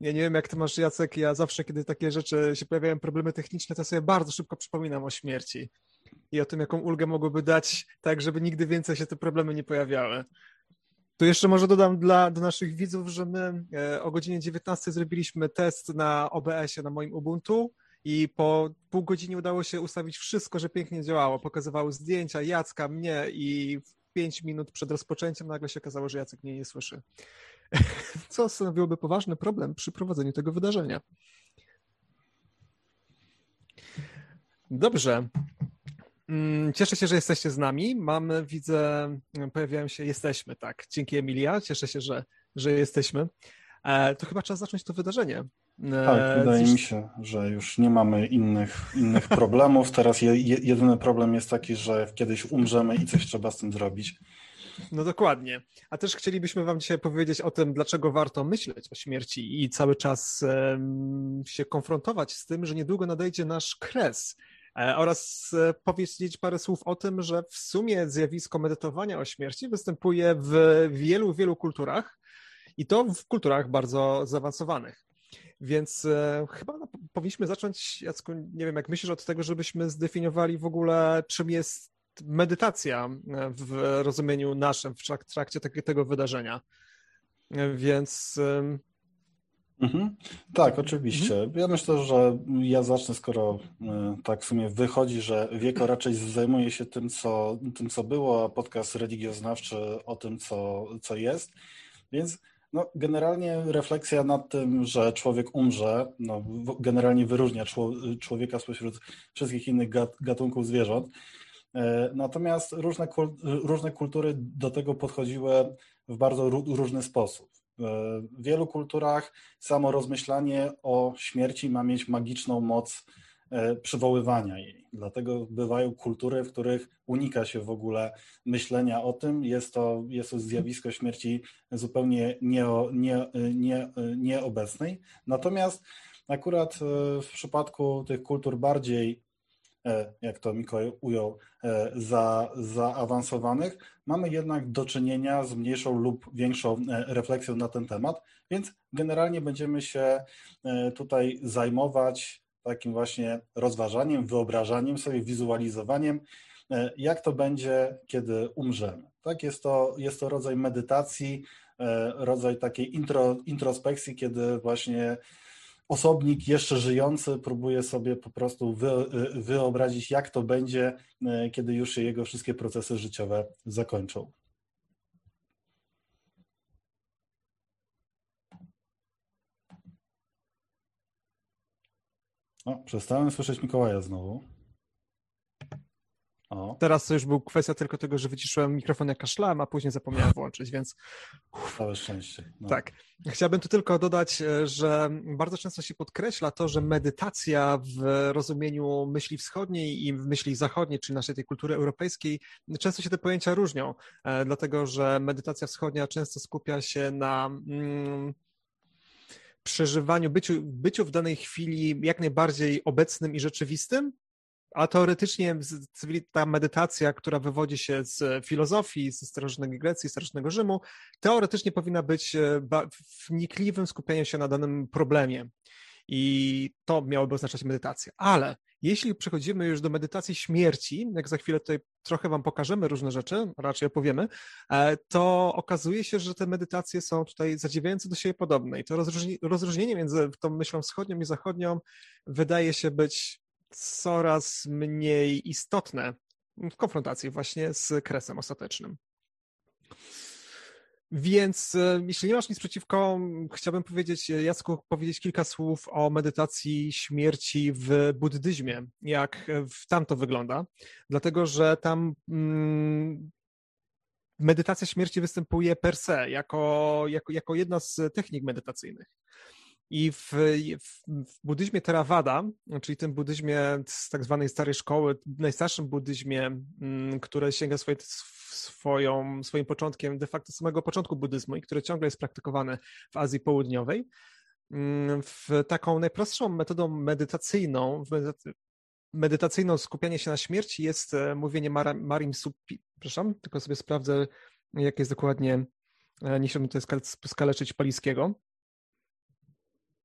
Ja nie wiem, jak ty masz, Jacek, ja zawsze, kiedy takie rzeczy się pojawiają, problemy techniczne, to sobie bardzo szybko przypominam o śmierci i o tym, jaką ulgę mogłoby dać, tak, żeby nigdy więcej się te problemy nie pojawiały. Tu jeszcze może dodam do naszych widzów, że my o godzinie 19 zrobiliśmy test na OBS-ie, na moim Ubuntu i po pół godziny udało się ustawić wszystko, że pięknie działało. Pokazywały zdjęcia Jacka, mnie i w 5 minut przed rozpoczęciem nagle się okazało, że Jacek mnie nie słyszy. Co stanowiłoby poważny problem przy prowadzeniu tego wydarzenia. Dobrze. Cieszę się, że jesteście z nami. Widzę, pojawiają się, jesteśmy, tak. Dzięki, Emilia. Cieszę się, że jesteśmy. To chyba czas zacząć to wydarzenie. Tak, wydaje mi się, że już nie mamy innych problemów. Teraz jedyny problem jest taki, że kiedyś umrzemy i coś trzeba z tym zrobić. No dokładnie. A też chcielibyśmy wam dzisiaj powiedzieć o tym, dlaczego warto myśleć o śmierci i cały czas się konfrontować z tym, że niedługo nadejdzie nasz kres. Oraz powiedzieć parę słów o tym, że w sumie zjawisko medytowania o śmierci występuje w wielu kulturach i to w kulturach bardzo zaawansowanych. Więc chyba powinniśmy zacząć, Jacku, nie wiem, jak myślisz, od tego, żebyśmy zdefiniowali w ogóle, czym jest medytacja w rozumieniu naszym w trakcie tego wydarzenia. Więc... Tak, oczywiście. Ja myślę, że ja zacznę, skoro tak w sumie wychodzi, że Wieko raczej zajmuje się tym, co było, a podcast religioznawczy o tym, co jest. Więc generalnie refleksja nad tym, że człowiek umrze, generalnie wyróżnia człowieka spośród wszystkich innych gatunków zwierząt. Natomiast różne kultury do tego podchodziły w bardzo różny sposób. W wielu kulturach samo rozmyślanie o śmierci ma mieć magiczną moc przywoływania jej. Dlatego bywają kultury, w których unika się w ogóle myślenia o tym. Jest to zjawisko śmierci zupełnie nieobecnej. Natomiast akurat w przypadku tych kultur bardziej, jak to Mikołaj ujął, zaawansowanych, mamy jednak do czynienia z mniejszą lub większą refleksją na ten temat, więc generalnie będziemy się tutaj zajmować takim właśnie rozważaniem, wyobrażaniem sobie, wizualizowaniem, jak to będzie, kiedy umrzemy. Tak, jest to rodzaj medytacji, rodzaj takiej introspekcji, kiedy właśnie osobnik jeszcze żyjący próbuje sobie po prostu wyobrazić, jak to będzie, kiedy już się jego wszystkie procesy życiowe zakończą. Przestałem słyszeć Mikołaja znowu. Teraz to już był kwestia tylko tego, że wyciszyłem mikrofon, jak kaszlałem, a później zapomniałem włączyć, więc... Całe szczęście. Tak. Chciałbym tu tylko dodać, że bardzo często się podkreśla to, że medytacja w rozumieniu myśli wschodniej i w myśli zachodniej, czyli naszej tej kultury europejskiej, często się te pojęcia różnią, dlatego że medytacja wschodnia często skupia się na przeżywaniu, byciu w danej chwili jak najbardziej obecnym i rzeczywistym, a teoretycznie ta medytacja, która wywodzi się z filozofii, ze starożytnej Grecji, starożytnego Rzymu, teoretycznie powinna być wnikliwym skupieniem się na danym problemie. I to miałoby oznaczać medytację. Ale jeśli przechodzimy już do medytacji śmierci, jak za chwilę tutaj trochę wam pokażemy różne rzeczy, raczej opowiemy, to okazuje się, że te medytacje są tutaj zadziwiająco do siebie podobne. I to rozróżnienie między tą myślą wschodnią i zachodnią wydaje się być coraz mniej istotne w konfrontacji właśnie z kresem ostatecznym. Więc jeśli nie masz nic przeciwko, chciałbym Jacku, powiedzieć kilka słów o medytacji śmierci w buddyzmie, jak tam to wygląda, dlatego że tam medytacja śmierci występuje per se, jako jedna z technik medytacyjnych. I w buddyzmie Theravada, czyli tym buddyzmie z tak zwanej starej szkoły, najstarszym buddyzmie, które sięga swoim początkiem de facto samego początku buddyzmu i który ciągle jest praktykowany w Azji Południowej, taką najprostszą metodą medytacyjną skupianie się na śmierci jest mówienie Marim Suppi. Przepraszam, tylko sobie sprawdzę, jak jest dokładnie, nie chciałbym tutaj skaleczyć Paliskiego.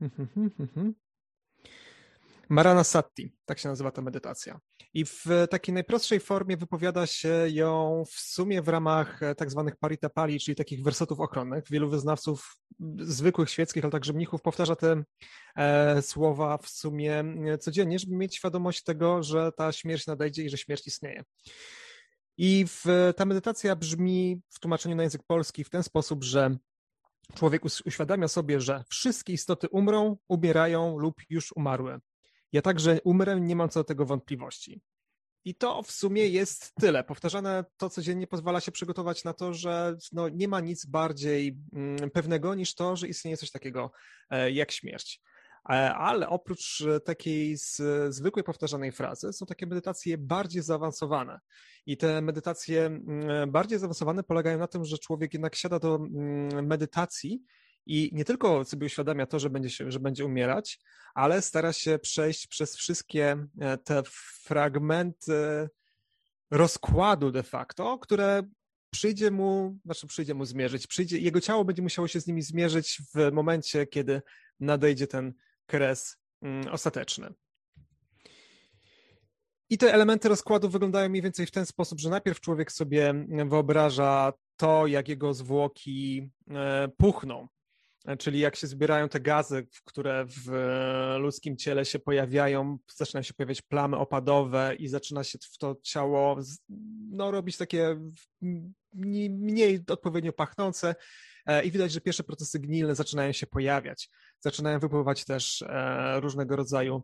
Maranasati, tak się nazywa ta medytacja. I w takiej najprostszej formie wypowiada się ją w sumie w ramach tak zwanych paritapali, czyli takich wersetów ochronnych. Wielu wyznawców zwykłych, świeckich, ale także mnichów powtarza te słowa w sumie codziennie, żeby mieć świadomość tego, że ta śmierć nadejdzie i że śmierć istnieje. I ta medytacja brzmi w tłumaczeniu na język polski w ten sposób, że człowiek uświadamia sobie, że wszystkie istoty umrą, umierają lub już umarły. Ja także umrę, nie mam co do tego wątpliwości. I to w sumie jest tyle. Powtarzane to codziennie pozwala się przygotować na to, że nie ma nic bardziej pewnego niż to, że istnieje coś takiego jak śmierć. Ale oprócz takiej zwykłej powtarzanej frazy są takie medytacje bardziej zaawansowane. I te medytacje bardziej zaawansowane polegają na tym, że człowiek jednak siada do medytacji i nie tylko sobie uświadamia to, że będzie umierać, ale stara się przejść przez wszystkie te fragmenty rozkładu de facto, które przyjdzie mu zmierzyć. Jego ciało będzie musiało się z nimi zmierzyć w momencie, kiedy nadejdzie ten kres ostateczny. I te elementy rozkładu wyglądają mniej więcej w ten sposób, że najpierw człowiek sobie wyobraża to, jak jego zwłoki puchną, czyli jak się zbierają te gazy, które w ludzkim ciele się pojawiają, zaczynają się pojawiać plamy opadowe i zaczyna się w to ciało robić takie mniej odpowiednio pachnące i widać, że pierwsze procesy gnilne zaczynają się pojawiać. Zaczynają wypływać też różnego rodzaju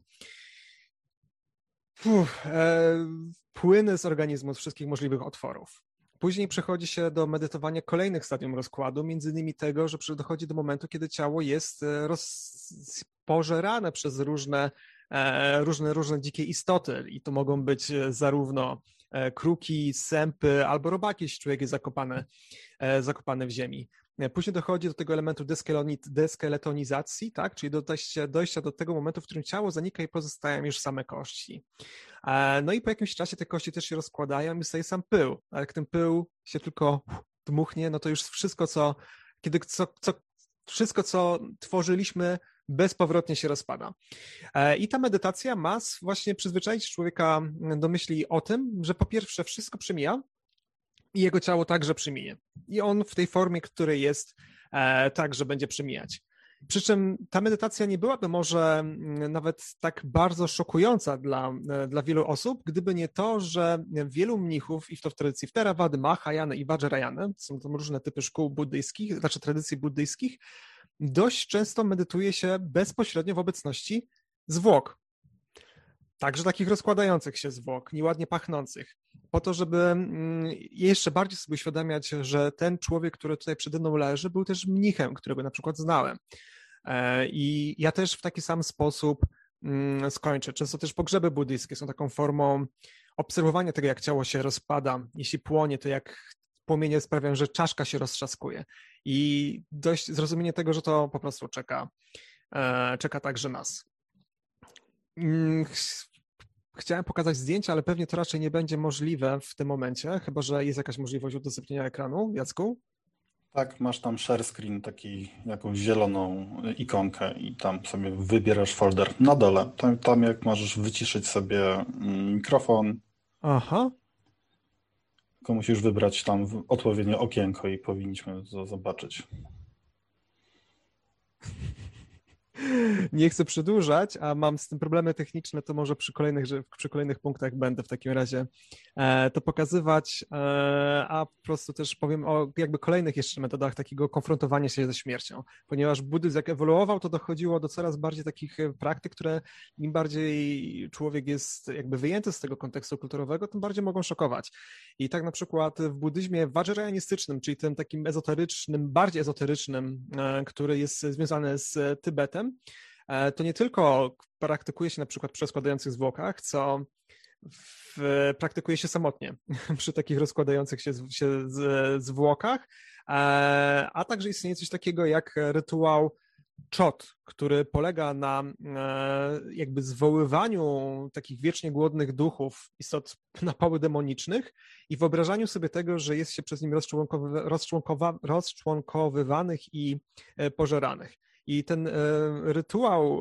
płyny z organizmu, z wszystkich możliwych otworów. Później przechodzi się do medytowania kolejnych stadium rozkładu, między innymi tego, że dochodzi do momentu, kiedy ciało jest pożerane przez różne dzikie istoty i to mogą być zarówno kruki, sępy albo robaki, jeśli człowiek jest zakopany w ziemi. Później dochodzi do tego elementu deskeletonizacji, tak? Czyli dojścia do tego momentu, w którym ciało zanika i pozostają już same kości. No i po jakimś czasie te kości też się rozkładają i zostaje sam pył. A jak ten pył się tylko dmuchnie, no to już wszystko, co tworzyliśmy, bezpowrotnie się rozpada. I ta medytacja ma właśnie przyzwyczaić człowieka do myśli o tym, że po pierwsze wszystko przemija, i jego ciało także przeminie. I on w tej formie, której jest, także będzie przemijać. Przy czym ta medytacja nie byłaby może nawet tak bardzo szokująca dla wielu osób, gdyby nie to, że wielu mnichów, i to w tradycji Theravady, Mahayany i Vajrayany, są to różne typy szkół buddyjskich, znaczy tradycji buddyjskich, dość często medytuje się bezpośrednio w obecności zwłok. Także takich rozkładających się zwłok, nieładnie pachnących, po to, żeby jeszcze bardziej sobie uświadamiać, że ten człowiek, który tutaj przede mną leży, był też mnichem, którego na przykład znałem. I ja też w taki sam sposób skończę. Często też pogrzeby buddyjskie są taką formą obserwowania tego, jak ciało się rozpada. Jeśli płonie, to jak płomienie sprawiają, że czaszka się roztrzaskuje. I dość zrozumienie tego, że to po prostu czeka także nas. Chciałem pokazać zdjęcia, ale pewnie to raczej nie będzie możliwe w tym momencie, chyba że jest jakaś możliwość udostępnienia ekranu. Jacku? Tak, masz tam share screen, jakąś zieloną ikonkę i tam sobie wybierasz folder na dole. Tam jak możesz wyciszyć sobie mikrofon. Aha. Tylko musisz wybrać tam odpowiednie okienko i powinniśmy to zobaczyć. Nie chcę przedłużać, a mam z tym problemy techniczne, to może przy kolejnych punktach będę w takim razie to pokazywać, a po prostu też powiem o jakby kolejnych jeszcze metodach takiego konfrontowania się ze śmiercią, ponieważ buddyzm jak ewoluował, to dochodziło do coraz bardziej takich praktyk, które im bardziej człowiek jest jakby wyjęty z tego kontekstu kulturowego, tym bardziej mogą szokować. I tak na przykład w buddyzmie vajrayanistycznym, czyli tym takim ezoterycznym, bardziej ezoterycznym, który jest związany z Tybetem, to nie tylko praktykuje się na przykład przy rozkładających zwłokach, co praktykuje się samotnie przy takich rozkładających się zwłokach, a także istnieje coś takiego jak rytuał Chot, który polega na jakby zwoływaniu takich wiecznie głodnych duchów, istot na pały demonicznych i wyobrażaniu sobie tego, że jest się przez nim rozczłonkowywanych i pożeranych. I ten rytuał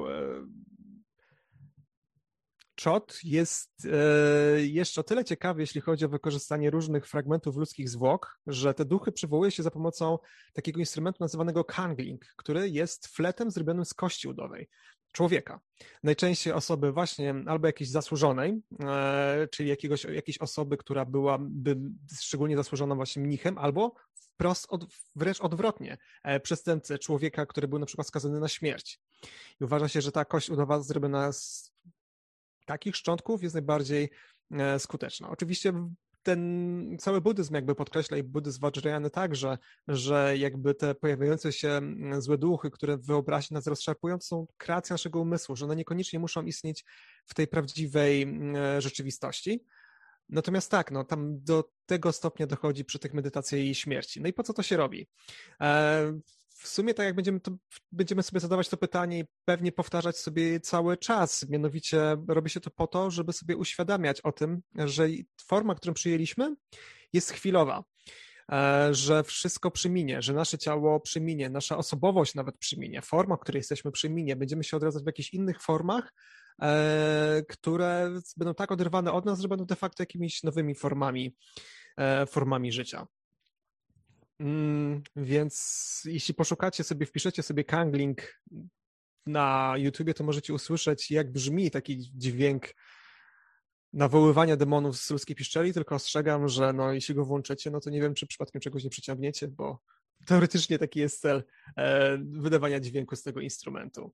Czot jest jeszcze o tyle ciekawy, jeśli chodzi o wykorzystanie różnych fragmentów ludzkich zwłok, że te duchy przywołuje się za pomocą takiego instrumentu nazywanego kangling, który jest fletem zrobionym z kości udowej człowieka. Najczęściej osoby właśnie albo jakiejś zasłużonej, czyli jakiejś osoby, która byłaby szczególnie zasłużona właśnie mnichem, albo wręcz odwrotnie, przestępcy, człowieka, który był na przykład skazany na śmierć. I uważa się, że ta kość udowa zrobiona z takich szczątków jest najbardziej skuteczna. Oczywiście ten cały buddyzm jakby podkreśla i buddyzm Vajrayany także, że jakby te pojawiające się złe duchy, które w wyobraźni nas rozszarpują, to są kreacje naszego umysłu, że one niekoniecznie muszą istnieć w tej prawdziwej rzeczywistości. Natomiast tak, no tam do tego stopnia dochodzi przy tych medytacjach i śmierci. No i po co to się robi? W sumie tak jak będziemy sobie zadawać to pytanie i pewnie powtarzać sobie cały czas, mianowicie robi się to po to, żeby sobie uświadamiać o tym, że forma, którą przyjęliśmy, jest chwilowa, że wszystko przyminie, że nasze ciało przyminie, nasza osobowość nawet przyminie, forma, w której jesteśmy przyminie, będziemy się odradzać w jakichś innych formach, które będą tak oderwane od nas, że będą de facto jakimiś nowymi formami życia. Więc jeśli poszukacie sobie, wpiszecie sobie kangling na YouTubie, to możecie usłyszeć, jak brzmi taki dźwięk nawoływania demonów z ludzkiej piszczeli, tylko ostrzegam, że no, jeśli go włączycie, no to nie wiem, czy przypadkiem czegoś nie przyciągniecie, bo teoretycznie taki jest cel wydawania dźwięku z tego instrumentu.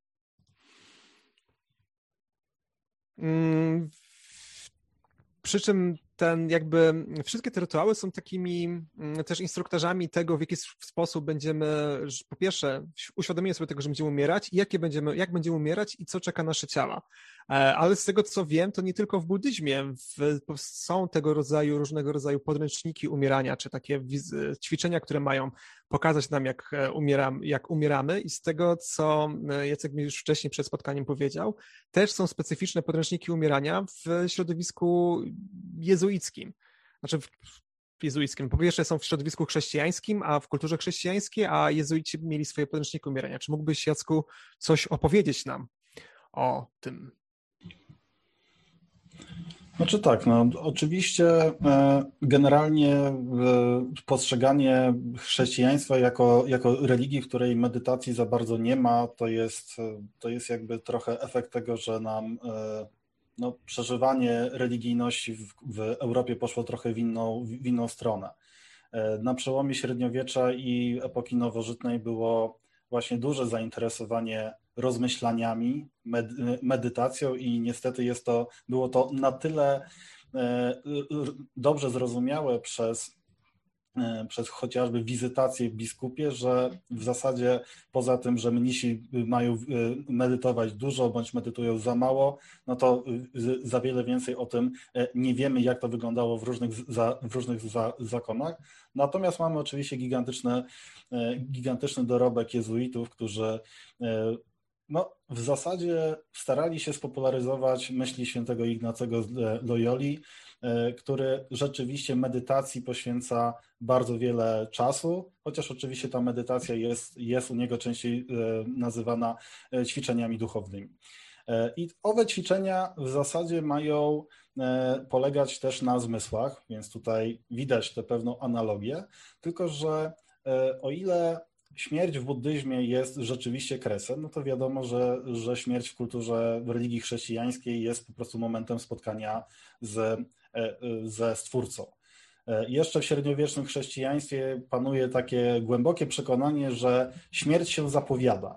Przy czym wszystkie te rytuały są takimi też instruktarzami tego, w jaki sposób będziemy, po pierwsze, uświadomimy sobie tego, że będziemy umierać i jak będziemy umierać i co czeka nasze ciała. Ale z tego, co wiem, to nie tylko w buddyzmie są różnego rodzaju podręczniki umierania, czy takie ćwiczenia, które mają pokazać nam, jak umieramy i z tego, co Jacek mi już wcześniej przed spotkaniem powiedział, też są specyficzne podręczniki umierania w środowisku jezuickim. Znaczy w jezuickim. Po pierwsze są w środowisku chrześcijańskim, a w kulturze chrześcijańskiej, a jezuici mieli swoje podręczniki umierania. Czy mógłbyś, Jacku, coś opowiedzieć nam o tym? Znaczy tak, no oczywiście generalnie postrzeganie chrześcijaństwa jako religii, w której medytacji za bardzo nie ma, to jest jakby trochę efekt tego, że nam przeżywanie religijności w Europie poszło trochę w inną stronę. Na przełomie średniowiecza i epoki nowożytnej było właśnie duże zainteresowanie rozmyślaniami, medytacją i niestety było to na tyle dobrze zrozumiałe przez chociażby wizytację w biskupie, że w zasadzie poza tym, że mnisi mają medytować dużo bądź medytują za mało, no to za wiele więcej o tym nie wiemy, jak to wyglądało w różnych zakonach. Natomiast mamy oczywiście gigantyczny dorobek jezuitów, którzy w zasadzie starali się spopularyzować myśli świętego Ignacego z Loyoli, który rzeczywiście medytacji poświęca bardzo wiele czasu, chociaż oczywiście ta medytacja jest u niego częściej nazywana ćwiczeniami duchownymi. I owe ćwiczenia w zasadzie mają polegać też na zmysłach, więc tutaj widać tę pewną analogię, tylko że o ile śmierć w buddyzmie jest rzeczywiście kresem, no to wiadomo, że śmierć w kulturze, w religii chrześcijańskiej jest po prostu momentem spotkania ze Stwórcą. Jeszcze w średniowiecznym chrześcijaństwie panuje takie głębokie przekonanie, że śmierć się zapowiada.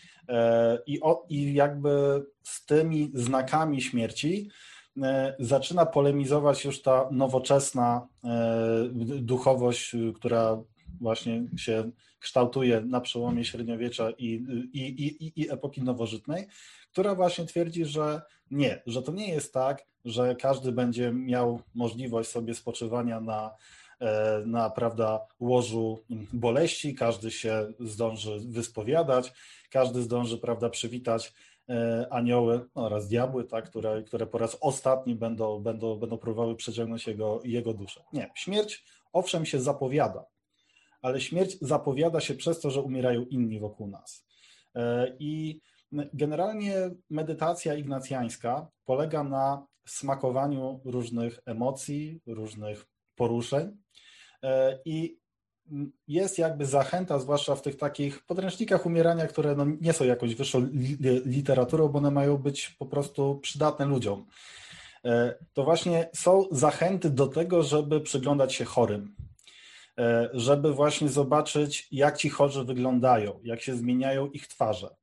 I jakby z tymi znakami śmierci zaczyna polemizować już ta nowoczesna duchowość, która właśnie się kształtuje na przełomie średniowiecza i epoki nowożytnej, która właśnie twierdzi, że to nie jest tak, że każdy będzie miał możliwość sobie spoczywania na łożu boleści, każdy się zdąży wyspowiadać, każdy zdąży przywitać anioły oraz diabły, tak, które po raz ostatni będą próbowały przeciągnąć jego duszę. Nie, śmierć owszem się zapowiada, ale śmierć zapowiada się przez to, że umierają inni wokół nas. I generalnie medytacja ignacjańska polega na smakowaniu różnych emocji, różnych poruszeń i jest jakby zachęta, zwłaszcza w tych takich podręcznikach umierania, które no nie są jakąś wyższą literaturą, bo one mają być po prostu przydatne ludziom. To właśnie są zachęty do tego, żeby przyglądać się chorym, żeby właśnie zobaczyć, jak ci chorzy wyglądają, jak się zmieniają ich twarze,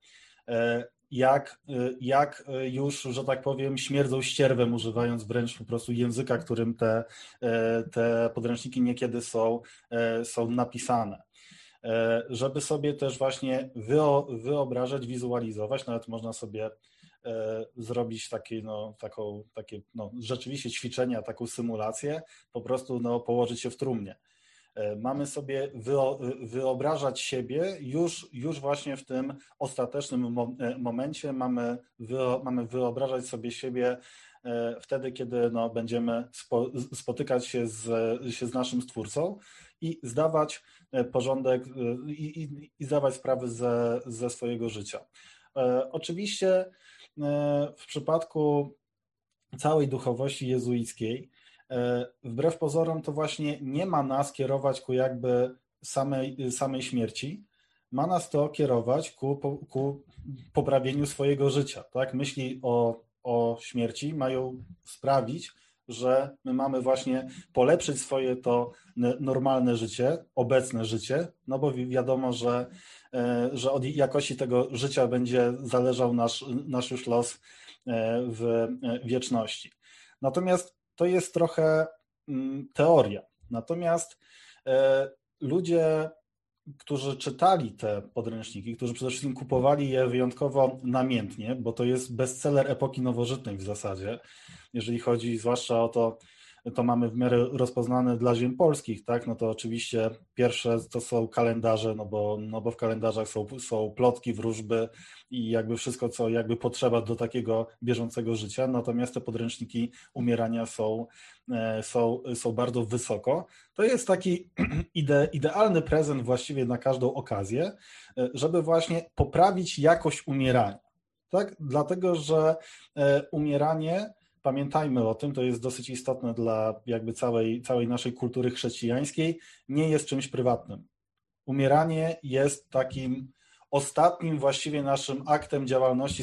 jak już, że tak powiem, śmierdzą ścierwem, używając wręcz po prostu języka, którym te podręczniki niekiedy są napisane. Żeby sobie też właśnie wyobrażać, wizualizować, nawet można sobie zrobić takie rzeczywiście ćwiczenia, taką symulację, po prostu położyć się w trumnie. Mamy sobie wyobrażać siebie już właśnie w tym ostatecznym momencie, mamy wyobrażać sobie siebie wtedy, kiedy będziemy spotykać się z naszym Stwórcą i zdawać porządek i zdawać sprawy ze swojego życia. Oczywiście w przypadku całej duchowości jezuickiej, wbrew pozorom to właśnie nie ma nas kierować ku jakby samej śmierci, ma nas to kierować ku poprawieniu swojego życia. Tak? Myśli o śmierci mają sprawić, że my mamy właśnie polepszyć swoje to normalne życie, obecne życie, no bo wiadomo, że od jakości tego życia będzie zależał nasz już los w wieczności. Natomiast to jest trochę teoria. Natomiast ludzie, którzy czytali te podręczniki, którzy przede wszystkim kupowali je wyjątkowo namiętnie, bo to jest bestseller epoki nowożytnej w zasadzie, jeżeli chodzi zwłaszcza o to mamy w miarę rozpoznane dla ziem polskich, tak? No to oczywiście pierwsze to są kalendarze, no bo w kalendrzach są plotki, wróżby i jakby wszystko, co jakby potrzeba do takiego bieżącego życia, natomiast te podręczniki umierania są bardzo wysoko. To jest taki idealny prezent właściwie na każdą okazję, żeby właśnie poprawić jakość umierania, tak? Dlatego, że umieranie, pamiętajmy o tym, to jest dosyć istotne dla jakby całej naszej kultury chrześcijańskiej, nie jest czymś prywatnym. Umieranie jest takim ostatnim właściwie naszym aktem działalności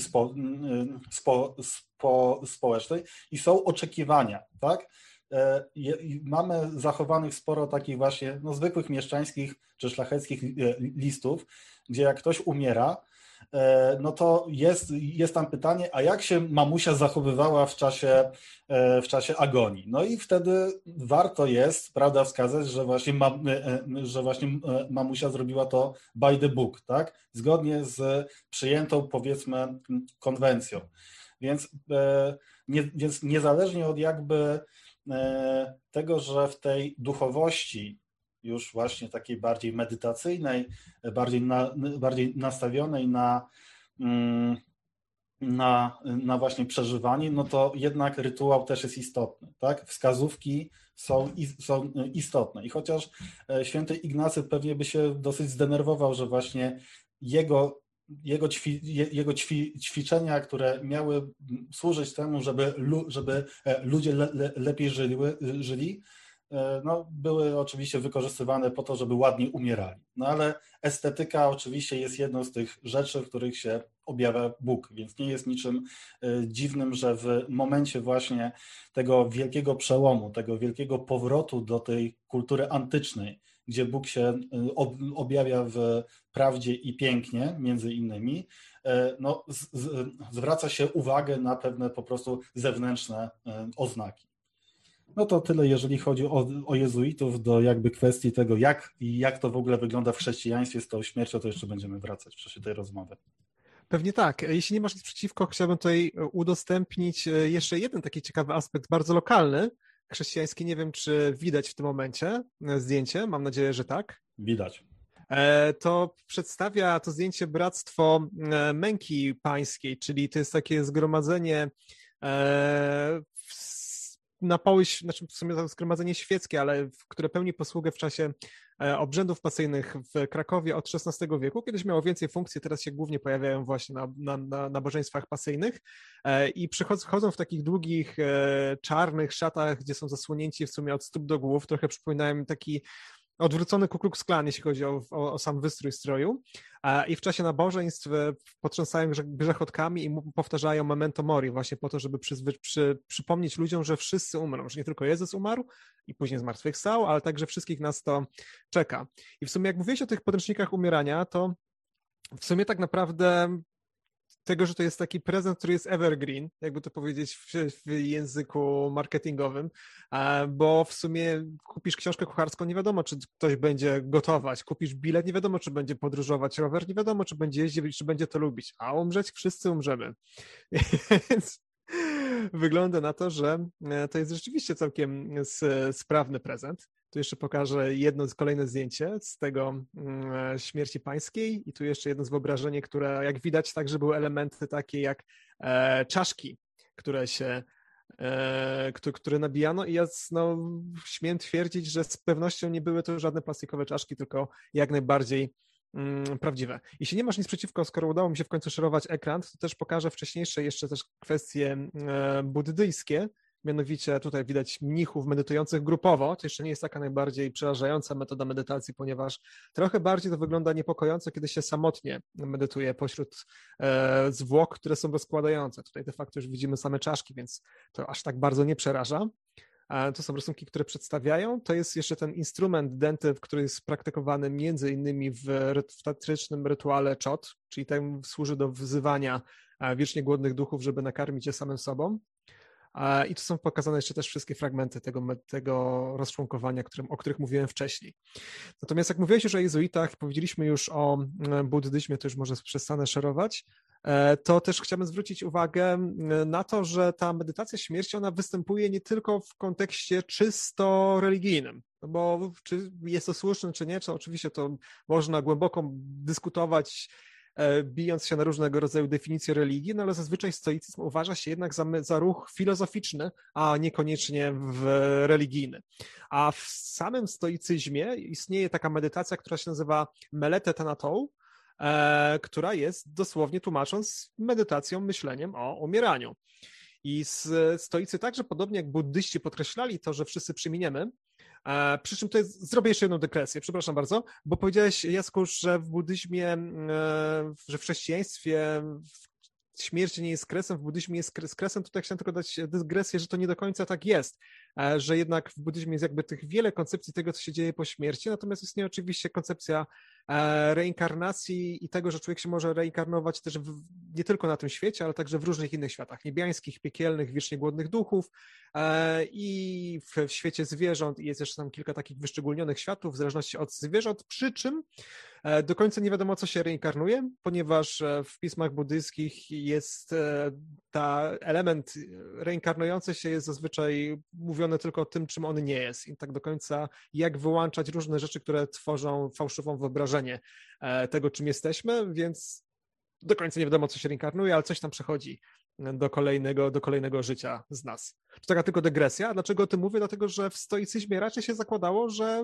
społecznej i są oczekiwania, tak? Mamy zachowanych sporo takich właśnie zwykłych mieszczańskich czy szlacheckich listów, gdzie jak ktoś umiera, no to jest tam pytanie, a jak się mamusia zachowywała w czasie agonii? No i wtedy warto jest, prawda, wskazać, że właśnie mamusia zrobiła to by the book, tak? Zgodnie z przyjętą, powiedzmy, konwencją. Więc niezależnie od jakby tego, że w tej duchowości już właśnie takiej bardziej medytacyjnej, bardziej nastawionej na właśnie przeżywanie, no to jednak rytuał też jest istotny, tak? Wskazówki są istotne i chociaż święty Ignacy pewnie by się dosyć zdenerwował, że właśnie jego ćwiczenia, które miały służyć temu, żeby ludzie lepiej żyli, no, były oczywiście wykorzystywane po to, żeby ładnie umierali. No ale estetyka oczywiście jest jedną z tych rzeczy, w których się objawia Bóg, więc nie jest niczym dziwnym, że w momencie właśnie tego wielkiego przełomu, tego wielkiego powrotu do tej kultury antycznej, gdzie Bóg się objawia w prawdzie i pięknie, między innymi, no, zwraca się uwagę na pewne po prostu zewnętrzne oznaki. No to tyle, jeżeli chodzi o jezuitów, do jakby kwestii tego, jak to w ogóle wygląda w chrześcijaństwie z tą śmiercią, to jeszcze będziemy wracać w czasie tej rozmowy. Pewnie tak. Jeśli nie masz nic przeciwko, chciałbym tutaj udostępnić jeszcze jeden taki ciekawy aspekt, bardzo lokalny, chrześcijański. Nie wiem, czy widać w tym momencie zdjęcie. Mam nadzieję, że tak. Widać. To przedstawia to zdjęcie Bractwo Męki Pańskiej, czyli to jest takie zgromadzenie znaczy w sumie to zgromadzenie świeckie, ale które pełni posługę w czasie obrzędów pasyjnych w Krakowie od XVI wieku. Kiedyś miało więcej funkcji, teraz się głównie pojawiają właśnie na nabożeństwach pasyjnych i chodzą w takich długich, czarnych szatach, gdzie są zasłonięci w sumie od stóp do głów. Trochę przypominają taki odwrócony Ku Klux Klan, jeśli chodzi o sam wystrój stroju. I w czasie nabożeństw potrząsają grzechotkami i powtarzają memento mori właśnie po to, żeby przypomnieć ludziom, że wszyscy umrą, że nie tylko Jezus umarł i później zmartwychwstał, ale także wszystkich nas to czeka. I w sumie jak mówiłeś o tych podręcznikach umierania, to w sumie tak naprawdę tego, że to jest taki prezent, który jest evergreen, jakby to powiedzieć w języku marketingowym, bo w sumie kupisz książkę kucharską, nie wiadomo, czy ktoś będzie gotować, kupisz bilet, nie wiadomo, czy będzie podróżować, rower, nie wiadomo, czy będzie jeździć, czy będzie to lubić, a umrzeć wszyscy umrzemy. Więc wygląda na to, że to jest rzeczywiście całkiem sprawny prezent. Tu jeszcze pokażę kolejne zdjęcie z tego śmierci pańskiej i tu jeszcze jedno z wyobrażeń, które jak widać także były elementy takie jak czaszki, które nabijano i ja śmiem twierdzić, że z pewnością nie były to żadne plastikowe czaszki, tylko jak najbardziej prawdziwe. Jeśli nie masz nic przeciwko, skoro udało mi się w końcu szerować ekran, to też pokażę wcześniejsze jeszcze też kwestie buddyjskie. Mianowicie tutaj widać mnichów medytujących grupowo. To jeszcze nie jest taka najbardziej przerażająca metoda medytacji, ponieważ trochę bardziej to wygląda niepokojąco, kiedy się samotnie medytuje pośród zwłok, które są rozkładające. Tutaj de facto już widzimy same czaszki, więc to aż tak bardzo nie przeraża. To są rysunki, które przedstawiają. To jest jeszcze ten instrument denty, który jest praktykowany między innymi w tantrycznym rytuale Chot, czyli ten służy do wzywania wiecznie głodnych duchów, żeby nakarmić je samym sobą. I tu są pokazane jeszcze też wszystkie fragmenty tego rozczłonkowania, o których mówiłem wcześniej. Natomiast jak mówiłeś już o jezuitach, powiedzieliśmy już o buddyzmie, to już może przestanę szerować, to też chciałbym zwrócić uwagę na to, że ta medytacja śmierci, ona występuje nie tylko w kontekście czysto religijnym, no bo czy jest to słuszne, czy nie, to oczywiście to można głęboko dyskutować, bijąc się na różnego rodzaju definicje religii, no ale zazwyczaj stoicyzm uważa się jednak za ruch filozoficzny, a niekoniecznie religijny. A w samym stoicyzmie istnieje taka medytacja, która się nazywa Melete Thanatou, która jest dosłownie tłumacząc medytacją, myśleniem o umieraniu. I stoicy także, podobnie jak buddyści, podkreślali to, że wszyscy przemieniemy. Przy czym zrobię jeszcze jedną dygresję, przepraszam bardzo, bo powiedziałeś, Jacku, że w buddyzmie, że w chrześcijaństwie śmierć nie jest kresem, w buddyzmie jest kresem. Tutaj chciałem tylko dać dygresję, że to nie do końca tak jest, że jednak w buddyzmie jest jakby tych wiele koncepcji tego, co się dzieje po śmierci, natomiast istnieje oczywiście koncepcja reinkarnacji i tego, że człowiek się może reinkarnować też nie tylko na tym świecie, ale także w różnych innych światach, niebiańskich, piekielnych, wiecznie głodnych duchów i w świecie zwierząt i jest jeszcze tam kilka takich wyszczególnionych światów w zależności od zwierząt, przy czym do końca nie wiadomo, co się reinkarnuje, ponieważ w pismach buddyjskich jest element reinkarnujący się jest zazwyczaj mówione tylko o tym, czym on nie jest i tak do końca jak wyłączać różne rzeczy, które tworzą fałszywą wyobrażenie tego, czym jesteśmy, więc do końca nie wiadomo, co się reinkarnuje, ale coś tam przechodzi do kolejnego życia z nas. To taka tylko dygresja. Dlaczego o tym mówię? Dlatego, że w stoicyzmie raczej się zakładało, że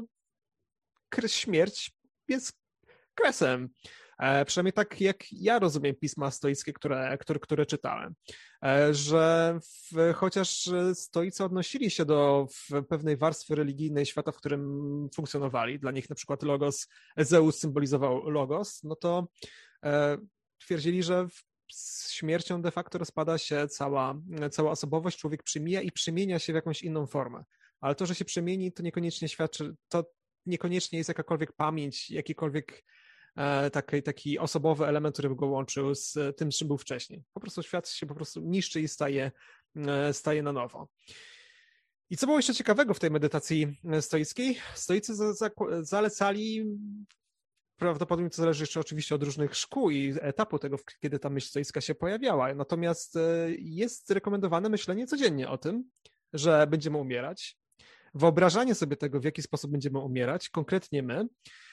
śmierć jest kresem. Przynajmniej tak, jak ja rozumiem pisma stoickie, które czytałem. Że chociaż stoicy odnosili się do pewnej warstwy religijnej świata, w którym funkcjonowali, dla nich na przykład Zeus symbolizował logos, no to twierdzili, że z śmiercią de facto rozpada się cała osobowość, człowiek przemija i przemienia się w jakąś inną formę. Ale to, że się przemieni, to niekoniecznie świadczy, to niekoniecznie jest jakakolwiek pamięć, jakikolwiek taki osobowy element, który by go łączył z tym, czym był wcześniej. Po prostu świat się po prostu niszczy i staje na nowo. I co było jeszcze ciekawego w tej medytacji stoickiej? Stoicy zalecali, prawdopodobnie to zależy jeszcze oczywiście od różnych szkół i etapu tego, kiedy ta myśl stoicka się pojawiała. Natomiast jest rekomendowane myślenie codziennie o tym, że będziemy umierać, wyobrażanie sobie tego, w jaki sposób będziemy umierać, konkretnie my,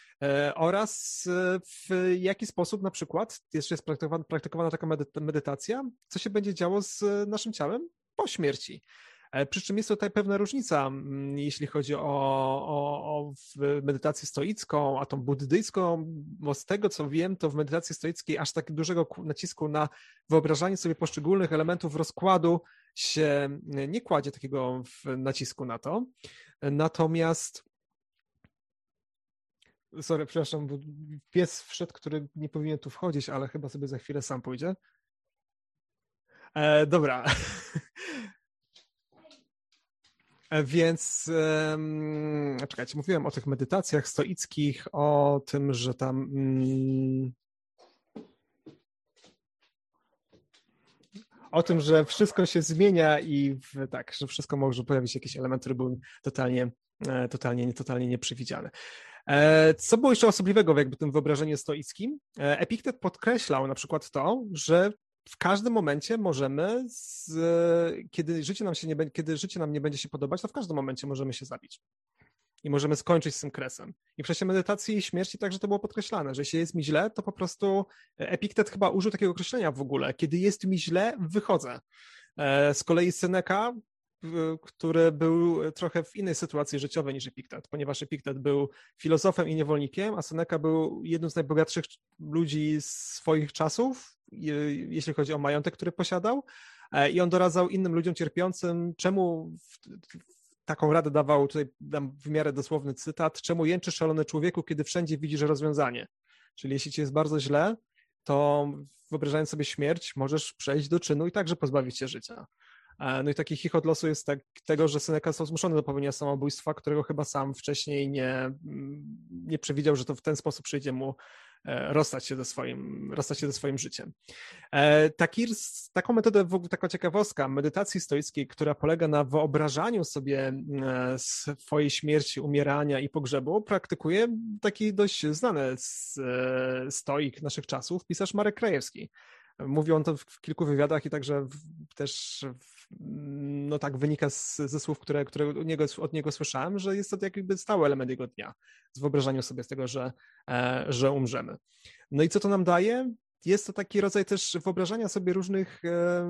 oraz w jaki sposób na przykład jeszcze jest praktykowana taka medytacja, co się będzie działo z naszym ciałem po śmierci. Przy czym jest tutaj pewna różnica, jeśli chodzi o medytację stoicką, a tą buddyjską, bo z tego co wiem, to w medytacji stoickiej aż tak dużego nacisku na wyobrażanie sobie poszczególnych elementów rozkładu się nie kładzie takiego nacisku na to. Natomiast sorry, przepraszam, bo pies wszedł, który nie powinien tu wchodzić, ale chyba sobie za chwilę sam pójdzie. Dobra. Więc czekajcie, mówiłem o tych medytacjach stoickich, o tym, że tam o tym, że wszystko się zmienia i tak, że wszystko może pojawić się jakiś element, który był totalnie nieprzewidziany. Co było jeszcze osobliwego w jakby tym wyobrażeniu stoickim? Epiktet podkreślał na przykład to, że w każdym momencie możemy, kiedy życie nam nie będzie się podobać, to w każdym momencie możemy się zabić. I możemy skończyć z tym kresem. I w czasie medytacji i śmierci także to było podkreślane, że jeśli jest mi źle, to po prostu Epiktet chyba użył takiego określenia w ogóle. Kiedy jest mi źle, wychodzę. Z kolei Seneca, który był trochę w innej sytuacji życiowej niż Epiktet, ponieważ Epiktet był filozofem i niewolnikiem, a Seneca był jednym z najbogatszych ludzi swoich czasów, jeśli chodzi o majątek, który posiadał, i on doradzał innym ludziom cierpiącym, czemu taką radę dawał, tutaj dam w miarę dosłowny cytat, czemu jęczysz szalony człowieku, kiedy wszędzie widzisz rozwiązanie. Czyli jeśli ci jest bardzo źle, to wyobrażając sobie śmierć, możesz przejść do czynu i także pozbawić się życia. No i taki chichot losu jest tego, że Seneca został zmuszony do popełnienia samobójstwa, którego chyba sam wcześniej nie przewidział, że to w ten sposób przyjdzie mu rozstać się ze swoim życiem. Taką metodę, w ogóle taka ciekawostka medytacji stoickiej, która polega na wyobrażaniu sobie swojej śmierci, umierania i pogrzebu, praktykuje taki dość znany stoik naszych czasów, pisarz Marek Krajewski. Mówił on to w kilku wywiadach i także też no tak wynika ze słów, które od niego słyszałem, że jest to jakby stały element jego dnia, z wyobrażaniem sobie z tego, że umrzemy. No i co to nam daje? Jest to taki rodzaj też wyobrażania sobie różnych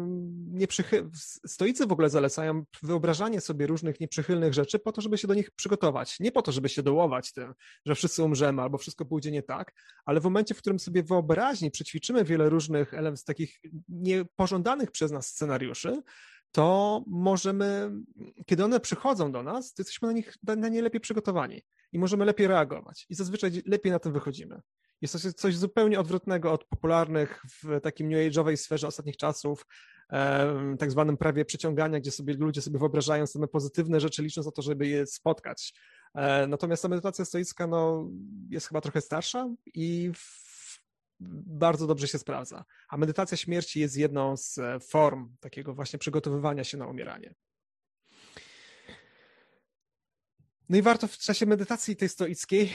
stoicy w ogóle zalecają wyobrażanie sobie różnych nieprzychylnych rzeczy po to, żeby się do nich przygotować. Nie po to, żeby się dołować tym, że wszyscy umrzemy albo wszystko pójdzie nie tak, ale w momencie, w którym sobie wyobraźni przećwiczymy wiele różnych elementów takich niepożądanych przez nas scenariuszy, to możemy, kiedy one przychodzą do nas, to jesteśmy na nie lepiej przygotowani i możemy lepiej reagować i zazwyczaj lepiej na tym wychodzimy. Jest to coś zupełnie odwrotnego od popularnych w takim new age'owej sferze ostatnich czasów, tak zwanym prawie przyciągania, gdzie ludzie sobie wyobrażają same pozytywne rzeczy, licząc na to, żeby je spotkać. Natomiast ta medytacja stoicka jest chyba trochę starsza i bardzo dobrze się sprawdza. A medytacja śmierci jest jedną z form takiego właśnie przygotowywania się na umieranie. No i warto w czasie medytacji tej stoickiej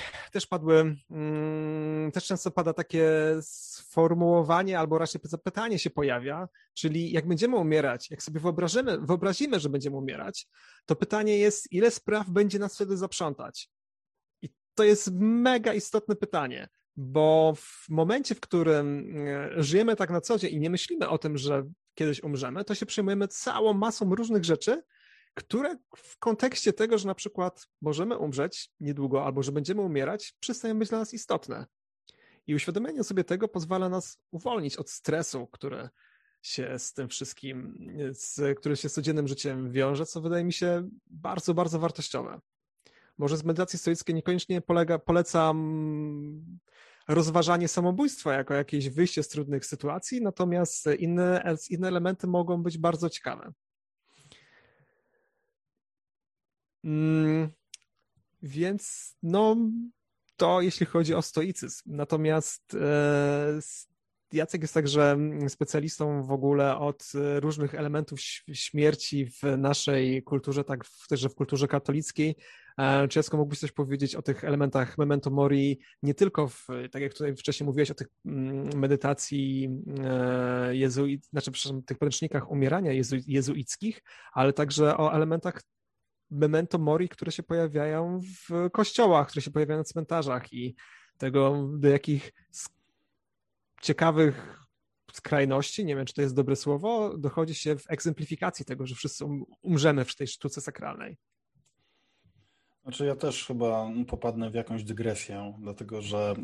też często pada takie sformułowanie albo raczej zapytanie się pojawia, czyli jak będziemy umierać, jak sobie wyobrazimy, że będziemy umierać, to pytanie jest, ile spraw będzie nas wtedy zaprzątać? I to jest mega istotne pytanie, bo w momencie, w którym żyjemy tak na co dzień i nie myślimy o tym, że kiedyś umrzemy, to się przejmujemy całą masą różnych rzeczy, które w kontekście tego, że na przykład możemy umrzeć niedługo albo że będziemy umierać, przestają być dla nas istotne. I uświadomienie sobie tego pozwala nas uwolnić od stresu, który się z tym wszystkim, który się z codziennym życiem wiąże, co wydaje mi się bardzo, bardzo wartościowe. Może z medytacji stoickiej niekoniecznie polecam rozważanie samobójstwa jako jakieś wyjście z trudnych sytuacji, natomiast inne elementy mogą być bardzo ciekawe. Więc to jeśli chodzi o stoicyzm. Natomiast Jacek jest także specjalistą w ogóle od różnych elementów śmierci w naszej kulturze, tak też w kulturze katolickiej. Czy Jacku mógłbyś coś powiedzieć o tych elementach memento mori, nie tylko tak jak tutaj wcześniej mówiłeś o tych medytacji tych podręcznikach umierania jezuickich, ale także o elementach memento mori, które się pojawiają w kościołach, które się pojawiają na cmentarzach i tego, do jakich ciekawych skrajności, nie wiem, czy to jest dobre słowo, dochodzi się w egzemplifikacji tego, że wszyscy umrzemy w tej sztuce sakralnej. Znaczy ja też chyba popadnę w jakąś dygresję, dlatego że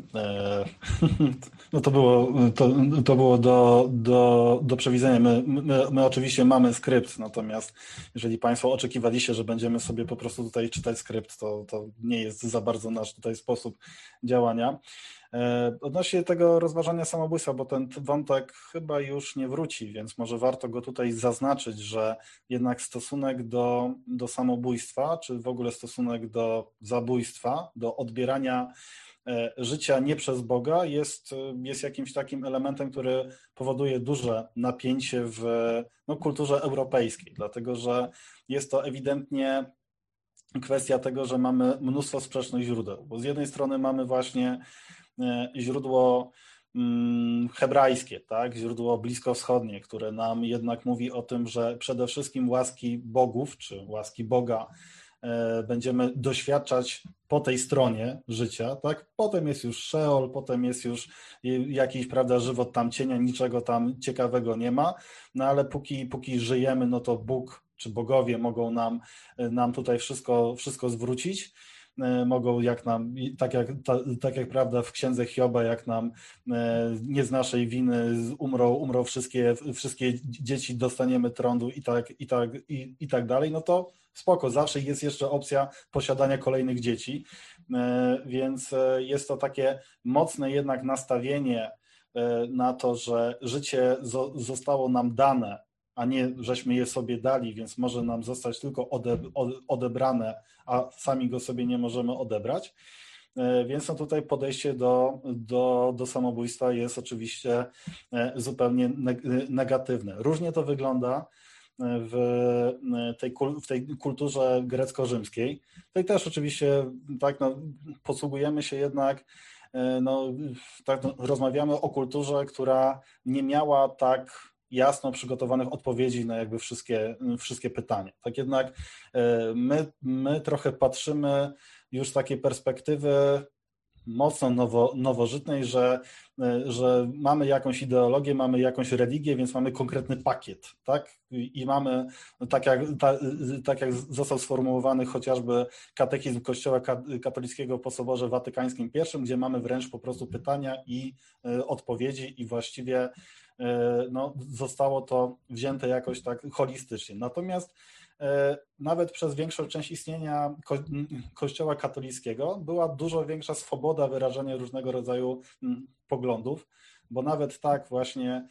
no to było do przewidzenia. My oczywiście mamy skrypt, natomiast jeżeli Państwo oczekiwaliście, że będziemy sobie po prostu tutaj czytać skrypt, to nie jest za bardzo nasz tutaj sposób działania. Odnośnie tego rozważania samobójstwa, bo ten wątek chyba już nie wróci, więc może warto go tutaj zaznaczyć, że jednak stosunek do samobójstwa, czy w ogóle stosunek do zabójstwa, do odbierania życia nie przez Boga jest jakimś takim elementem, który powoduje duże napięcie w kulturze europejskiej, dlatego że jest to ewidentnie kwestia tego, że mamy mnóstwo sprzecznych źródeł, bo z jednej strony mamy właśnie źródło hebrajskie, tak? Źródło bliskowschodnie, które nam jednak mówi o tym, że przede wszystkim łaski bogów, czy łaski Boga będziemy doświadczać po tej stronie życia, tak? Potem jest już Szeol, potem jest już jakiś, prawda, żywot tam cienia, niczego tam ciekawego nie ma, no ale póki żyjemy, no to Bóg czy bogowie mogą nam tutaj wszystko zwrócić. Mogą tak jak prawda w księdze Hioba, jak nam nie z naszej winy umrą wszystkie dzieci, dostaniemy trądu i tak dalej, no to spoko, zawsze jest jeszcze opcja posiadania kolejnych dzieci, więc jest to takie mocne jednak nastawienie na to, że życie zostało nam dane, a nie żeśmy je sobie dali, więc może nam zostać tylko odebrane, a sami go sobie nie możemy odebrać. Więc no tutaj podejście do samobójstwa jest oczywiście zupełnie negatywne. Różnie to wygląda w tej kulturze grecko-rzymskiej. Tutaj też oczywiście tak, posługujemy się jednak, rozmawiamy o kulturze, która nie miała tak jasno przygotowanych odpowiedzi na jakby wszystkie pytania. Tak jednak my trochę patrzymy już z takiej perspektywy mocno nowożytnej, że mamy jakąś ideologię, mamy jakąś religię, więc mamy konkretny pakiet, tak? I mamy, tak jak został sformułowany chociażby katechizm Kościoła katolickiego po Soborze Watykańskim I, gdzie mamy wręcz po prostu pytania i odpowiedzi i właściwie zostało to wzięte jakoś tak holistycznie. Natomiast nawet przez większą część istnienia Kościoła katolickiego była dużo większa swoboda wyrażania różnego rodzaju poglądów, bo nawet tak właśnie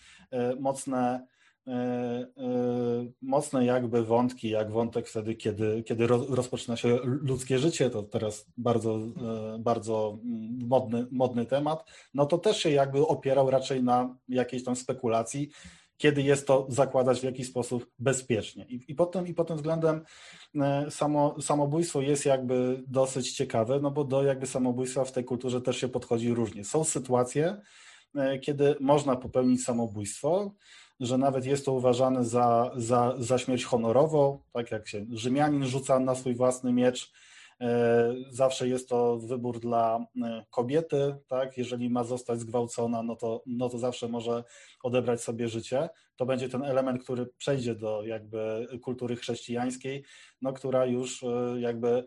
mocne jakby wątki, jak wątek wtedy, kiedy rozpoczyna się ludzkie życie, to teraz bardzo modny temat, no to też się jakby opierał raczej na jakiejś tam spekulacji, kiedy jest to zakładać w jakiś sposób bezpiecznie. I pod tym względem samobójstwo jest jakby dosyć ciekawe, no bo do jakby samobójstwa w tej kulturze też się podchodzi różnie. Są sytuacje, kiedy można popełnić samobójstwo, że nawet jest to uważane za śmierć honorową, tak jak się Rzymianin rzuca na swój własny miecz. Zawsze jest to wybór dla kobiety, tak? Jeżeli ma zostać zgwałcona, no to zawsze może odebrać sobie życie. To będzie ten element, który przejdzie do jakby kultury chrześcijańskiej, no, która już jakby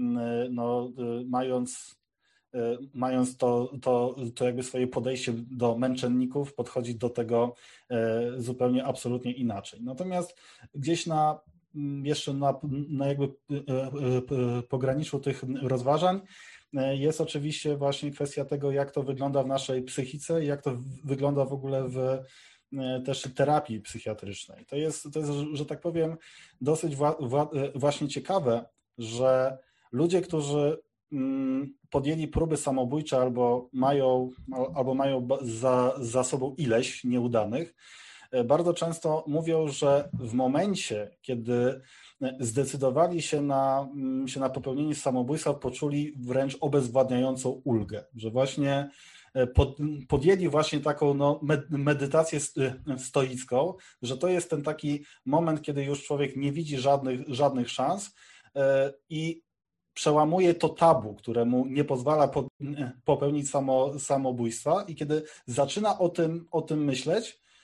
mając to jakby swoje podejście do męczenników, podchodzi do tego zupełnie absolutnie inaczej. Natomiast gdzieś jeszcze na jakby pograniczu tych rozważań jest oczywiście właśnie kwestia tego, jak to wygląda w naszej psychice i jak to wygląda w ogóle w też terapii psychiatrycznej. To jest, że tak powiem, dosyć właśnie ciekawe, że ludzie, którzy podjęli próby samobójcze albo mają za sobą ileś nieudanych, bardzo często mówią, że w momencie, kiedy zdecydowali się na popełnienie samobójstwa, poczuli wręcz obezwładniającą ulgę, że właśnie podjęli właśnie taką medytację stoicką, że to jest ten taki moment, kiedy już człowiek nie widzi żadnych szans i przełamuje to tabu, które mu nie pozwala popełnić samobójstwa, i kiedy zaczyna o tym myśleć,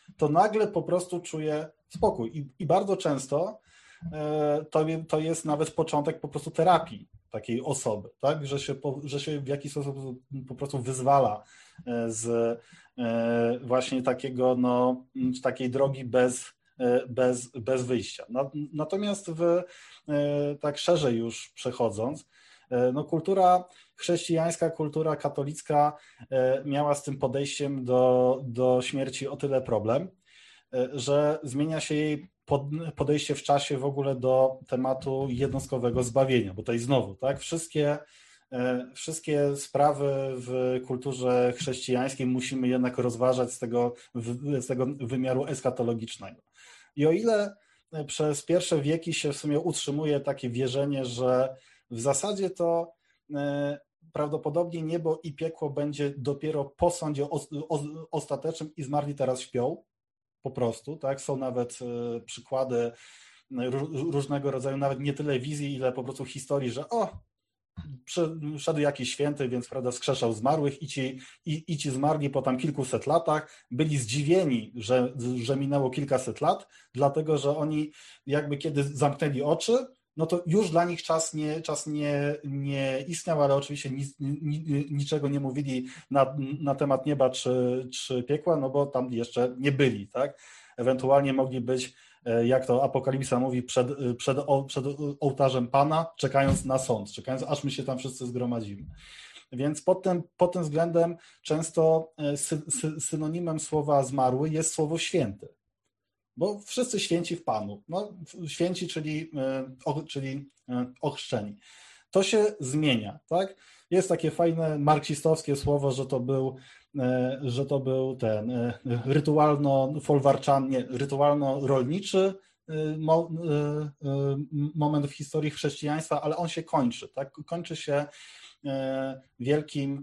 to nagle po prostu czuje spokój. I bardzo często to jest nawet początek po prostu terapii takiej osoby, tak? Że się w jakiś sposób po prostu wyzwala z właśnie takiej drogi bez wyjścia. Natomiast tak szerzej już przechodząc, kultura chrześcijańska, kultura katolicka miała z tym podejściem do śmierci o tyle problem, że zmienia się jej podejście w czasie w ogóle do tematu jednostkowego zbawienia, bo to jest znowu, tak, wszystkie sprawy w kulturze chrześcijańskiej musimy jednak rozważać z tego wymiaru eskatologicznego. I o ile przez pierwsze wieki się w sumie utrzymuje takie wierzenie, że w zasadzie to prawdopodobnie niebo i piekło będzie dopiero po sądzie ostatecznym i zmarli teraz śpią, po prostu, tak? Są nawet przykłady różnego rodzaju, nawet nie tyle wizji, ile po prostu historii, że szedł jakiś święty, więc prawda, wskrzeszał zmarłych i ci zmarli po tam kilkuset latach byli zdziwieni, że minęło kilkaset lat, dlatego że oni jakby kiedy zamknęli oczy, no to już dla nich czas nie istniał, ale oczywiście niczego nie mówili na temat nieba czy piekła, no bo tam jeszcze nie byli, tak? Ewentualnie mogli być, jak to Apokalipsa mówi, przed ołtarzem Pana, czekając na sąd, czekając, aż my się tam wszyscy zgromadzimy. Więc pod tym względem często synonimem słowa zmarły jest słowo święty. Bo wszyscy święci w Panu. No, święci, czyli ochrzczeni. To się zmienia, tak? Jest takie fajne marksistowskie słowo, że to był ten rytualno-rolniczy moment w historii chrześcijaństwa, ale on się kończy, tak? Kończy się wielkim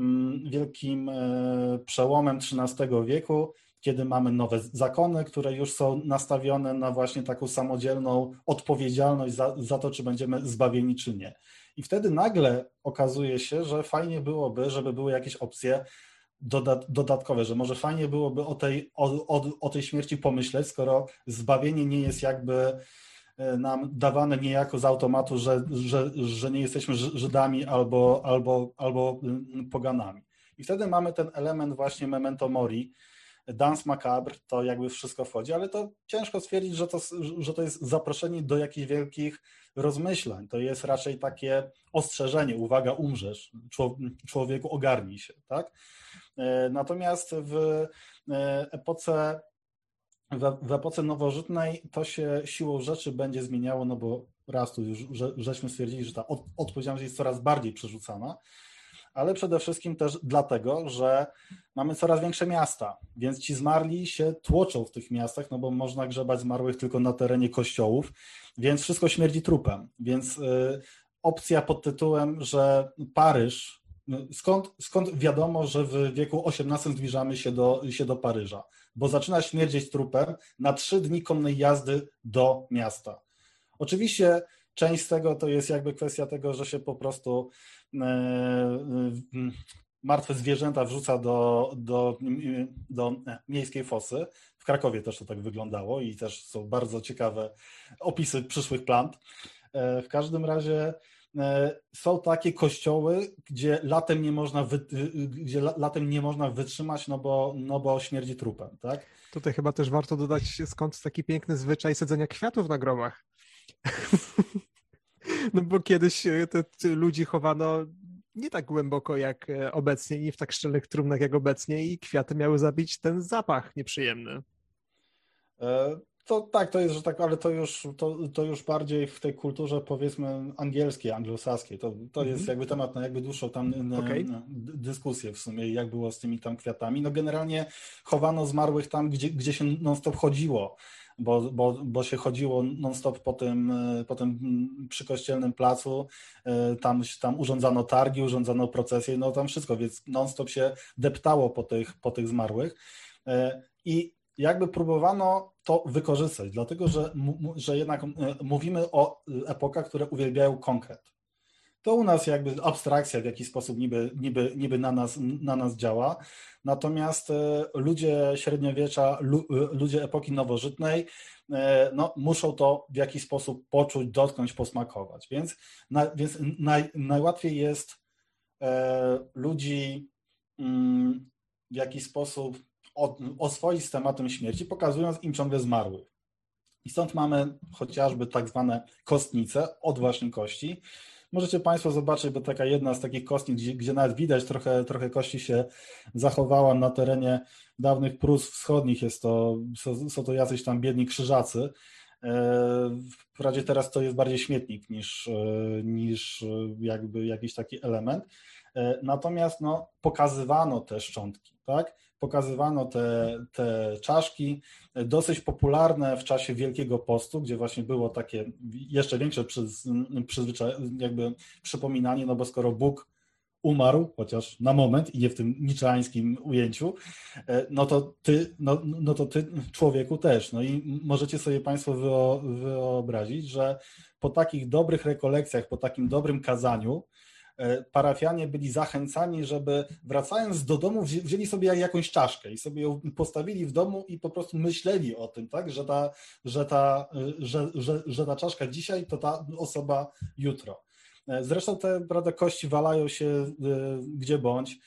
przełomem XIII wieku, kiedy mamy nowe zakony, które już są nastawione na właśnie taką samodzielną odpowiedzialność za to, czy będziemy zbawieni, czy nie. I wtedy nagle okazuje się, że fajnie byłoby, żeby były jakieś opcje dodatkowe, że może fajnie byłoby o tej śmierci pomyśleć, skoro zbawienie nie jest jakby nam dawane niejako z automatu, że nie jesteśmy Żydami albo poganami. I wtedy mamy ten element właśnie memento mori, Danse macabre, to jakby wszystko wchodzi, ale to ciężko stwierdzić, że to jest zaproszenie do jakichś wielkich rozmyślań. To jest raczej takie ostrzeżenie, uwaga, umrzesz, człowieku ogarnij się, tak? Natomiast w epoce nowożytnej to się siłą rzeczy będzie zmieniało, no bo raz tu już żeśmy stwierdzili, że ta odpowiedzialność jest coraz bardziej przerzucana, ale przede wszystkim też dlatego, że mamy coraz większe miasta, więc ci zmarli się tłoczą w tych miastach, no bo można grzebać zmarłych tylko na terenie kościołów, więc wszystko śmierdzi trupem. Więc opcja pod tytułem, że Paryż, skąd wiadomo, że w wieku XVIII zbliżamy się do Paryża? Bo zaczyna śmierdzieć trupem na 3 dni konnej jazdy do miasta. Oczywiście część z tego to jest jakby kwestia tego, że się po prostu martwe zwierzęta wrzuca do miejskiej fosy. W Krakowie też to tak wyglądało i też są bardzo ciekawe opisy przyszłych plant. W każdym razie są takie kościoły, gdzie latem nie można wytrzymać, no bo śmierdzi trupem, tak? Tutaj chyba też warto dodać, skąd taki piękny zwyczaj sadzenia kwiatów na grobach. No bo kiedyś ludzi chowano nie tak głęboko jak obecnie, nie w tak szczelnych trumnach jak obecnie i kwiaty miały zabić ten zapach nieprzyjemny. To tak, to jest, że tak, ale to już bardziej w tej kulturze powiedzmy angielskiej, anglosaskiej. To jest jakby temat na jakby dłuższą tam dyskusję w sumie, jak było z tymi tam kwiatami. No generalnie chowano zmarłych tam, gdzie się non-stop chodziło. Bo się chodziło non-stop po tym przykościelnym placu, tam urządzano targi, urządzano procesje, no tam wszystko, więc non-stop się deptało po tych zmarłych i jakby próbowano to wykorzystać, dlatego że jednak mówimy o epokach, które uwielbiają konkret. to u nas jakby abstrakcja w jakiś sposób niby na nas działa. Natomiast ludzie średniowiecza, ludzie epoki nowożytnej, no, muszą to w jakiś sposób poczuć, dotknąć, posmakować. Więc najłatwiej jest ludzi w jakiś sposób oswoić z tematem śmierci, pokazując im ciągle zmarłych. I stąd mamy chociażby tak zwane kostnice od właśnie kości. Możecie Państwo zobaczyć, bo taka jedna z takich kostnic, gdzie nawet widać trochę kości się zachowała na terenie dawnych Prus Wschodnich. Są to jacyś tam biedni krzyżacy. Wprawdzie teraz to jest bardziej śmietnik niż jakby jakiś taki element. Natomiast no, pokazywano te szczątki, tak? Pokazywano te czaszki, dosyć popularne w czasie Wielkiego Postu, gdzie właśnie było takie jeszcze większe jakby przypominanie, no bo skoro Bóg umarł, chociaż na moment i nie w tym niczeańskim ujęciu, no to ty człowieku też. No i możecie sobie Państwo wyobrazić, że po takich dobrych rekolekcjach, po takim dobrym kazaniu parafianie byli zachęcani, żeby wracając do domu wzięli sobie jakąś czaszkę i sobie ją postawili w domu i po prostu myśleli o tym, tak, że ta czaszka dzisiaj to ta osoba jutro. Zresztą te kości walają się gdzie bądź.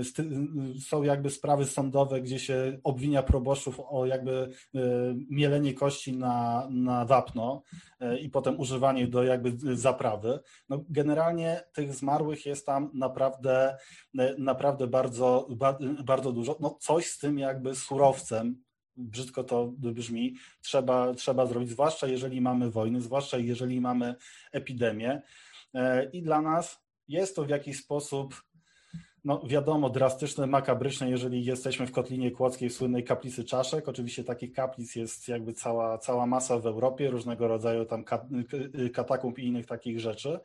Są jakby sprawy sądowe, gdzie się obwinia proboszczów o jakby mielenie kości na wapno i potem używanie do jakby zaprawy. No generalnie tych zmarłych jest tam naprawdę bardzo, bardzo dużo. No coś z tym jakby surowcem, brzydko to brzmi, trzeba zrobić, zwłaszcza jeżeli mamy wojny, zwłaszcza jeżeli mamy epidemię. I dla nas jest to w jakiś sposób, no wiadomo, drastyczne, makabryczne, jeżeli jesteśmy w Kotlinie Kłodzkiej, w słynnej kaplicy czaszek. Oczywiście takich kaplic jest jakby cała masa w Europie, różnego rodzaju tam katakumb i innych takich rzeczy.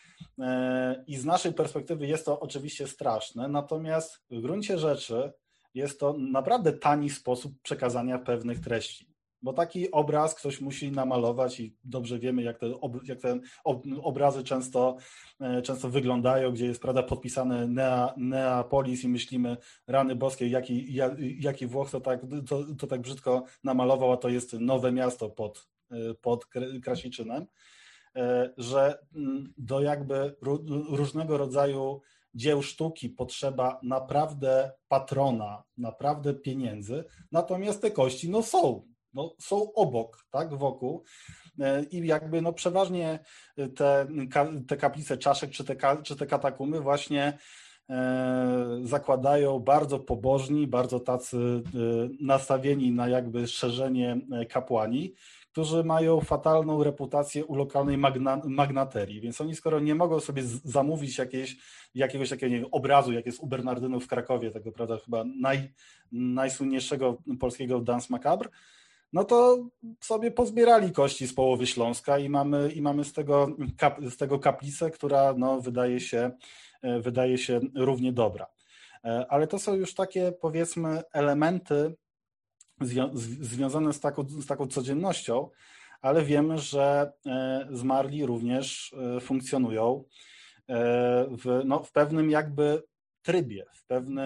I z naszej perspektywy jest to oczywiście straszne, natomiast w gruncie rzeczy jest to naprawdę tani sposób przekazania pewnych treści. Bo taki obraz ktoś musi namalować i dobrze wiemy, jak te obrazy często wyglądają, gdzie jest, prawda, podpisane Neapolis i myślimy, rany boskie, jaki Włoch to tak brzydko namalował, a to jest nowe miasto pod Krasiczynem, że do jakby różnego rodzaju dzieł sztuki potrzeba naprawdę patrona, naprawdę pieniędzy, natomiast te kości są obok, tak, wokół i jakby no przeważnie te kaplice czaszek czy te katakumy właśnie zakładają bardzo pobożni, bardzo tacy nastawieni na jakby szerzenie kapłani, którzy mają fatalną reputację u lokalnej magnaterii, więc oni skoro nie mogą sobie zamówić jakiegoś takiego, nie wiem, obrazu, jak jest u Bernardynów w Krakowie, tego, prawda, chyba najsłynniejszego polskiego Danse Macabre, no to sobie pozbierali kości z połowy Śląska i mamy z tego kaplicę, która no, wydaje się równie dobra. Ale to są już takie, powiedzmy, elementy związane z taką codziennością, ale wiemy, że zmarli również funkcjonują w pewnym jakby trybie, w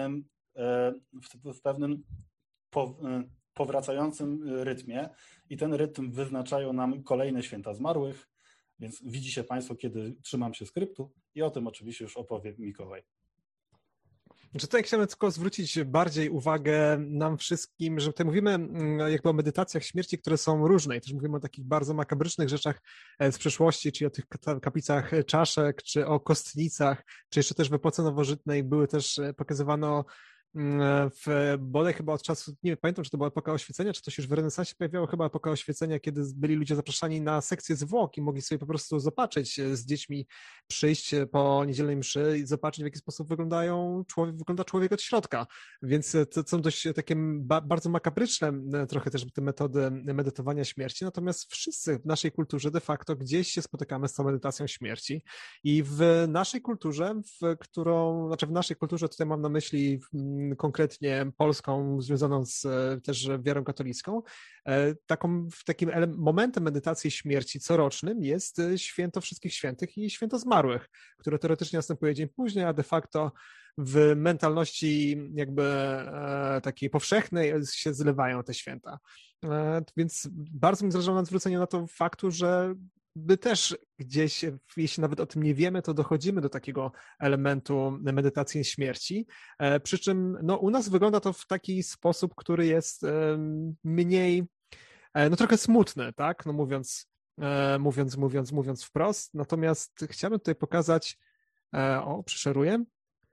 pewnym powracającym rytmie i ten rytm wyznaczają nam kolejne święta zmarłych, więc widzicie Państwo, kiedy trzymam się skryptu i o tym oczywiście już opowie Mikołaj. Tutaj chciałem tylko zwrócić bardziej uwagę nam wszystkim, że tutaj mówimy jakby o medytacjach śmierci, które są różne i też mówimy o takich bardzo makabrycznych rzeczach z przeszłości, czyli o tych kaplicach czaszek, czy o kostnicach, czy jeszcze też w epoce nowożytnej były też pokazywano bodaj chyba od czasu, nie pamiętam, czy to była epoka oświecenia, czy to się już w renesansie pojawiało, chyba epoka oświecenia, kiedy byli ludzie zapraszani na sekcję zwłok i mogli sobie po prostu zobaczyć z dziećmi, przyjść po niedzielnej mszy i zobaczyć, w jaki sposób wygląda człowiek od środka. Więc to są dość takie bardzo makabryczne trochę też te metody medytowania śmierci, natomiast wszyscy w naszej kulturze de facto gdzieś się spotykamy z tą medytacją śmierci i w naszej kulturze, w naszej kulturze tutaj mam na myśli konkretnie polską, związaną z też wiarą katolicką, takim momentem medytacji śmierci corocznym jest Święto Wszystkich Świętych i Święto Zmarłych, które teoretycznie następuje dzień później, a de facto w mentalności jakby takiej powszechnej się zlewają te święta. Więc bardzo mi zależało na zwróceniu na to faktu, że my też gdzieś, jeśli nawet o tym nie wiemy, to dochodzimy do takiego elementu medytacji śmierci, przy czym no, u nas wygląda to w taki sposób, który jest mniej, no trochę smutny, tak, no mówiąc wprost, natomiast chciałbym tutaj pokazać, przeszeruję,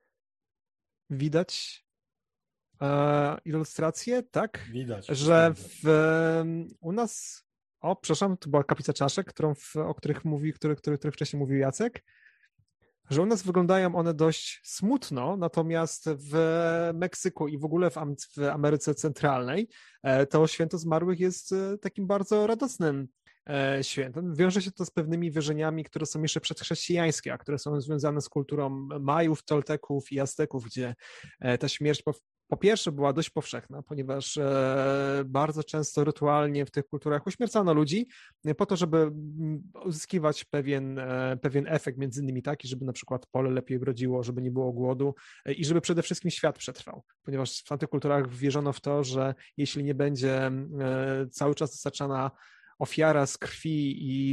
widać ilustrację, tak? Widać. Że u nas, przepraszam, to była kaplica czaszek, o których wcześniej mówił Jacek, że u nas wyglądają one dość smutno, natomiast w Meksyku i w ogóle w Ameryce Centralnej to Święto Zmarłych jest takim bardzo radosnym świętem. Wiąże się to z pewnymi wierzeniami, które są jeszcze przedchrześcijańskie, a które są związane z kulturą Majów, Tolteków i Azteków, gdzie ta śmierć po pierwsze była dość powszechna, ponieważ bardzo często rytualnie w tych kulturach uśmiercano ludzi po to, żeby uzyskiwać pewien efekt, między innymi taki, żeby na przykład pole lepiej rodziło, żeby nie było głodu i żeby przede wszystkim świat przetrwał, ponieważ w tamtych kulturach wierzono w to, że jeśli nie będzie cały czas dostarczana ofiara z krwi i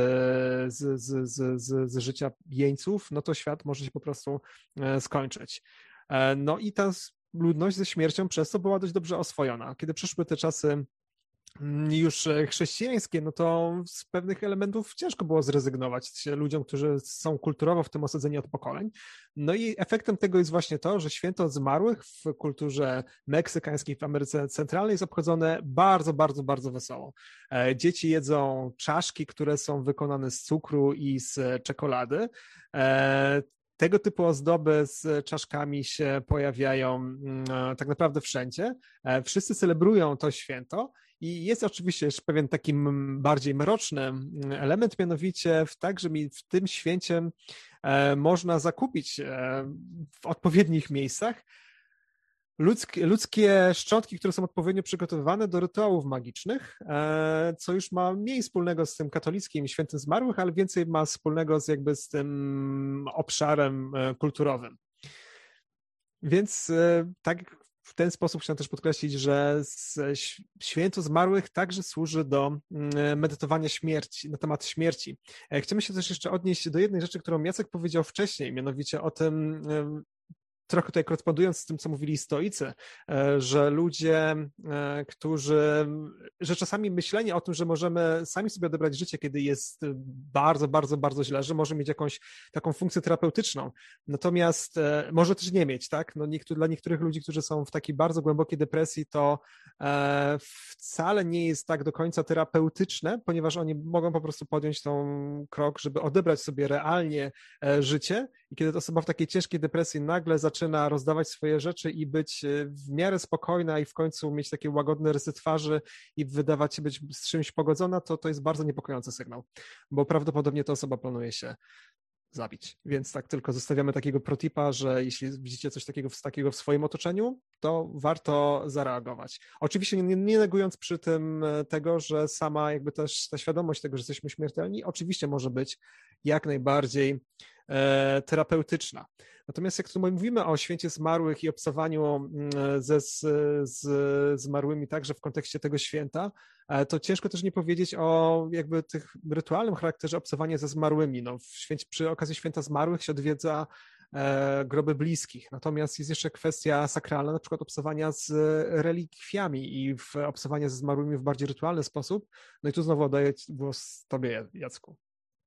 z życia jeńców, no to świat może się po prostu skończyć. No i ta ludność ze śmiercią przez to była dość dobrze oswojona. Kiedy przyszły te czasy już chrześcijańskie, no to z pewnych elementów ciężko było zrezygnować ludziom, którzy są kulturowo w tym osadzeni od pokoleń. No i efektem tego jest właśnie to, że Święto Zmarłych w kulturze meksykańskiej w Ameryce Centralnej jest obchodzone bardzo, bardzo, bardzo wesoło. Dzieci jedzą czaszki, które są wykonane z cukru i z czekolady. Tego typu ozdoby z czaszkami się pojawiają tak naprawdę wszędzie. Wszyscy celebrują to święto i jest oczywiście jeszcze pewien taki bardziej mroczny element, mianowicie że w tym święcie można zakupić w odpowiednich miejscach ludzkie szczątki, które są odpowiednio przygotowywane do rytuałów magicznych, co już ma mniej wspólnego z tym katolickim Świętym Zmarłych, ale więcej ma wspólnego z tym obszarem kulturowym. Więc tak w ten sposób chciałem też podkreślić, że Święto Zmarłych także służy do medytowania śmierci, na temat śmierci. Chcemy się też jeszcze odnieść do jednej rzeczy, którą Jacek powiedział wcześniej, mianowicie o tym, trochę tutaj korespondując z tym, co mówili stoicy, że ludzie, że czasami myślenie o tym, że możemy sami sobie odebrać życie, kiedy jest bardzo, bardzo, bardzo źle, że może mieć jakąś taką funkcję terapeutyczną, natomiast może też nie mieć, tak? No dla niektórych ludzi, którzy są w takiej bardzo głębokiej depresji, to wcale nie jest tak do końca terapeutyczne, ponieważ oni mogą po prostu podjąć tą krok, żeby odebrać sobie realnie życie i kiedy ta osoba w takiej ciężkiej depresji nagle zaczyna rozdawać swoje rzeczy i być w miarę spokojna i w końcu mieć takie łagodne rysy twarzy i wydawać się być z czymś pogodzona, to jest bardzo niepokojący sygnał, bo prawdopodobnie ta osoba planuje się zabić. Więc tak tylko zostawiamy takiego protipa, że jeśli widzicie coś takiego w swoim otoczeniu, to warto zareagować. Oczywiście nie negując przy tym tego, że sama jakby też ta świadomość tego, że jesteśmy śmiertelni, oczywiście może być jak najbardziej terapeutyczna. Natomiast jak tu mówimy o święcie zmarłych i obcowaniu z zmarłymi także w kontekście tego święta, to ciężko też nie powiedzieć o jakby tych rytualnym charakterze obcowania ze zmarłymi. No, przy okazji święta zmarłych się odwiedza groby bliskich. Natomiast jest jeszcze kwestia sakralna, na przykład obcowania z relikwiami i obcowania ze zmarłymi w bardziej rytualny sposób. No i tu znowu oddaję głos tobie, Jacku.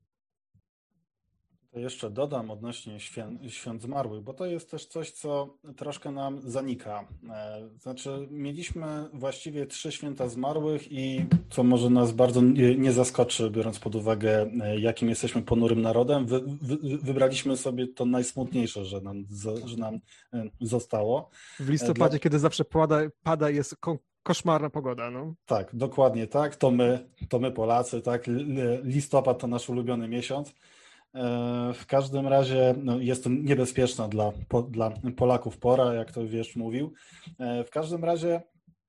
To jeszcze dodam odnośnie świąt zmarłych, bo to jest też coś, co troszkę nam zanika. Znaczy, mieliśmy właściwie 3 święta zmarłych i co może nas bardzo nie zaskoczy, biorąc pod uwagę, jakim jesteśmy ponurym narodem, wybraliśmy sobie to najsmutniejsze, że nam zostało. W listopadzie, kiedy zawsze pada jest koszmarna pogoda, no. Tak, dokładnie tak. To my Polacy, tak. Listopad to nasz ulubiony miesiąc. W każdym razie jest to niebezpieczna dla Polaków pora, jak to wiesz mówił. W każdym razie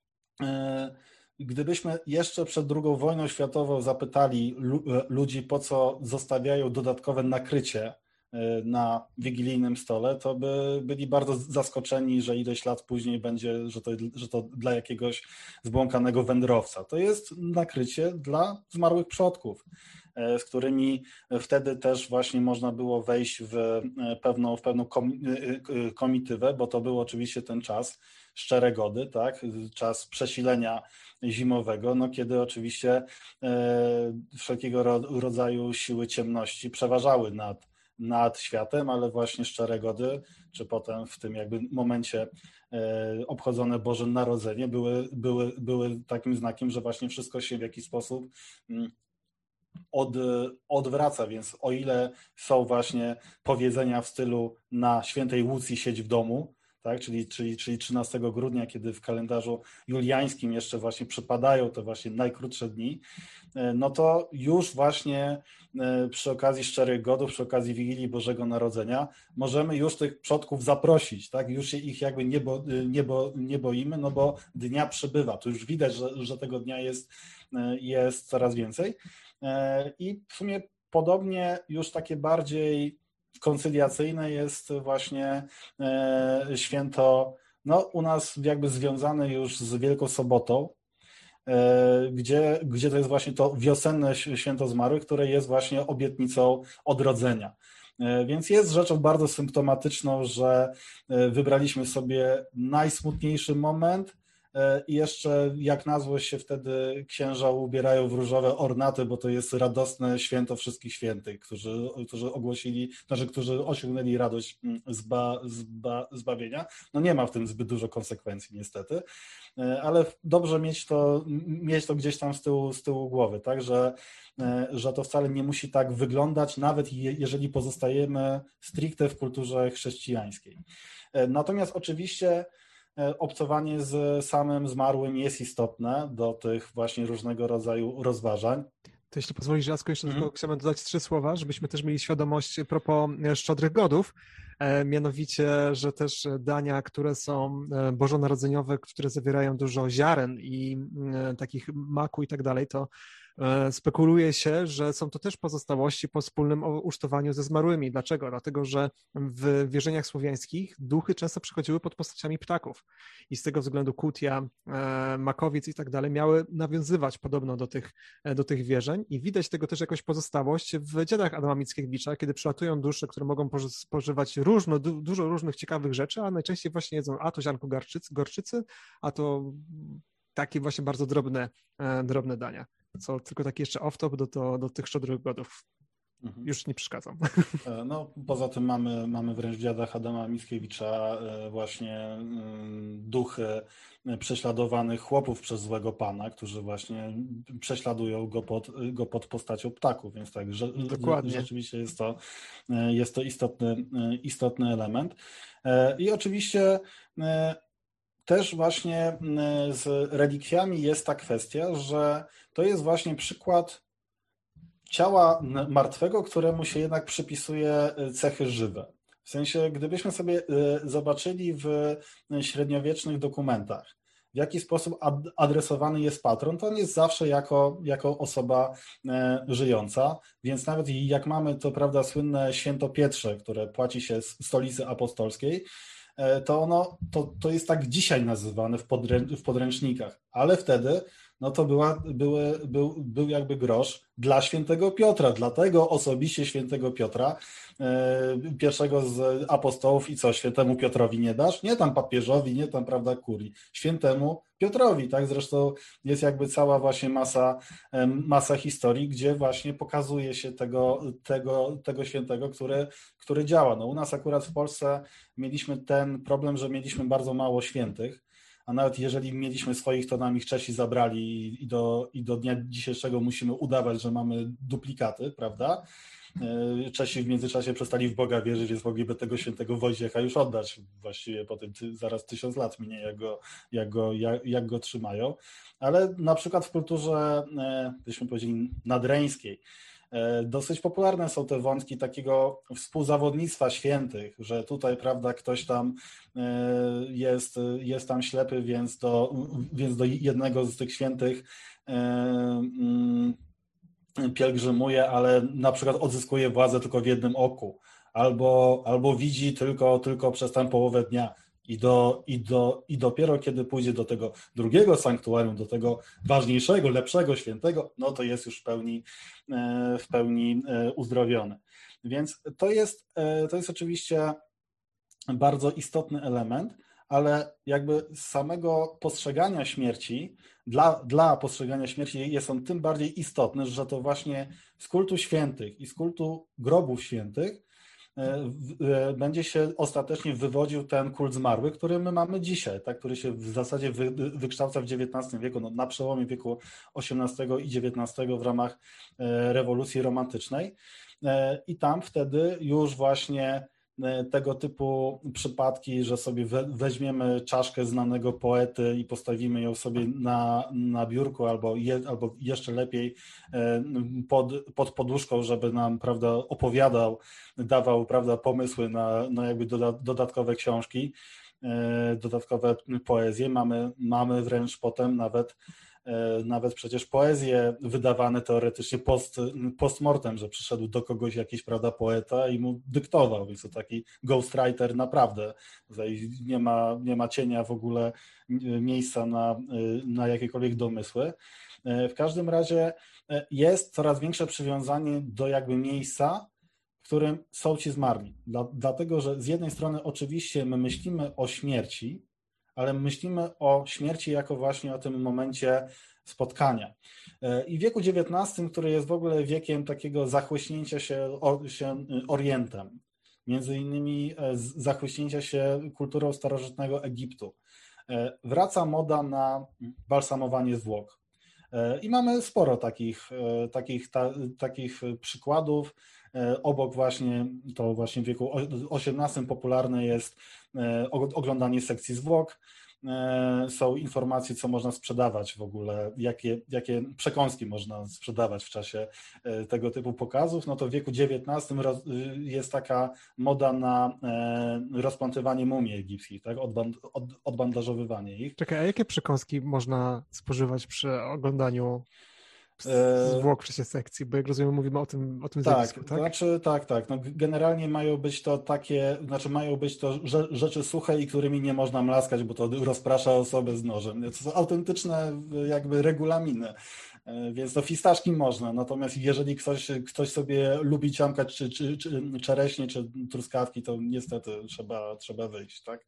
gdybyśmy jeszcze przed II wojną światową zapytali ludzi, po co zostawiają dodatkowe nakrycie na wigilijnym stole, to by byli bardzo zaskoczeni, że ileś lat później będzie, że to dla jakiegoś zbłąkanego wędrowca. To jest nakrycie dla zmarłych przodków, z którymi wtedy też właśnie można było wejść w pewną komitywę, bo to był oczywiście ten czas Szczeregody, tak? Czas przesilenia zimowego, no kiedy oczywiście wszelkiego rodzaju siły ciemności przeważały nad światem, ale właśnie Szczeregody, czy potem w tym jakby momencie obchodzone Boże Narodzenie były takim znakiem, że właśnie wszystko się w jakiś sposób odwraca, więc o ile są właśnie powiedzenia w stylu na świętej Łucji siedź w domu, tak, czyli 13 grudnia, kiedy w kalendarzu juliańskim jeszcze właśnie przypadają te właśnie najkrótsze dni, no to już właśnie przy okazji Szczerych Godów, przy okazji Wigilii Bożego Narodzenia możemy już tych przodków zaprosić, tak, już się ich jakby nie boimy, no bo dnia przybywa, tu już widać, że tego dnia jest coraz więcej i w sumie podobnie już takie bardziej koncyliacyjne jest właśnie święto, no u nas jakby związane już z Wielką Sobotą, gdzie to jest właśnie to wiosenne święto zmarłych, które jest właśnie obietnicą odrodzenia. Więc jest rzeczą bardzo symptomatyczną, że wybraliśmy sobie najsmutniejszy moment i jeszcze jak na złość się wtedy księża ubierają w różowe ornaty, bo to jest radosne święto wszystkich świętych, którzy ogłosili, którzy osiągnęli radość zbawienia. No nie ma w tym zbyt dużo konsekwencji niestety, ale dobrze mieć to gdzieś tam z tyłu głowy, tak, że to wcale nie musi tak wyglądać, nawet jeżeli pozostajemy stricte w kulturze chrześcijańskiej. Natomiast oczywiście obcowanie z samym zmarłym jest istotne do tych właśnie różnego rodzaju rozważań. To jeśli pozwolisz, Jacku, jeszcze tylko chciałbym dodać 3 słowa, żebyśmy też mieli świadomość a propos Szczodrych Godów, mianowicie, że też dania, które są bożonarodzeniowe, które zawierają dużo ziaren i takich maku i tak dalej, to spekuluje się, że są to też pozostałości po wspólnym ucztowaniu ze zmarłymi. Dlaczego? Dlatego, że w wierzeniach słowiańskich duchy często przychodziły pod postaciami ptaków i z tego względu kutia, makowiec i tak dalej miały nawiązywać podobno do tych wierzeń i widać tego też jakąś pozostałość w Dziadach Adama Mickiewicza, kiedy przylatują dusze, które mogą spożywać dużo różnych ciekawych rzeczy, a najczęściej właśnie jedzą a to ziarnko gorczycy, a to takie właśnie bardzo drobne dania. Co tylko taki jeszcze off-top do tych Szczodrych Godów. Już nie przeszkadzam. No, poza tym mamy wręcz w Dziadach Adama Mickiewicza właśnie duchy prześladowanych chłopów przez złego pana, którzy właśnie prześladują go pod postacią ptaków, więc tak, rzeczywiście jest to istotny element. I oczywiście też właśnie z relikwiami jest ta kwestia, że to jest właśnie przykład ciała martwego, któremu się jednak przypisuje cechy żywe. W sensie, gdybyśmy sobie zobaczyli w średniowiecznych dokumentach, w jaki sposób adresowany jest patron, to on jest zawsze jako osoba żyjąca, więc nawet jak mamy to, prawda, słynne święto Pietrze, które płaci się z Stolicy Apostolskiej, to jest tak dzisiaj nazywane w podręcznikach, ale wtedy no to był jakby grosz dla świętego Piotra, dlatego osobiście świętego Piotra, pierwszego z apostołów i co, świętemu Piotrowi nie dasz? Nie tam papieżowi, nie tam, prawda, kurii, świętemu Piotrowi, tak, zresztą jest jakby cała właśnie masa historii, gdzie właśnie pokazuje się tego świętego, który działa. No u nas akurat w Polsce mieliśmy ten problem, że mieliśmy bardzo mało świętych, a nawet jeżeli mieliśmy swoich, to nam ich Czesi zabrali i do dnia dzisiejszego musimy udawać, że mamy duplikaty, prawda? Czesi w międzyczasie przestali w Boga wierzyć, więc mogliby tego świętego Wojciecha już oddać. Właściwie po tym zaraz 1000 lat minie, jak go trzymają. Ale na przykład w kulturze, byśmy powiedzieli, nadreńskiej, Dosyć popularne są te wątki takiego współzawodnictwa świętych, że tutaj, prawda, ktoś tam jest tam ślepy, więc do jednego z tych świętych pielgrzymuje, ale na przykład odzyskuje władzę tylko w jednym oku, albo widzi tylko przez tę połowę dnia. I dopiero kiedy pójdzie do tego drugiego sanktuarium, do tego ważniejszego, lepszego, świętego, no to jest już w pełni uzdrowiony. Więc to jest oczywiście bardzo istotny element, ale jakby z samego postrzegania śmierci, dla postrzegania śmierci jest on tym bardziej istotny, że to właśnie z kultu świętych i z kultu grobów świętych będzie się ostatecznie wywodził ten kult zmarłych, który my mamy dzisiaj, tak, który się w zasadzie wykształca w XIX wieku, no, na przełomie wieku XVIII i XIX w ramach rewolucji romantycznej. I tam wtedy już właśnie tego typu przypadki, że sobie weźmiemy czaszkę znanego poety i postawimy ją sobie na biurku albo jeszcze lepiej pod poduszką, żeby nam, prawda, opowiadał, dawał, prawda, pomysły na jakby dodatkowe książki, dodatkowe poezje. Mamy wręcz potem nawet przecież poezje wydawane teoretycznie post mortem, że przyszedł do kogoś jakiś, prawda, poeta i mu dyktował, więc to taki ghostwriter naprawdę. Tutaj nie ma cienia w ogóle miejsca na jakiekolwiek domysły. W każdym razie jest coraz większe przywiązanie do jakby miejsca, w którym są ci zmarli. Dlatego, że z jednej strony oczywiście my myślimy o śmierci, ale myślimy o śmierci jako właśnie o tym momencie spotkania. I w wieku XIX, który jest w ogóle wiekiem takiego zachłyśnięcia się Orientem, między innymi zachłyśnięcia się kulturą starożytnego Egiptu, wraca moda na balsamowanie zwłok. I mamy sporo takich przykładów. Obok właśnie, to właśnie w wieku XVIII popularne jest oglądanie sekcji zwłok. Są informacje, co można sprzedawać w ogóle, jakie przekąski można sprzedawać w czasie tego typu pokazów. No to w wieku XIX jest taka moda na rozplątywanie mumii egipskich, tak? Odbandażowywanie ich. Czekaj, a jakie przekąski można spożywać przy oglądaniu zwłok w czasie sekcji? Bo jak rozumiem, mówimy o tym zjawisku, tak? Znaczy, tak. No, generalnie mają być to rzeczy suche i którymi nie można mlaskać, bo to rozprasza osobę z nożem. To są autentyczne jakby regulaminy. Więc to fistaszki można, natomiast jeżeli ktoś sobie lubi ciamkać czy czereśnie, czy truskawki, to niestety trzeba wyjść, tak?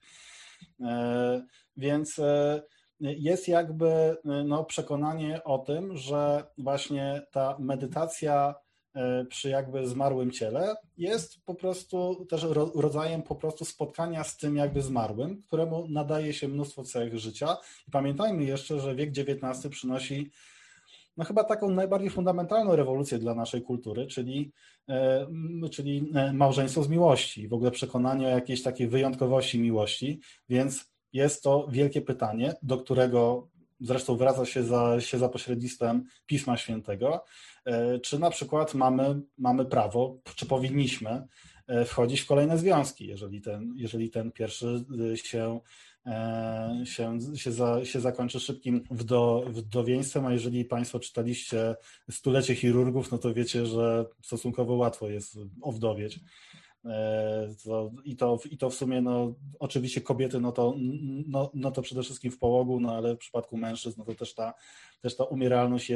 Więc jest jakby przekonanie o tym, że właśnie ta medytacja przy jakby zmarłym ciele jest po prostu też rodzajem po prostu spotkania z tym jakby zmarłym, któremu nadaje się mnóstwo cech życia. I pamiętajmy jeszcze, że wiek XIX przynosi chyba taką najbardziej fundamentalną rewolucję dla naszej kultury, czyli małżeństwo z miłości, w ogóle przekonanie o jakiejś takiej wyjątkowości miłości, więc jest to wielkie pytanie, do którego zresztą wraca się za pośrednictwem Pisma Świętego, czy na przykład mamy prawo, czy powinniśmy wchodzić w kolejne związki, jeżeli ten pierwszy się zakończy szybkim wdowieństwem, a jeżeli Państwo czytaliście Stulecie chirurgów, no to wiecie, że stosunkowo łatwo jest owdowieć. I to w sumie, oczywiście kobiety, to przede wszystkim w połogu, ale w przypadku mężczyzn, to też ta umieralność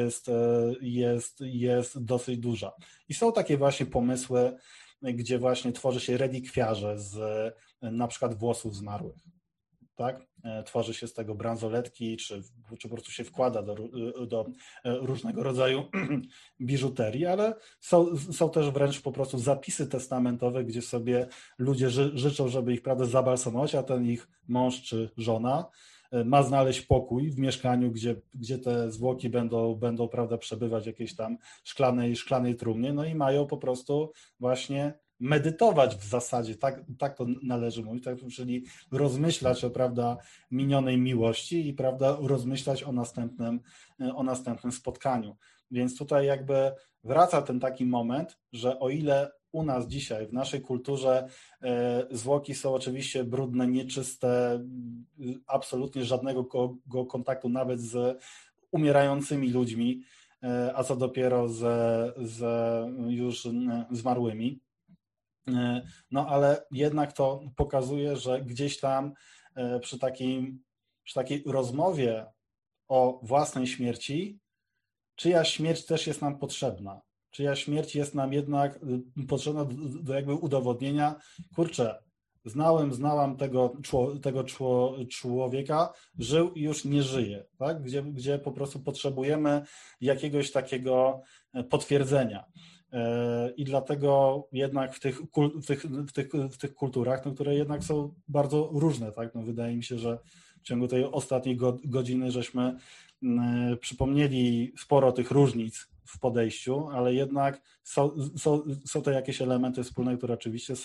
jest dosyć duża. I są takie właśnie pomysły, gdzie właśnie tworzy się relikwiarze z na przykład włosów zmarłych. Tak? Tworzy się z tego bransoletki, czy po prostu się wkłada do różnego rodzaju biżuterii, ale są też wręcz po prostu zapisy testamentowe, gdzie sobie ludzie życzą, żeby ich, prawda, zabalsamować, a ten ich mąż czy żona ma znaleźć pokój w mieszkaniu, gdzie te zwłoki będą, prawda, przebywać w jakiejś tam szklanej trumnie, i mają po prostu właśnie medytować w zasadzie, tak to należy mówić, tak, czyli rozmyślać o, prawda, minionej miłości i, prawda, rozmyślać o następnym spotkaniu. Więc tutaj jakby wraca ten taki moment, że o ile u nas dzisiaj w naszej kulturze zwłoki są oczywiście brudne, nieczyste, absolutnie żadnego kontaktu nawet z umierającymi ludźmi, a co dopiero z już zmarłymi. No ale jednak to pokazuje, że gdzieś tam przy takiej rozmowie o własnej śmierci, czyja śmierć też jest nam potrzebna. Czyja śmierć jest nam jednak potrzebna do jakby udowodnienia, kurczę, znałam tego człowieka, żył i już nie żyje, tak? Gdzie po prostu potrzebujemy jakiegoś takiego potwierdzenia. I dlatego jednak w tych kulturach, no, które jednak są bardzo różne, tak? No, wydaje mi się, że w ciągu tej ostatniej godziny żeśmy przypomnieli sporo tych różnic w podejściu, ale jednak są to jakieś elementy wspólne, które oczywiście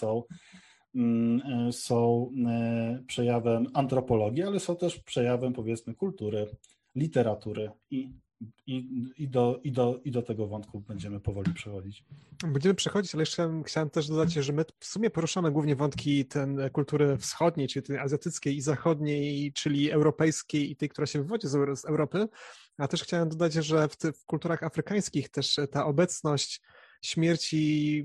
są przejawem antropologii, ale są też przejawem, powiedzmy, kultury, literatury i do tego wątku będziemy powoli przechodzić. Będziemy przechodzić, ale jeszcze chciałem też dodać, że my w sumie poruszamy głównie wątki kultury wschodniej, czyli tej azjatyckiej i zachodniej, czyli europejskiej i tej, która się wywodzi z Europy, a też chciałem dodać, że w kulturach afrykańskich też ta obecność śmierć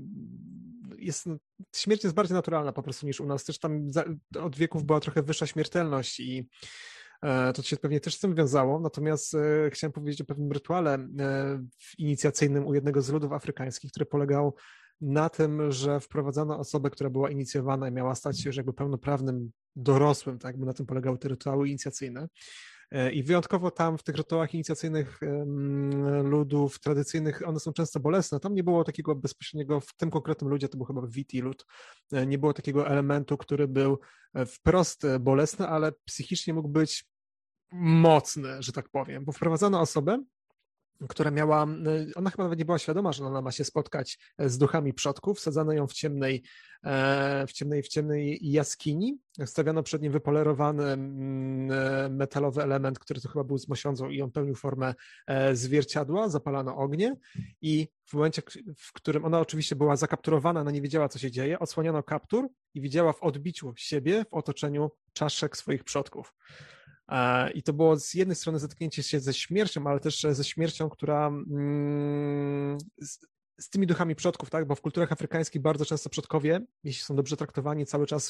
jest bardziej naturalna po prostu niż u nas. Też tam od wieków była trochę wyższa śmiertelność i to się pewnie też z tym wiązało, natomiast chciałem powiedzieć o pewnym rytuale inicjacyjnym u jednego z ludów afrykańskich, który polegał na tym, że wprowadzano osobę, która była inicjowana i miała stać się już jakby pełnoprawnym dorosłym, tak jakby na tym polegały te rytuały inicjacyjne. I wyjątkowo tam w tych rytuałach inicjacyjnych ludów tradycyjnych, one są często bolesne. Tam nie było takiego bezpośredniego, w tym konkretnym ludzie, to był chyba Witi lud, nie było takiego elementu, który był wprost bolesny, ale psychicznie mógł być mocny, że tak powiem, bo wprowadzano osobę, która ona chyba nawet nie była świadoma, że ona ma się spotkać z duchami przodków, wsadzano ją w ciemnej jaskini, stawiano przed nim wypolerowany metalowy element, który to chyba był z mosiądzą i on pełnił formę zwierciadła, zapalano ognie i w momencie, w którym ona oczywiście była zakapturowana, ona nie wiedziała, co się dzieje, odsłaniano kaptur i widziała w odbiciu siebie w otoczeniu czaszek swoich przodków. I to było z jednej strony zetknięcie się ze śmiercią, ale też ze śmiercią, która z tymi duchami przodków, tak? Bo w kulturach afrykańskich bardzo często przodkowie, jeśli są dobrze traktowani, cały czas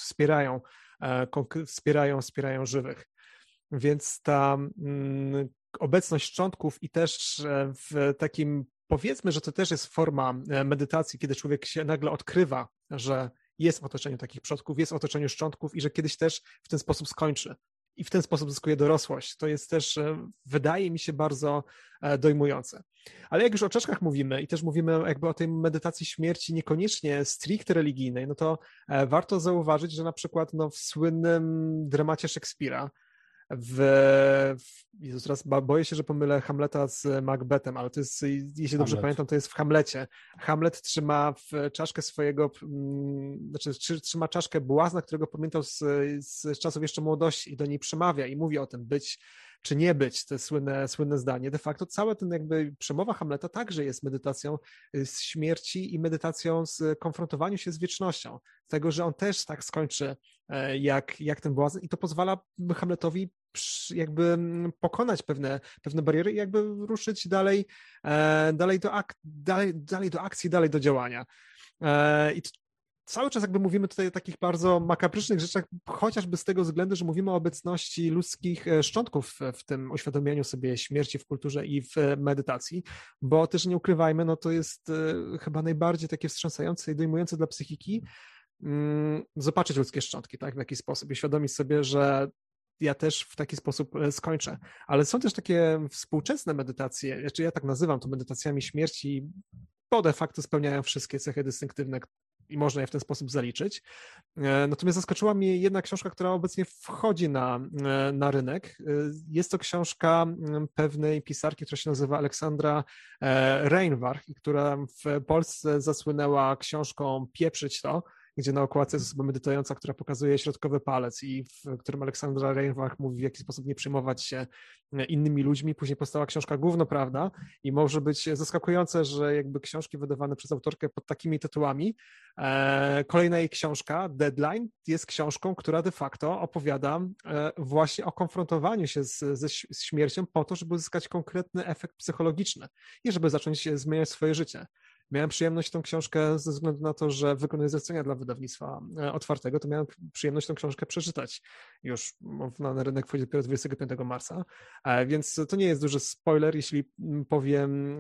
wspierają żywych. Więc ta obecność szczątków i też w takim, powiedzmy, że to też jest forma medytacji, kiedy człowiek się nagle odkrywa, że jest w otoczeniu takich przodków, jest w otoczeniu szczątków i że kiedyś też w ten sposób skończy. I w ten sposób zyskuje dorosłość. To jest też, wydaje mi się, bardzo dojmujące. Ale jak już o czaszkach mówimy i też mówimy jakby o tej medytacji śmierci niekoniecznie stricte religijnej, no to warto zauważyć, że na przykład w słynnym dramacie Szekspira Jezus, teraz boję się, że pomylę Hamleta z Macbethem, ale to jest, jeśli dobrze pamiętam, to jest w Hamlecie. Hamlet trzyma w czaszkę trzyma czaszkę błazna, którego pamiętał z czasów jeszcze młodości i do niej przemawia i mówi o tym być czy nie być, to słynne zdanie. De facto cała ten jakby przemowa Hamleta także jest medytacją z śmierci i medytacją z konfrontowaniu się z wiecznością. Z tego, że on też tak skończy jak ten błazen i to pozwala Hamletowi jakby pokonać pewne bariery i jakby ruszyć dalej do akcji, dalej do działania. I cały czas jakby mówimy tutaj o takich bardzo makabrycznych rzeczach, chociażby z tego względu, że mówimy o obecności ludzkich szczątków w tym uświadomieniu sobie śmierci w kulturze i w medytacji, bo też nie ukrywajmy, no to jest chyba najbardziej takie wstrząsające i dojmujące dla psychiki, zobaczyć ludzkie szczątki, tak, w jakiś sposób i świadomić sobie, że ja też w taki sposób skończę. Ale są też takie współczesne medytacje, znaczy ja tak nazywam to medytacjami śmierci, bo de facto spełniają wszystkie cechy dystynktywne i można je w ten sposób zaliczyć. Natomiast zaskoczyła mnie jedna książka, która obecnie wchodzi na rynek. Jest to książka pewnej pisarki, która się nazywa Aleksandra Reinwarch i która w Polsce zasłynęła książką Pieprzyć to. gdzie na okładce jest osoba medytująca, która pokazuje środkowy palec i w którym Aleksandra Reinbach mówi, w jaki sposób nie przejmować się innymi ludźmi. Później powstała książka Gówno Prawda i może być zaskakujące, że jakby książki wydawane przez autorkę pod takimi tytułami. Kolejna jej książka, Deadline, jest książką, która de facto opowiada właśnie o konfrontowaniu się z śmiercią po to, żeby uzyskać konkretny efekt psychologiczny i żeby zacząć zmieniać swoje życie. Miałem przyjemność tą książkę ze względu na to, że wykonuję zlecenia dla wydawnictwa otwartego, to miałem przyjemność tą książkę przeczytać. Już na rynek wchodzi dopiero 25 marca, więc to nie jest duży spoiler, jeśli powiem,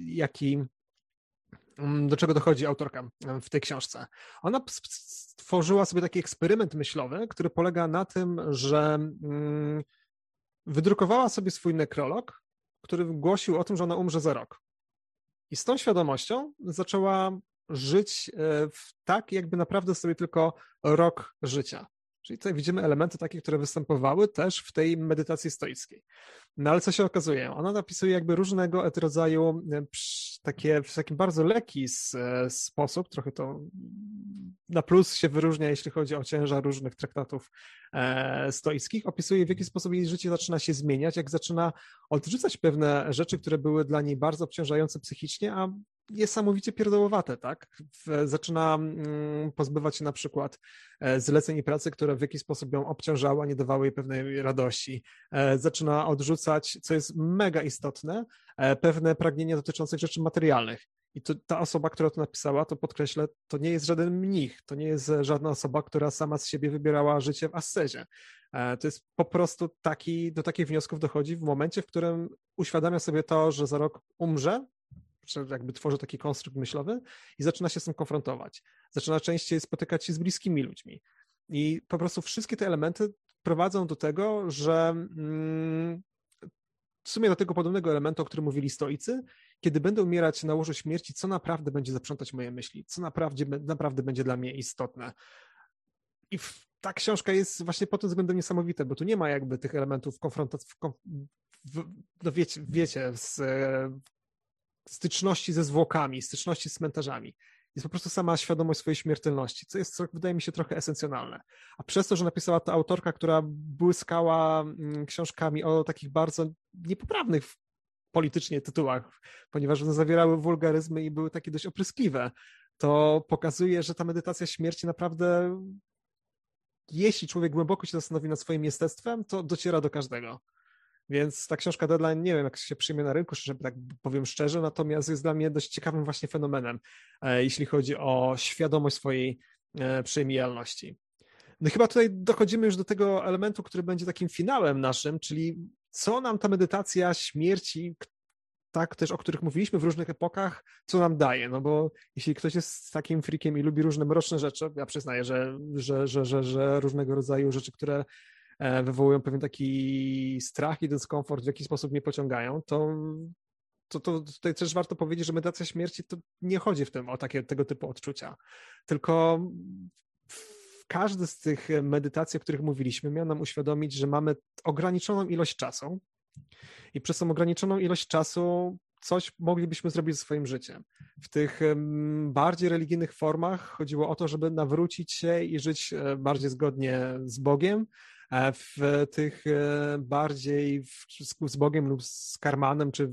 do czego dochodzi autorka w tej książce. Ona stworzyła sobie taki eksperyment myślowy, który polega na tym, że wydrukowała sobie swój nekrolog, który głosił o tym, że ona umrze za rok. I z tą świadomością zaczęła żyć tak, jakby naprawdę sobie tylko rok życia. Czyli tutaj widzimy elementy takie, które występowały też w tej medytacji stoickiej. No ale co się okazuje? Ona napisuje jakby różnego rodzaju w takim bardzo lekki sposób, trochę to na plus się wyróżnia, jeśli chodzi o ciężar różnych traktatów stoickich, opisuje, w jaki sposób jej życie zaczyna się zmieniać, jak zaczyna odrzucać pewne rzeczy, które były dla niej bardzo obciążające psychicznie, a niesamowicie pierdołowate, tak? Zaczyna pozbywać się na przykład zleceń i pracy, które w jakiś sposób ją obciążały, nie dawały jej pewnej radości. Zaczyna odrzucać, co jest mega istotne, pewne pragnienia dotyczące rzeczy materialnych. I ta osoba, która to napisała, to podkreślę, to nie jest żaden mnich, to nie jest żadna osoba, która sama z siebie wybierała życie w ascezie. To jest po prostu do takich wniosków dochodzi w momencie, w którym uświadamia sobie to, że za rok umrze, że jakby tworzy taki konstrukt myślowy i zaczyna się z tym konfrontować. Zaczyna częściej spotykać się z bliskimi ludźmi. I po prostu wszystkie te elementy prowadzą do tego, że w sumie do tego podobnego elementu, o którym mówili stoicy, kiedy będę umierać na łożu śmierci, co naprawdę będzie zaprzątać moje myśli, co naprawdę będzie dla mnie istotne. I ta książka jest właśnie pod tym względem niesamowita, bo tu nie ma jakby tych elementów konfrontacji, no wiecie, z styczności ze zwłokami, styczności z cmentarzami. Jest po prostu sama świadomość swojej śmiertelności, co jest, wydaje mi się, trochę esencjonalne. A przez to, że napisała to autorka, która błyskała książkami o takich bardzo niepoprawnych politycznie tytułach, ponieważ one zawierały wulgaryzmy i były takie dość opryskliwe, to pokazuje, że ta medytacja śmierci naprawdę, jeśli człowiek głęboko się zastanowi nad swoim jestestwem, to dociera do każdego. Więc ta książka Deadline, nie wiem, jak się przyjmie na rynku, że tak powiem szczerze, natomiast jest dla mnie dość ciekawym właśnie fenomenem, jeśli chodzi o świadomość swojej przemijalności. No chyba tutaj dochodzimy już do tego elementu, który będzie takim finałem naszym, czyli co nam ta medytacja śmierci, tak też o których mówiliśmy w różnych epokach, co nam daje, no bo jeśli ktoś jest takim freakiem i lubi różne mroczne rzeczy, ja przyznaję, że różnego rodzaju rzeczy, które wywołują pewien taki strach i dyskomfort, w jaki sposób mnie pociągają, to tutaj też warto powiedzieć, że medytacja śmierci to nie chodzi w tym o tego typu odczucia, tylko każdy z tych medytacji, o których mówiliśmy, miał nam uświadomić, że mamy ograniczoną ilość czasu i przez tą ograniczoną ilość czasu coś moglibyśmy zrobić ze swoim życiem. W tych bardziej religijnych formach chodziło o to, żeby nawrócić się i żyć bardziej zgodnie z Bogiem, w tych bardziej z Bogiem lub z karmanem, czy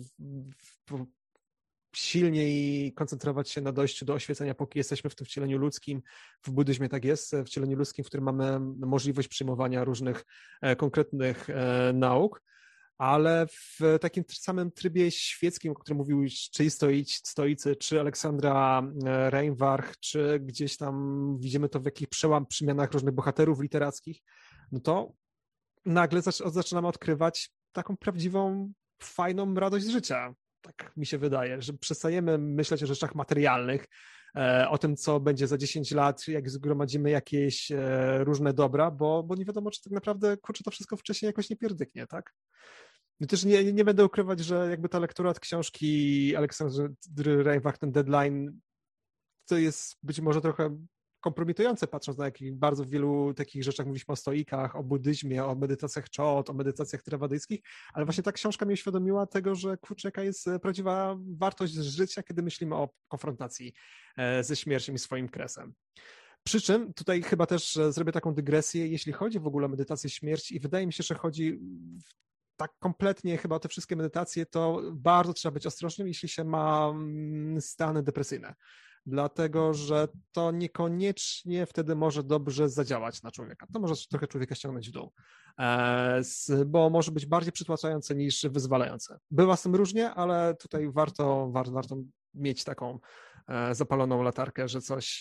silniej koncentrować się na dojściu do oświecenia, póki jesteśmy w tym wcieleniu ludzkim. W buddyzmie tak jest, w wcieleniu ludzkim, w którym mamy możliwość przyjmowania różnych konkretnych nauk, ale w takim samym trybie świeckim, o którym mówił czy stoicy, czy Aleksandra Reinwarch, czy gdzieś tam widzimy to w jakichś przemianach różnych bohaterów literackich, no to nagle zaczynamy odkrywać taką prawdziwą, fajną radość z życia. Tak mi się wydaje, że przestajemy myśleć o rzeczach materialnych, o tym, co będzie za 10 lat, jak zgromadzimy jakieś różne dobra, bo nie wiadomo, czy tak naprawdę, kurczę, to wszystko wcześniej jakoś nie pierdyknie, tak? I też nie będę ukrywać, że jakby ta lektura książki Aleksandry Reinwarch, ten Deadline, to jest być może trochę kompromitujące, patrząc na jakich bardzo wielu takich rzeczach mówiliśmy o stoikach, o buddyzmie, o medytacjach Chot, o medytacjach theravādyjskich, ale właśnie ta książka mnie uświadomiła tego, że kurczę, jaka jest prawdziwa wartość życia, kiedy myślimy o konfrontacji ze śmiercią i swoim kresem. Przy czym tutaj chyba też zrobię taką dygresję, jeśli chodzi w ogóle o medytację śmierci i wydaje mi się, że chodzi tak kompletnie chyba o te wszystkie medytacje, to bardzo trzeba być ostrożnym, jeśli się ma stany depresyjne. Dlatego, że to niekoniecznie wtedy może dobrze zadziałać na człowieka. To może trochę człowieka ściągnąć w dół, bo może być bardziej przytłaczające niż wyzwalające. Bywa z tym różnie, ale tutaj warto mieć taką zapaloną latarkę, że coś,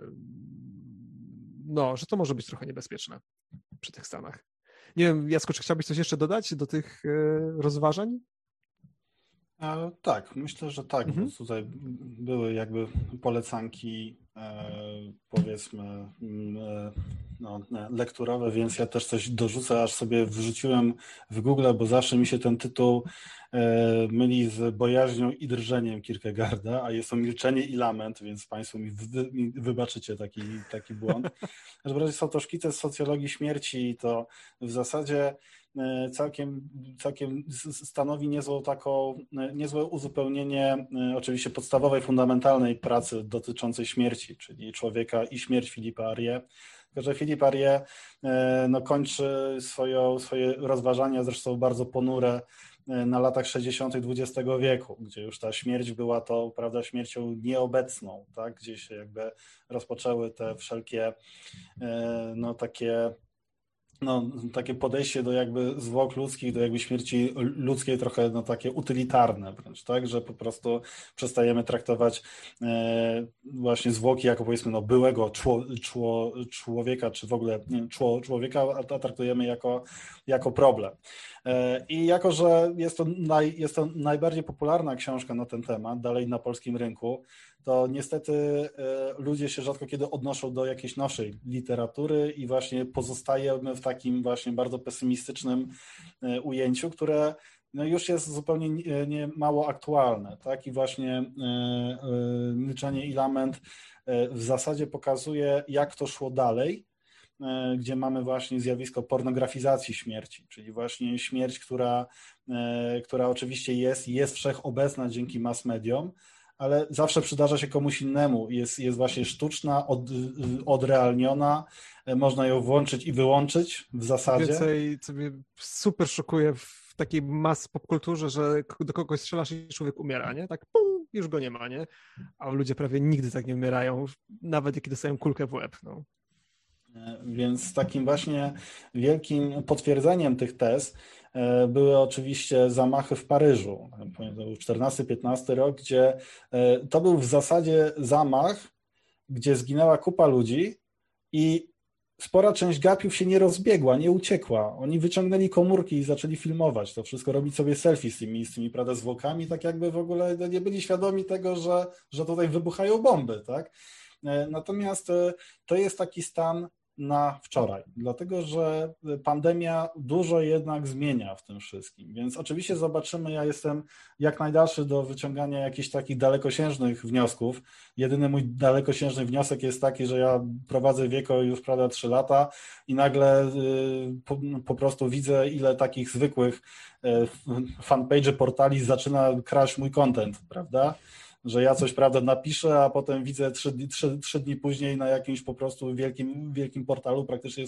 że to może być trochę niebezpieczne przy tych stanach. Nie wiem, Jacku, czy chciałbyś coś jeszcze dodać do tych rozważań? Tak, myślę, że tak, bo tutaj były jakby polecanki, powiedzmy, lekturowe, więc ja też coś dorzucę, aż sobie wrzuciłem w Google, bo zawsze mi się ten tytuł myli z bojaźnią i drżeniem Kierkegaarda, a jest to milczenie i lament, więc Państwo mi wybaczycie taki błąd. Są to szkice z socjologii śmierci i to w zasadzie całkiem stanowi niezłe uzupełnienie oczywiście podstawowej, fundamentalnej pracy dotyczącej śmierci, czyli Człowieka i śmierć Philippa Aryeh. Tylko że Philippe Aryeh kończy swoje rozważania, zresztą bardzo ponure, na latach 60. XX wieku, gdzie już ta śmierć była to, prawda, śmiercią nieobecną, tak? Gdzie się jakby rozpoczęły te wszelkie takie podejście do jakby zwłok ludzkich, do jakby śmierci ludzkiej trochę takie utylitarne wręcz, tak, że po prostu przestajemy traktować właśnie zwłoki jako powiedzmy byłego człowieka, czy w ogóle człowieka, a traktujemy jako problem. I jako, że jest to najbardziej popularna książka na ten temat, dalej na polskim rynku, to niestety ludzie się rzadko kiedy odnoszą do jakiejś nowszej literatury i właśnie pozostajemy w takim właśnie bardzo pesymistycznym ujęciu, które już jest zupełnie nie mało aktualne, tak? I właśnie Milczenie i lament w zasadzie pokazuje, jak to szło dalej, gdzie mamy właśnie zjawisko pornografizacji śmierci, czyli właśnie śmierć, która oczywiście jest wszechobecna dzięki mass mediom, ale zawsze przydarza się komuś innemu. Jest właśnie sztuczna, odrealniona, można ją włączyć i wyłączyć w zasadzie. Więcej, co mnie super szokuje w takiej mass popkulturze, że do kogoś strzelasz i człowiek umiera, nie? Tak pum, już go nie ma, nie? A ludzie prawie nigdy tak nie umierają, nawet jak dostają kulkę w łeb. No. Więc takim właśnie wielkim potwierdzeniem tych tez były oczywiście zamachy w Paryżu, 14-15 rok, gdzie to był w zasadzie zamach, gdzie zginęła kupa ludzi i spora część gapiów się nie rozbiegła, nie uciekła. Oni wyciągnęli komórki i zaczęli filmować to wszystko, robić sobie selfie z tymi prawda, zwłokami, tak jakby w ogóle nie byli świadomi tego, że tutaj wybuchają bomby, tak? Natomiast to jest taki stan na wczoraj, dlatego że pandemia dużo jednak zmienia w tym wszystkim, więc oczywiście zobaczymy, ja jestem jak najdalszy do wyciągania jakichś takich dalekosiężnych wniosków. Jedyny mój dalekosiężny wniosek jest taki, że ja prowadzę Wieko już prawda 3 lata i nagle po prostu widzę, ile takich zwykłych fanpage'y portali zaczyna kraść mój content, prawda? Że ja coś prawda napiszę, a potem widzę 3 dni później na jakimś po prostu wielkim portalu praktycznie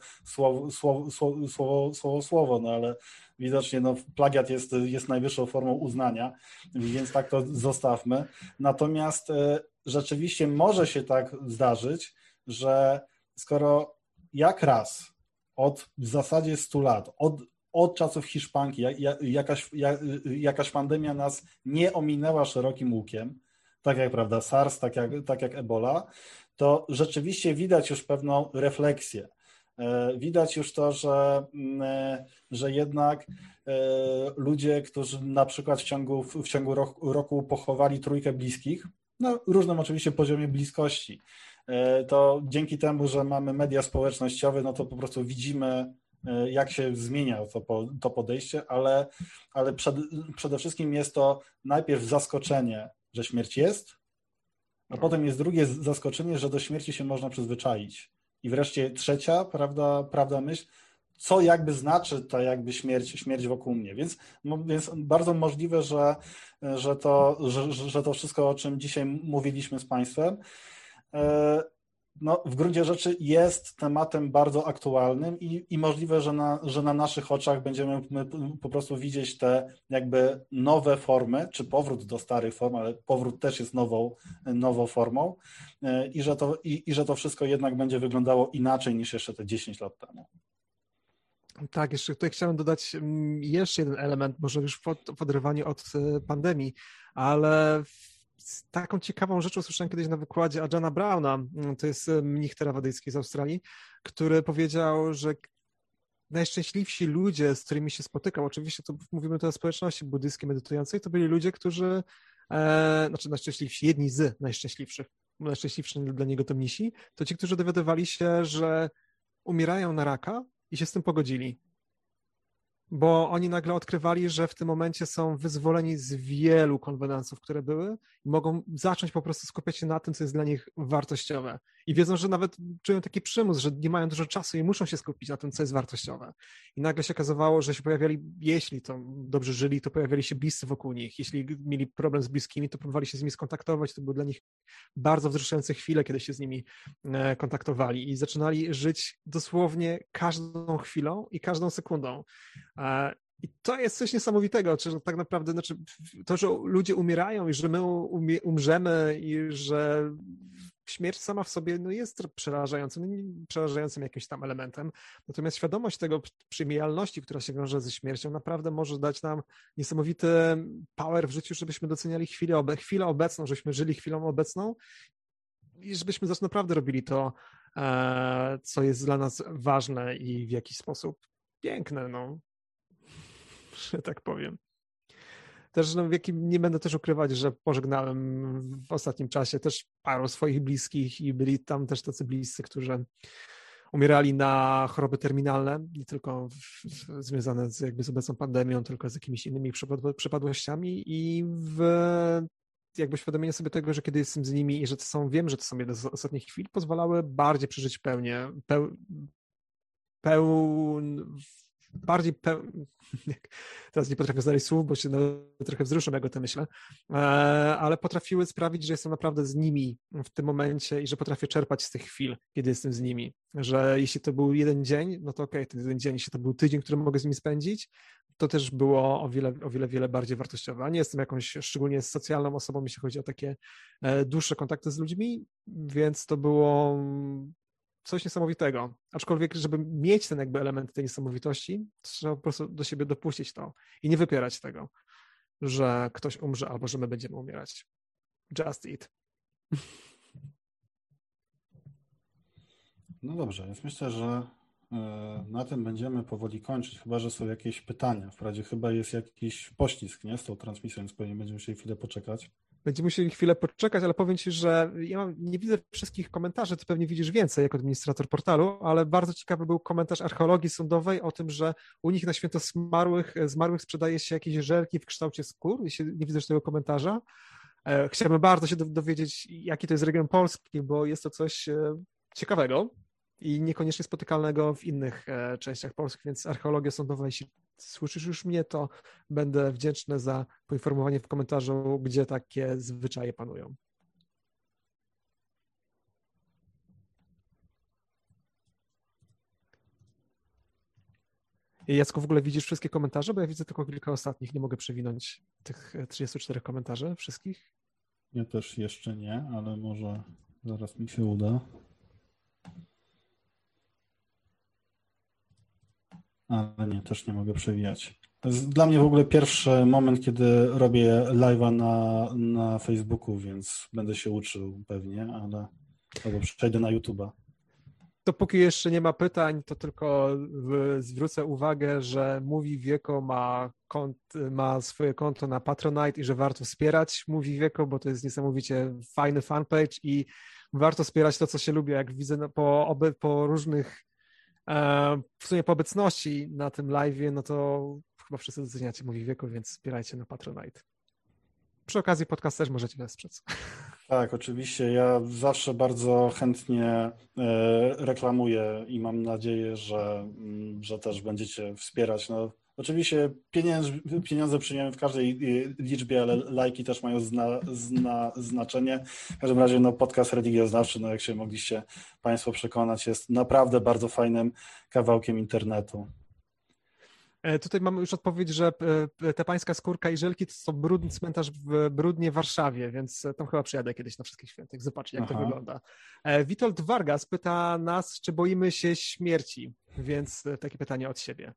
słowo, no ale widocznie plagiat jest najwyższą formą uznania, więc tak to zostawmy. Natomiast rzeczywiście może się tak zdarzyć, że skoro jak raz od w zasadzie 100 lat, od czasów Hiszpanki jakaś pandemia nas nie ominęła szerokim łukiem, tak jak prawda SARS, tak jak Ebola, to rzeczywiście widać już pewną refleksję. Widać już to, że jednak ludzie, którzy na przykład w ciągu roku pochowali 3 bliskich, na różnym oczywiście poziomie bliskości, to dzięki temu, że mamy media społecznościowe, no to po prostu widzimy, jak się zmienia to podejście, ale przede wszystkim jest to najpierw zaskoczenie, że śmierć jest, a potem jest drugie zaskoczenie, że do śmierci się można przyzwyczaić. I wreszcie trzecia, prawda myśl, co jakby znaczy ta jakby śmierć wokół mnie. Więc bardzo możliwe, że to wszystko, o czym dzisiaj mówiliśmy z Państwem, no, w gruncie rzeczy jest tematem bardzo aktualnym i możliwe, że na naszych oczach będziemy po prostu widzieć te jakby nowe formy, czy powrót do starych form, ale powrót też jest nową formą i że to wszystko jednak będzie wyglądało inaczej niż jeszcze te 10 lat temu. Tak, jeszcze tutaj chciałem dodać jeszcze jeden element, może już w oderwaniu od pandemii, ale taką ciekawą rzeczą słyszałem kiedyś na wykładzie Ajana Browna, to jest mnich terawadyjski z Australii, który powiedział, że najszczęśliwsi ludzie, z którymi się spotykał, oczywiście to mówimy tu o społeczności buddyjskiej medytującej, to byli ludzie, którzy, znaczy najszczęśliwsi, jedni z najszczęśliwszych dla niego to mnisi, to ci, którzy dowiadywali się, że umierają na raka i się z tym pogodzili. Bo oni nagle odkrywali, że w tym momencie są wyzwoleni z wielu konwenansów, które były i mogą zacząć po prostu skupiać się na tym, co jest dla nich wartościowe. I wiedzą, że nawet czują taki przymus, że nie mają dużo czasu i muszą się skupić na tym, co jest wartościowe. I nagle się okazywało, że się pojawiali, jeśli to dobrze żyli, to pojawiali się bliscy wokół nich. Jeśli mieli problem z bliskimi, to próbowali się z nimi skontaktować. To były dla nich bardzo wzruszające chwile, kiedy się z nimi kontaktowali i zaczynali żyć dosłownie każdą chwilą i każdą sekundą. I to jest coś niesamowitego, że tak naprawdę, znaczy to, że ludzie umierają i że my umrzemy i że śmierć sama w sobie no jest przerażającym jakimś tam elementem, natomiast świadomość tego przemijalności, która się wiąże ze śmiercią, naprawdę może dać nam niesamowity power w życiu, żebyśmy doceniali chwilę obecną, żebyśmy żyli chwilą obecną i żebyśmy naprawdę robili to, co jest dla nas ważne i w jakiś sposób piękne, no, że tak powiem. Też no, nie będę też ukrywać, że pożegnałem w ostatnim czasie też paru swoich bliskich i byli tam też tacy bliscy, którzy umierali na choroby terminalne, nie tylko związane z obecną pandemią, tylko z jakimiś innymi przypadłościami i jakby uświadomienie sobie tego, że kiedy jestem z nimi i że wiem, że to są jedne z ostatnich chwil, pozwalały bardziej przeżyć teraz nie potrafię znaleźć słów, bo się trochę wzruszam, jak o tym myślę, ale potrafiły sprawić, że jestem naprawdę z nimi w tym momencie i że potrafię czerpać z tych chwil, kiedy jestem z nimi, że jeśli to był jeden dzień, no to okej, ten jeden dzień, jeśli to był tydzień, który mogę z nimi spędzić, to też było o wiele bardziej wartościowe. A nie jestem jakąś szczególnie socjalną osobą, jeśli chodzi o takie dłuższe kontakty z ludźmi, więc to było coś niesamowitego. Aczkolwiek, żeby mieć ten jakby element tej niesamowitości, trzeba po prostu do siebie dopuścić to i nie wypierać tego, że ktoś umrze albo że my będziemy umierać. Just it. No dobrze, więc myślę, że na tym będziemy powoli kończyć, chyba że są jakieś pytania. Wprawdzie chyba jest jakiś poślizg, nie, z tą transmisją, więc pewnie będziemy musieli chwilę poczekać. Będziemy musieli chwilę poczekać, ale powiem Ci, że ja nie widzę wszystkich komentarzy, Ty pewnie widzisz więcej jako administrator portalu, ale bardzo ciekawy był komentarz archeologii sądowej o tym, że u nich na święto zmarłych sprzedaje się jakieś żelki w kształcie skór. Jeśli nie widzę tego komentarza. Chciałbym bardzo się dowiedzieć, jaki to jest region Polski, bo jest to coś ciekawego i niekoniecznie spotykalnego w innych częściach Polski, więc archeologia sądowa, jeśli słyszysz już mnie, to będę wdzięczny za poinformowanie w komentarzu, gdzie takie zwyczaje panują. Jacku, w ogóle widzisz wszystkie komentarze? Bo ja widzę tylko kilka ostatnich, nie mogę przewinąć tych 34 komentarzy wszystkich. Ja też jeszcze nie, ale może zaraz mi się uda. Ale nie, też nie mogę przewijać. To jest dla mnie w ogóle pierwszy moment, kiedy robię live'a na Facebooku, więc będę się uczył pewnie, ale albo przejdę na YouTube'a. Dopóki jeszcze nie ma pytań, to tylko zwrócę uwagę, że Mówi Wieko ma swoje konto na Patronite i że warto wspierać Mówi Wieko, bo to jest niesamowicie fajny fanpage i warto wspierać to, co się lubi. Jak widzę po różnych w sumie po obecności na tym live'ie, no to chyba wszyscy doceniacie Mówi Wieko, więc wspierajcie na Patronite. Przy okazji podcast też możecie wesprzeć. Tak, oczywiście. Ja zawsze bardzo chętnie reklamuję i mam nadzieję, że też będziecie wspierać. No, Oczywiście pieniądze przyjmiemy w każdej liczbie, ale lajki też mają znaczenie. W każdym razie podcast religioznawczy, jak się mogliście Państwo przekonać, jest naprawdę bardzo fajnym kawałkiem internetu. Tutaj mamy już odpowiedź, że ta pańska skórka i żelki to brudny cmentarz w Brudnie w Warszawie, więc tam chyba przyjadę kiedyś na Wszystkich Świętych, zobaczyć jak to wygląda. Witold Vargas pyta nas, czy boimy się śmierci, więc takie pytanie od siebie.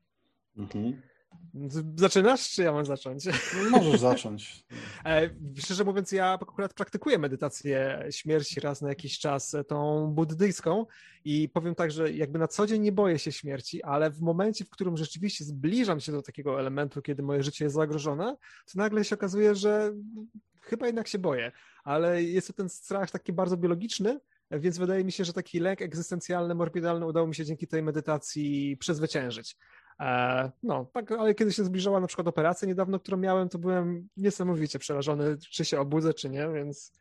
Zaczynasz, czy ja mam zacząć? Możesz zacząć. Szczerze mówiąc, ja akurat praktykuję medytację śmierci raz na jakiś czas, tą buddyjską i powiem tak, że jakby na co dzień nie boję się śmierci, ale w momencie, w którym rzeczywiście zbliżam się do takiego elementu, kiedy moje życie jest zagrożone, to nagle się okazuje, że chyba jednak się boję, ale jest to ten strach taki bardzo biologiczny, więc wydaje mi się, że taki lęk egzystencjalny, morbidalny udało mi się dzięki tej medytacji przezwyciężyć. Tak, ale kiedy się zbliżała na przykład operacja niedawno, którą miałem, to byłem niesamowicie przerażony, czy się obudzę, czy nie, więc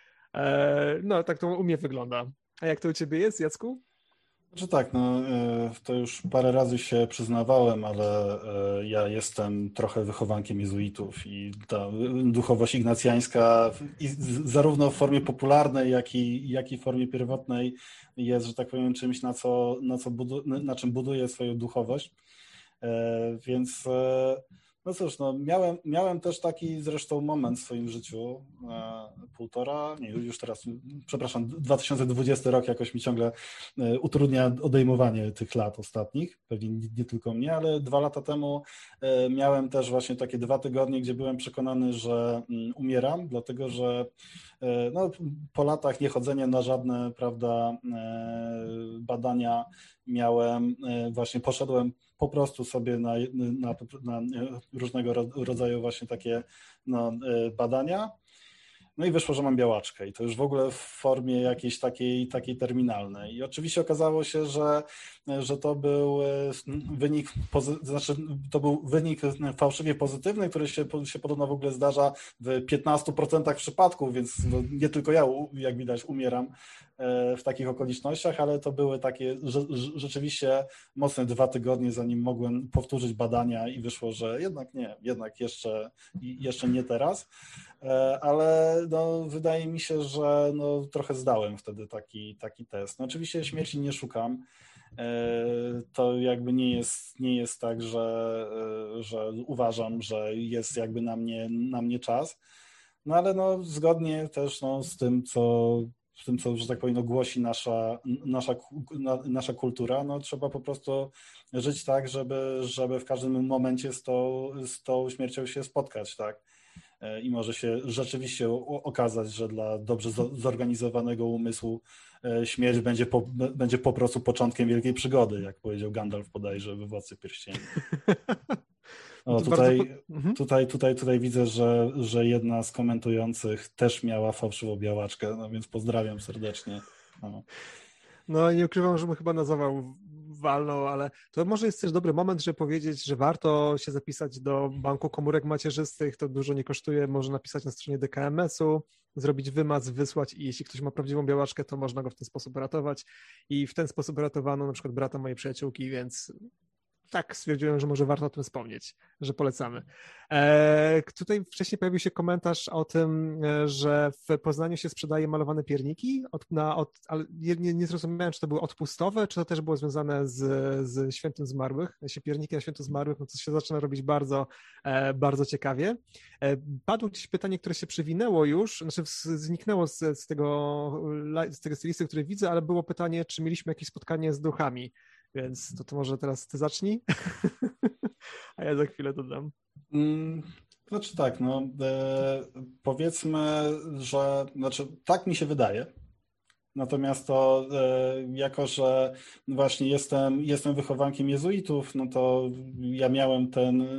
tak to u mnie wygląda. A jak to u ciebie jest, Jacku? Znaczy tak, to już parę razy się przyznawałem, ale ja jestem trochę wychowankiem jezuitów i ta duchowość ignacjańska zarówno w formie popularnej, jak i w formie pierwotnej jest, że tak powiem, czymś, na czym buduje swoją duchowość. Więc no cóż, miałem też taki zresztą moment w swoim życiu, już teraz, przepraszam, 2020 rok jakoś mi ciągle utrudnia odejmowanie tych lat ostatnich, pewnie nie tylko mnie, ale 2 lata temu miałem też właśnie takie 2 tygodnie, gdzie byłem przekonany, że umieram, dlatego że po latach niechodzenia na żadne, prawda, badania poszedłem po prostu sobie na różnego rodzaju właśnie takie badania. No i wyszło, że mam białaczkę i to już w ogóle w formie jakiejś takiej terminalnej. I oczywiście okazało się, że to był wynik, to był wynik fałszywie pozytywny, który się podobno w ogóle zdarza w 15% przypadków, więc nie tylko ja, jak widać, umieram w takich okolicznościach, ale to były takie rzeczywiście mocne 2 tygodnie, zanim mogłem powtórzyć badania i wyszło, że jednak nie, jednak jeszcze nie teraz, ale wydaje mi się, że trochę zdałem wtedy taki test. Oczywiście śmierci nie szukam. To jakby nie jest tak, że uważam, że jest jakby na mnie czas, ale zgodnie też z tym, co, że tak powiem, głosi nasza kultura, trzeba po prostu żyć tak, żeby w każdym momencie z tą śmiercią się spotkać, tak? I może się rzeczywiście okazać, że dla dobrze zorganizowanego umysłu śmierć będzie po prostu początkiem wielkiej przygody, jak powiedział Gandalf bodajże we Władcy Pierścieni. Tutaj widzę, że jedna z komentujących też miała fałszywą białaczkę, więc pozdrawiam serdecznie. Nie ukrywam, że bym chyba nazwał walną, ale to może jest też dobry moment, żeby powiedzieć, że warto się zapisać do banku komórek macierzystych, to dużo nie kosztuje, można napisać na stronie DKMS-u, zrobić wymaz, wysłać i jeśli ktoś ma prawdziwą białaczkę, to można go w ten sposób ratować i w ten sposób ratowano na przykład brata mojej przyjaciółki, więc tak stwierdziłem, że może warto o tym wspomnieć, że polecamy. Tutaj wcześniej pojawił się komentarz o tym, że w Poznaniu się sprzedaje malowane pierniki, ale nie zrozumiałem, czy to były odpustowe, czy to też było związane z Świętem Zmarłych. Jeśli pierniki na Święto Zmarłych, to się zaczyna robić bardzo, bardzo ciekawie. Padło gdzieś pytanie, które się przewinęło już, zniknęło z tego listy, który widzę, ale było pytanie, czy mieliśmy jakieś spotkanie z duchami. Więc to może teraz ty zacznij, a ja za chwilę dodam. Znaczy tak, powiedzmy, że tak mi się wydaje. Natomiast to jako, że właśnie jestem wychowankiem jezuitów, to ja miałem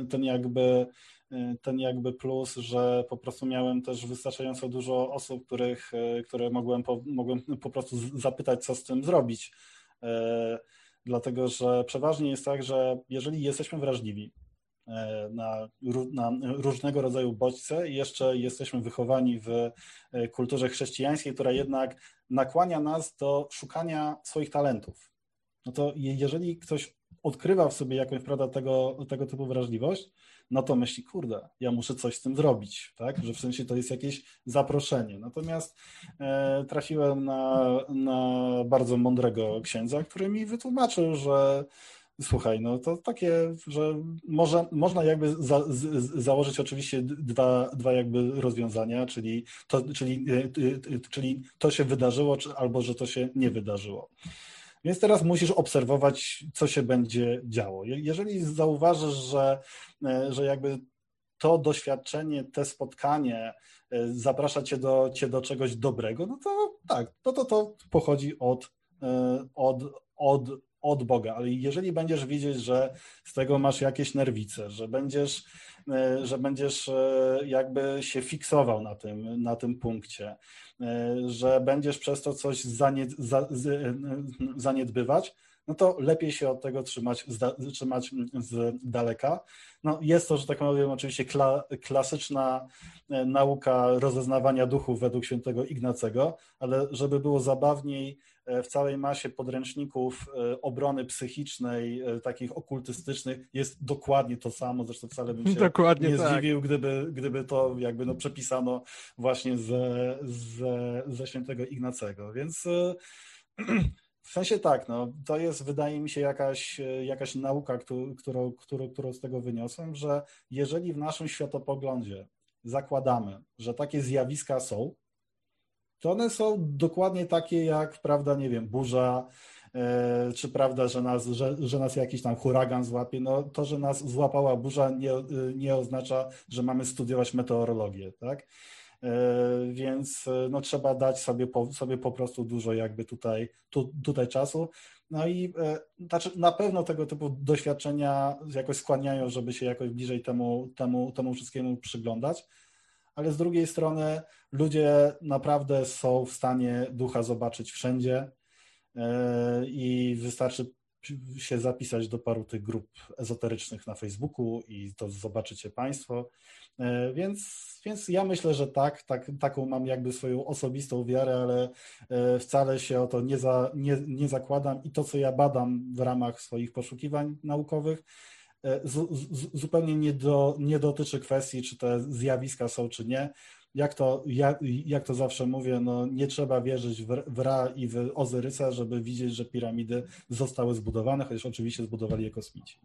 ten jakby plus, że po prostu miałem też wystarczająco dużo osób, które mogłem po prostu zapytać, co z tym zrobić. Dlatego, że przeważnie jest tak, że jeżeli jesteśmy wrażliwi na różnego rodzaju bodźce i jeszcze jesteśmy wychowani w kulturze chrześcijańskiej, która jednak nakłania nas do szukania swoich talentów, to jeżeli ktoś odkrywa w sobie jakąś, prawda, tego typu wrażliwość, no to myśli, kurde, ja muszę coś z tym zrobić, tak? Że w sensie to jest jakieś zaproszenie. Natomiast trafiłem na bardzo mądrego księdza, który mi wytłumaczył, że słuchaj, no to takie, że można jakby założyć oczywiście dwa jakby rozwiązania, czyli to się wydarzyło, albo że to się nie wydarzyło. Więc teraz musisz obserwować, co się będzie działo. Jeżeli zauważysz, że jakby to doświadczenie, te spotkanie zaprasza cię do czegoś dobrego, no to tak, to pochodzi od Boga, ale jeżeli będziesz widzieć, że z tego masz jakieś nerwice, że będziesz jakby się fiksował na tym punkcie, że będziesz przez to coś zaniedbywać, no to lepiej się od tego trzymać z daleka. No jest to, że tak powiem, oczywiście klasyczna nauka rozeznawania duchów według świętego Ignacego, ale żeby było zabawniej, w całej masie podręczników obrony psychicznej, takich okultystycznych, jest dokładnie to samo, zresztą wcale bym się Dokładnie nie tak. zdziwił, gdyby to jakby przepisano właśnie ze świętego Ignacego, więc w sensie tak, no, to jest, wydaje mi się, jakaś nauka, którą z tego wyniosłem, że jeżeli w naszym światopoglądzie zakładamy, że takie zjawiska są, to one są dokładnie takie jak, prawda, nie wiem, burza, czy prawda, że nas jakiś tam huragan złapie. No to, że nas złapała burza nie oznacza, że mamy studiować meteorologię, tak? Więc no, trzeba dać sobie po prostu dużo jakby tutaj czasu. No i znaczy na pewno tego typu doświadczenia jakoś skłaniają, żeby się jakoś bliżej temu wszystkiemu przyglądać, ale z drugiej strony ludzie naprawdę są w stanie ducha zobaczyć wszędzie i wystarczy się zapisać do paru tych grup ezoterycznych na Facebooku i to zobaczycie Państwo. Więc ja myślę, że taką mam jakby swoją osobistą wiarę, ale wcale się o to nie zakładam i to, co ja badam w ramach swoich poszukiwań naukowych, zupełnie nie dotyczy kwestii, czy te zjawiska są, czy nie. Jak to zawsze mówię, no nie trzeba wierzyć w Ra i w Ozyrysa, żeby widzieć, że piramidy zostały zbudowane, chociaż oczywiście zbudowali je kosmici.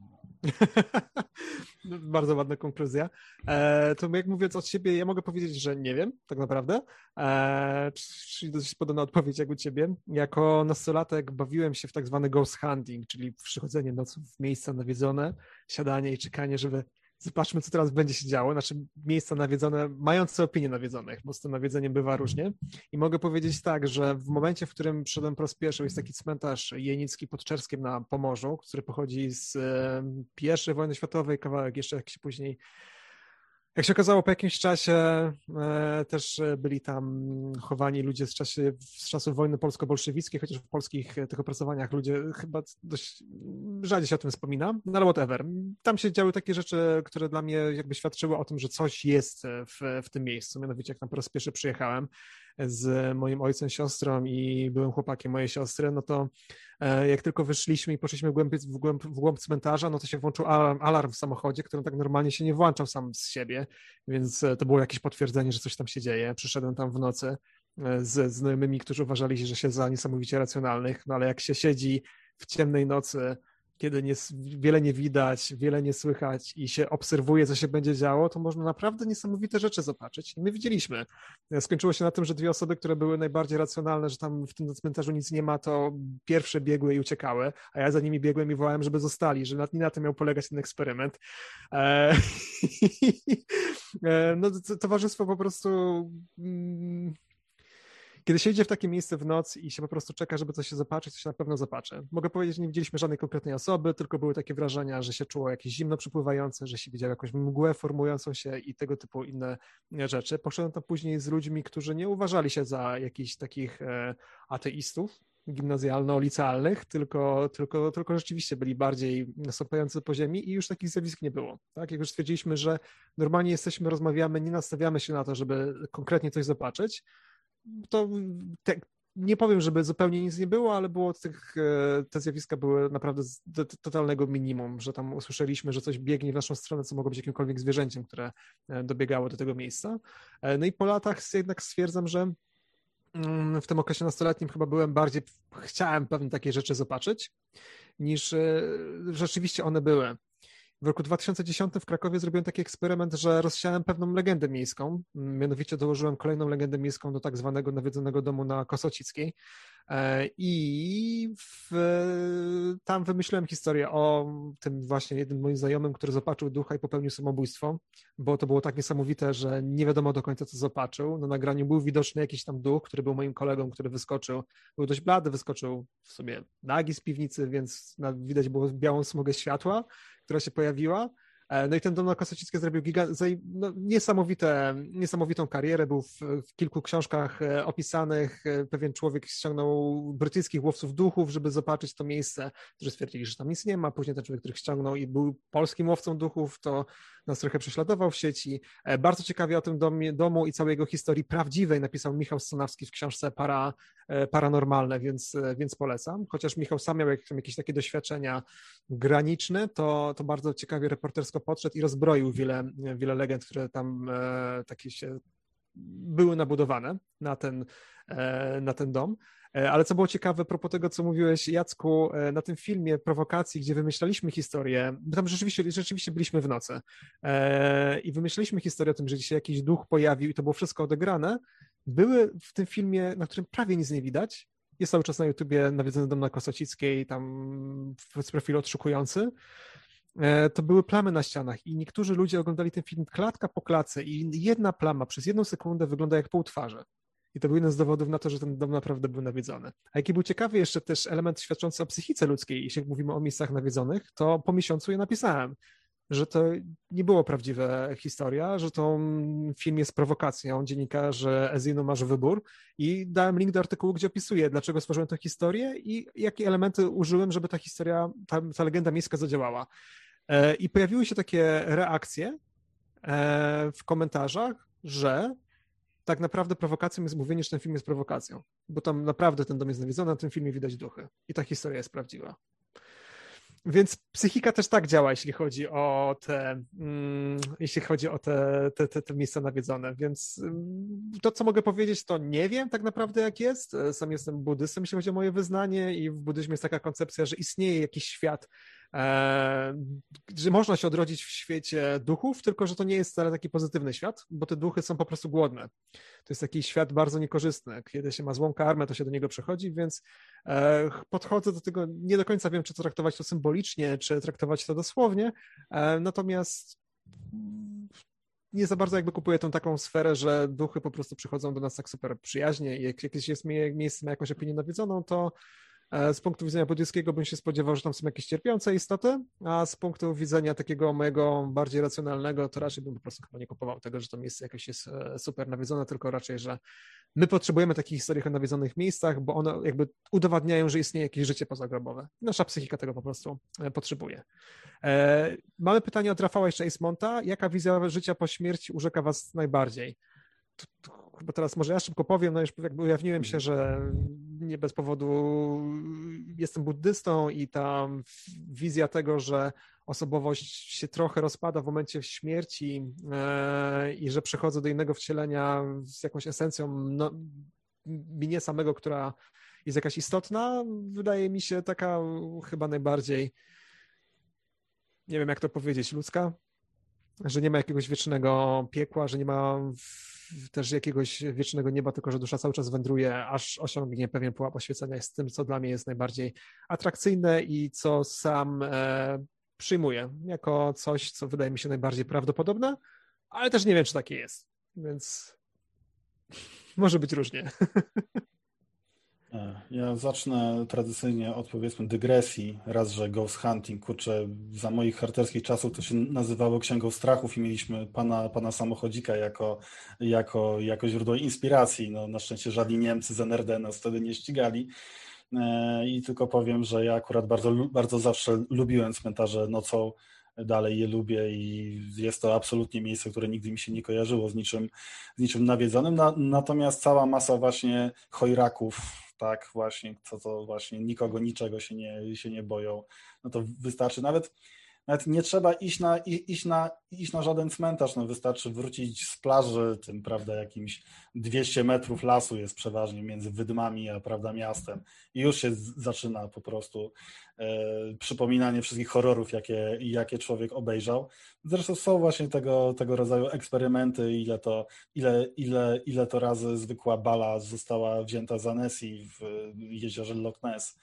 Bardzo ładna konkluzja. To jak mówiąc od siebie, ja mogę powiedzieć, że nie wiem, tak naprawdę. Czyli dosyć podobna odpowiedź jak u ciebie. Jako nastolatek bawiłem się w tak zwany ghost hunting, czyli przychodzenie nocą w miejsca nawiedzone, siadanie i czekanie, żeby zobaczmy, co teraz będzie się działo. Znaczy miejsca nawiedzone, mające opinię nawiedzonych, bo z tym nawiedzeniem bywa różnie. I mogę powiedzieć tak, że w momencie, w którym przyszedłem po raz pierwszy, jest taki cmentarz jejnicki pod Czerskiem na Pomorzu, który pochodzi z I wojny światowej, kawałek jeszcze jakiś później. Jak się okazało, po jakimś czasie też byli tam chowani ludzie z czasów wojny polsko-bolszewickiej, chociaż w polskich tych opracowaniach ludzie chyba dość rzadziej się o tym wspomina, no ale whatever. Tam się działy takie rzeczy, które dla mnie jakby świadczyły o tym, że coś jest w tym miejscu. Mianowicie jak tam po raz pierwszy przyjechałem z moim ojcem, siostrą i byłym chłopakiem mojej siostry, no to jak tylko wyszliśmy i poszliśmy w głąb cmentarza, no to się włączył alarm w samochodzie, który tak normalnie się nie włączał sam z siebie, więc to było jakieś potwierdzenie, że coś tam się dzieje. Przyszedłem tam w nocy z znajomymi, którzy uważali, że się za niesamowicie racjonalnych, no ale jak się siedzi w ciemnej nocy, kiedy wiele nie widać, wiele nie słychać i się obserwuje, co się będzie działo, to można naprawdę niesamowite rzeczy zobaczyć. I my widzieliśmy. Skończyło się na tym, że dwie osoby, które były najbardziej racjonalne, że tam w tym cmentarzu nic nie ma, to pierwsze biegły i uciekały, a ja za nimi biegłem i wołałem, żeby zostali, że nie na tym miał polegać ten eksperyment. No, towarzystwo po prostu... Kiedy się idzie w takie miejsce w noc i się po prostu czeka, żeby coś się zobaczyć, to się na pewno zobaczy. Mogę powiedzieć, że nie widzieliśmy żadnej konkretnej osoby, tylko były takie wrażenia, że się czuło jakieś zimno przypływające, że się widział jakąś mgłę formującą się i tego typu inne rzeczy. Poszedłem tam później z ludźmi, którzy nie uważali się za jakichś takich ateistów gimnazjalno-licealnych, tylko rzeczywiście byli bardziej stąpający po ziemi i już takich zjawisk nie było. Tak? Jak już stwierdziliśmy, że normalnie jesteśmy, rozmawiamy, nie nastawiamy się na to, żeby konkretnie coś zobaczyć, to nie powiem, żeby zupełnie nic nie było, ale te zjawiska były naprawdę z totalnego minimum, że tam usłyszeliśmy, że coś biegnie w naszą stronę, co mogło być jakimkolwiek zwierzęciem, które dobiegało do tego miejsca. No i po latach jednak stwierdzam, że w tym okresie nastoletnim chyba chciałem pewne takie rzeczy zobaczyć, niż rzeczywiście one były. W roku 2010 w Krakowie zrobiłem taki eksperyment, że rozsiałem pewną legendę miejską, mianowicie dołożyłem kolejną legendę miejską do tak zwanego nawiedzonego domu na Kosocickiej i tam wymyśliłem historię o tym właśnie jednym moim znajomym, który zobaczył ducha i popełnił samobójstwo, bo to było tak niesamowite, że nie wiadomo do końca, co zobaczył. Na nagraniu był widoczny jakiś tam duch, który był moim kolegą, który wyskoczył, był dość blady, wyskoczył w sobie nagi z piwnicy, więc widać było białą smugę światła, która się pojawiła. No i ten dom na Kosocickiej zrobił niesamowitą karierę. Był w kilku książkach opisanych. Pewien człowiek ściągnął brytyjskich łowców duchów, żeby zobaczyć to miejsce, którzy stwierdzili, że tam nic nie ma. Później ten człowiek, który ściągnął i był polskim łowcą duchów, to nas trochę prześladował w sieci. Bardzo ciekawie o tym domu i całej jego historii prawdziwej napisał Michał Stonawski w książce Paranormalne, więc polecam. Chociaż Michał sam miał jakieś takie doświadczenia graniczne, to bardzo ciekawie reportersko podszedł i rozbroił wiele legend, które tam takie się były nabudowane na ten dom. Ale co było ciekawe, a propos tego, co mówiłeś, Jacku, na tym filmie prowokacji, gdzie wymyślaliśmy historię, bo tam rzeczywiście byliśmy w nocy i wymyślaliśmy historię o tym, że się jakiś duch pojawił i to było wszystko odegrane, były w tym filmie, na którym prawie nic nie widać, jest cały czas na YouTubie Nawiedzony dom na Kosocickiej, tam z profilu odszukujący, to były plamy na ścianach i niektórzy ludzie oglądali ten film klatka po klatce i jedna plama przez 1 sekundę wygląda jak pół twarzy. I to był jeden z dowodów na to, że ten dom naprawdę był nawiedzony. A jaki był ciekawy jeszcze też element świadczący o psychice ludzkiej, jeśli mówimy o miejscach nawiedzonych, to po miesiącu je napisałem, że to nie było prawdziwa historia, że to film jest prowokacją. Dziennikarze Ezinu Masz Wybór i dałem link do artykułu, gdzie opisuję, dlaczego stworzyłem tę historię i jakie elementy użyłem, żeby ta historia, ta legenda miejska zadziałała. I pojawiły się takie reakcje w komentarzach, że tak naprawdę prowokacją jest mówienie, że ten film jest prowokacją, bo tam naprawdę ten dom jest nawiedzony, na tym filmie widać duchy i ta historia jest prawdziwa. Więc psychika też tak działa, jeśli chodzi o te miejsca nawiedzone. Więc to, co mogę powiedzieć, to nie wiem tak naprawdę, jak jest. Sam jestem buddystą, jeśli chodzi o moje wyznanie i w buddyzmie jest taka koncepcja, że istnieje jakiś świat, że można się odrodzić w świecie duchów, tylko że to nie jest wcale taki pozytywny świat, bo te duchy są po prostu głodne. To jest taki świat bardzo niekorzystny. Kiedy się ma złą karmę, to się do niego przechodzi, więc podchodzę do tego, nie do końca wiem, czy traktować to symbolicznie, czy traktować to dosłownie, natomiast nie za bardzo jakby kupuję tą taką sferę, że duchy po prostu przychodzą do nas tak super przyjaźnie i jak jakieś miejsce ma jakąś opinię nawiedzoną, to z punktu widzenia buddyjskiego bym się spodziewał, że tam są jakieś cierpiące istoty, a z punktu widzenia takiego mojego bardziej racjonalnego, to raczej bym po prostu chyba nie kupował tego, że to miejsce jakoś jest super nawiedzone, tylko raczej, że my potrzebujemy takich historii o nawiedzonych miejscach, bo one jakby udowadniają, że istnieje jakieś życie pozagrobowe. Nasza psychika tego po prostu potrzebuje. Mamy pytanie od Rafała jeszcze Monta. Jaka wizja życia po śmierci urzeka was najbardziej? Chyba teraz może ja szybko powiem, no już jakby ujawniłem się, że nie bez powodu jestem buddystą i ta wizja tego, że osobowość się trochę rozpada w momencie śmierci i że przechodzę do innego wcielenia z jakąś esencją mnie samego, która jest jakaś istotna, wydaje mi się taka chyba najbardziej, nie wiem jak to powiedzieć, ludzka, że nie ma jakiegoś wiecznego piekła, że nie ma też jakiegoś wiecznego nieba, tylko że dusza cały czas wędruje, aż osiągnie pewien pułap oświecenia z tym, co dla mnie jest najbardziej atrakcyjne i co sam przyjmuję jako coś, co wydaje mi się najbardziej prawdopodobne, ale też nie wiem, czy takie jest, więc może być różnie. Ja zacznę tradycyjnie od powiedzmy dygresji, raz, że Ghost Hunting, kurczę, za moich harcerskich czasów to się nazywało Księgą Strachów i mieliśmy pana samochodzika jako źródło inspiracji. No, na szczęście żadni Niemcy z NRD nas wtedy nie ścigali. I tylko powiem, że ja akurat bardzo zawsze lubiłem cmentarze nocą, dalej je lubię i jest to absolutnie miejsce, które nigdy mi się nie kojarzyło z niczym nawiedzonym. Natomiast cała masa właśnie chojraków tak, właśnie, co to właśnie nikogo, niczego się nie boją, no to wystarczy. Nawet nie trzeba iść na żaden cmentarz, no wystarczy wrócić z plaży, tym, prawda, jakimś 200 metrów lasu jest przeważnie między Wydmami a, prawda, miastem i już się zaczyna po prostu przypominanie wszystkich horrorów, jakie człowiek obejrzał. Zresztą są właśnie tego rodzaju eksperymenty, ile to razy zwykła bala została wzięta za Nessie w jeziorze Loch Ness.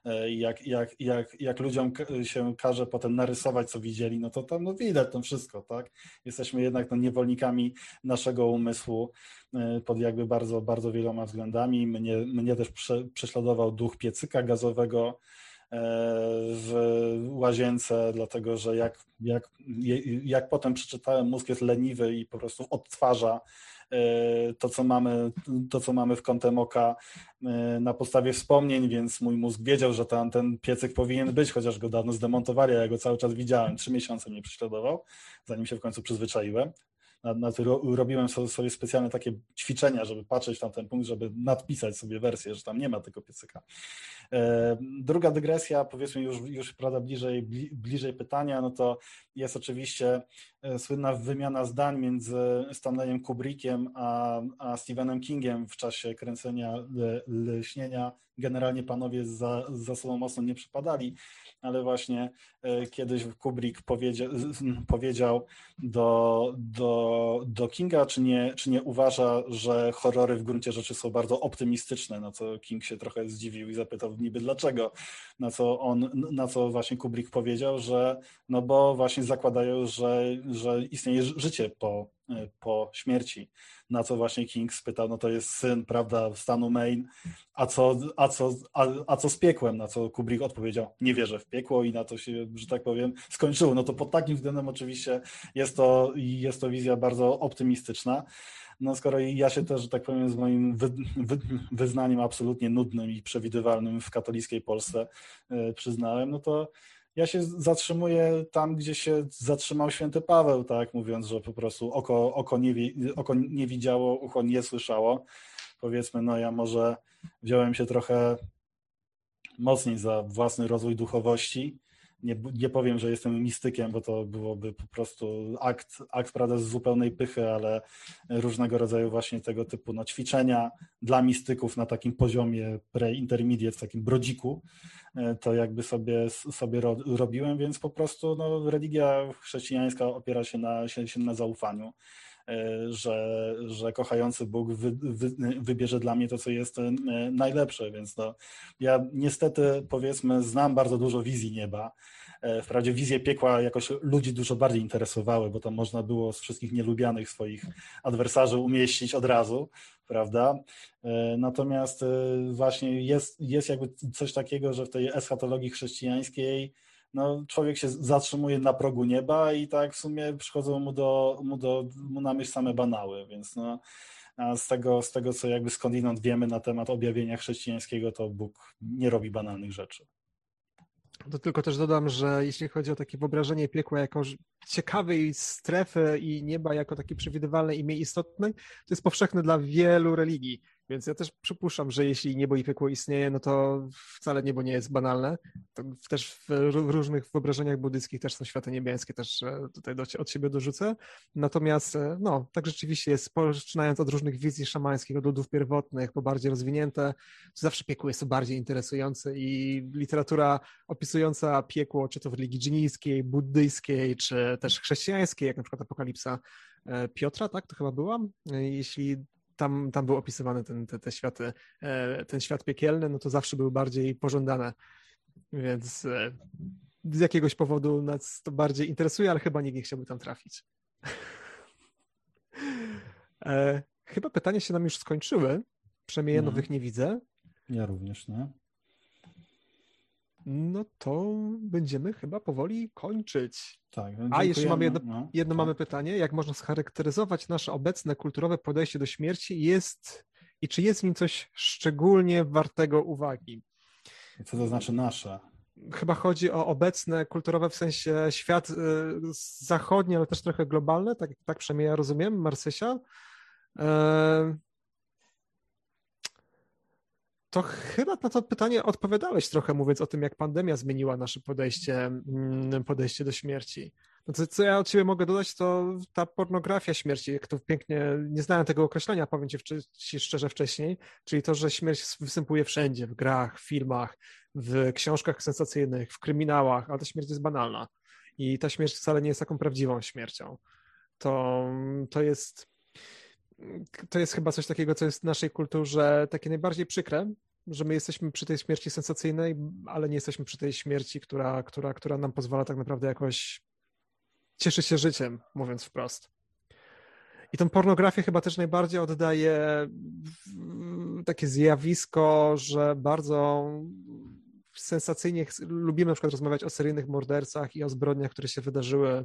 Jak ludziom się każe potem narysować, co widzieli, no to tam no widać to wszystko, tak? Jesteśmy jednak niewolnikami naszego umysłu pod jakby bardzo, bardzo wieloma względami. Mnie też prześladował duch piecyka gazowego w łazience, dlatego że jak potem przeczytałem, mózg jest leniwy i po prostu odtwarza to, co mamy w kątem oka na podstawie wspomnień, więc mój mózg wiedział, że ten piecyk powinien być, chociaż go dawno zdemontowali, a ja go cały czas widziałem. 3 miesiące mnie prześladował, zanim się w końcu przyzwyczaiłem. Robiłem sobie specjalne takie ćwiczenia, żeby patrzeć w tamten punkt, żeby nadpisać sobie wersję, że tam nie ma tego piecyka. Druga dygresja, powiedzmy już prawda, bliżej pytania, no to jest oczywiście słynna wymiana zdań między Stanleyem Kubrickiem a Stephenem Kingiem w czasie kręcenia Lśnienia. Generalnie panowie za sobą mocno nie przypadali, ale właśnie kiedyś Kubrick powiedział do Kinga, czy nie uważa, że horrory w gruncie rzeczy są bardzo optymistyczne, na co King się trochę zdziwił i zapytał niby dlaczego, na co właśnie Kubrick powiedział, że no bo właśnie zakładają, że istnieje życie po śmierci. Na co właśnie King spytał, no to jest syn, prawda, stanu Maine, a co z piekłem? Na co Kubrick odpowiedział, nie wierzę w piekło i na to się, że tak powiem, skończyło. No to pod takim względem oczywiście jest to wizja bardzo optymistyczna. No skoro ja się też, że tak powiem, z moim wyznaniem absolutnie nudnym i przewidywalnym w katolickiej Polsce przyznałem, no to ja się zatrzymuję tam, gdzie się zatrzymał święty Paweł, tak, mówiąc, że po prostu oko nie widziało, ucho nie słyszało. Powiedzmy, no ja może wziąłem się trochę mocniej za własny rozwój duchowości. Nie powiem, że jestem mistykiem, bo to byłoby po prostu akt prawda, z zupełnej pychy, ale różnego rodzaju właśnie tego typu ćwiczenia dla mistyków na takim poziomie pre-intermediate, w takim brodziku, to jakby sobie robiłem, więc po prostu no, religia chrześcijańska opiera się na zaufaniu. Że kochający Bóg wybierze dla mnie to, co jest najlepsze, więc no, ja niestety, powiedzmy, znam bardzo dużo wizji nieba. Wprawdzie wizje piekła jakoś ludzi dużo bardziej interesowały, bo tam można było z wszystkich nielubianych swoich adwersarzy umieścić od razu, prawda? Natomiast właśnie jest jakby coś takiego, że w tej eschatologii chrześcijańskiej no, człowiek się zatrzymuje na progu nieba i tak w sumie przychodzą mu na myśl same banały, więc no, a z tego, co jakby skądinąd wiemy na temat objawienia chrześcijańskiego, to Bóg nie robi banalnych rzeczy. To tylko też dodam, że jeśli chodzi o takie wyobrażenie piekła jako ciekawej strefy i nieba jako takie przewidywalne i mniej istotne, to jest powszechne dla wielu religii. Więc ja też przypuszczam, że jeśli niebo i piekło istnieje, no to wcale niebo nie jest banalne. To też w różnych wyobrażeniach buddyjskich też są światy niebieskie, też tutaj od siebie dorzucę. Natomiast no, tak rzeczywiście jest, poczynając od różnych wizji szamańskich, od ludów pierwotnych, po bardziej rozwinięte, zawsze piekło jest to bardziej interesujące i literatura opisująca piekło, czy to w religii dżinijskiej, buddyjskiej, czy też chrześcijańskiej, jak na przykład Apokalipsa Piotra, tak to chyba była, jeśli tam był opisywany te światy, ten świat piekielny, no to zawsze były bardziej pożądane, więc z jakiegoś powodu nas to bardziej interesuje, ale chyba nikt nie chciałby tam trafić. Chyba pytania się nam już skończyły, przynajmniej nowych nie widzę. Ja również, nie? No to będziemy chyba powoli kończyć. Tak, a jeszcze mamy jedno tak. mamy pytanie. Jak można scharakteryzować nasze obecne kulturowe podejście do śmierci i czy jest w nim coś szczególnie wartego uwagi? Co to znaczy nasze? Chyba chodzi o obecne kulturowe, w sensie świat zachodni, ale też trochę globalny, tak przynajmniej ja rozumiem, Marcysia. To chyba na to pytanie odpowiadałeś trochę, mówiąc o tym, jak pandemia zmieniła nasze podejście do śmierci. No to, co ja od ciebie mogę dodać, to ta pornografia śmierci, jak to pięknie, nie znałem tego określenia, powiem ci szczerze wcześniej, czyli to, że śmierć występuje wszędzie, w grach, w filmach, w książkach sensacyjnych, w kryminałach, ale ta śmierć jest banalna. I ta śmierć wcale nie jest taką prawdziwą śmiercią. To, to jest to jest chyba coś takiego, co jest w naszej kulturze takie najbardziej przykre, że my jesteśmy przy tej śmierci sensacyjnej, ale nie jesteśmy przy tej śmierci, która nam pozwala tak naprawdę jakoś cieszyć się życiem, mówiąc wprost. I tą pornografię chyba też najbardziej oddaje takie zjawisko, że bardzo sensacyjnie lubimy na przykład rozmawiać o seryjnych mordercach i o zbrodniach, które się wydarzyły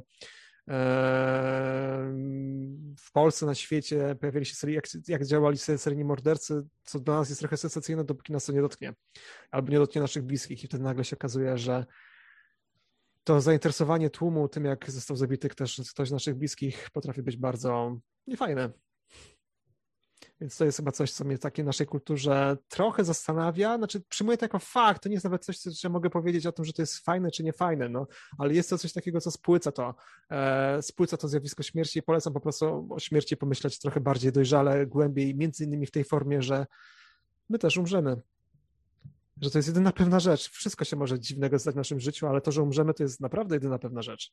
w Polsce, na świecie, pojawili się jak działali seryjni mordercy, co dla nas jest trochę sensacyjne, dopóki nas to nie dotknie, albo nie dotknie naszych bliskich i wtedy nagle się okazuje, że to zainteresowanie tłumu tym, jak został zabity ktoś z naszych bliskich, potrafi być bardzo niefajne. Więc to jest chyba coś, co mnie w takiej naszej kulturze trochę zastanawia. Znaczy, przyjmuję to jako fakt. To nie jest nawet coś, że mogę powiedzieć o tym, że to jest fajne czy niefajne, no, ale jest to coś takiego, co spłyca to zjawisko śmierci i polecam po prostu o śmierci pomyśleć trochę bardziej dojrzale, głębiej, między innymi w tej formie, że my też umrzemy. Że to jest jedyna pewna rzecz. Wszystko się może dziwnego stać w naszym życiu, ale to, że umrzemy, to jest naprawdę jedyna pewna rzecz.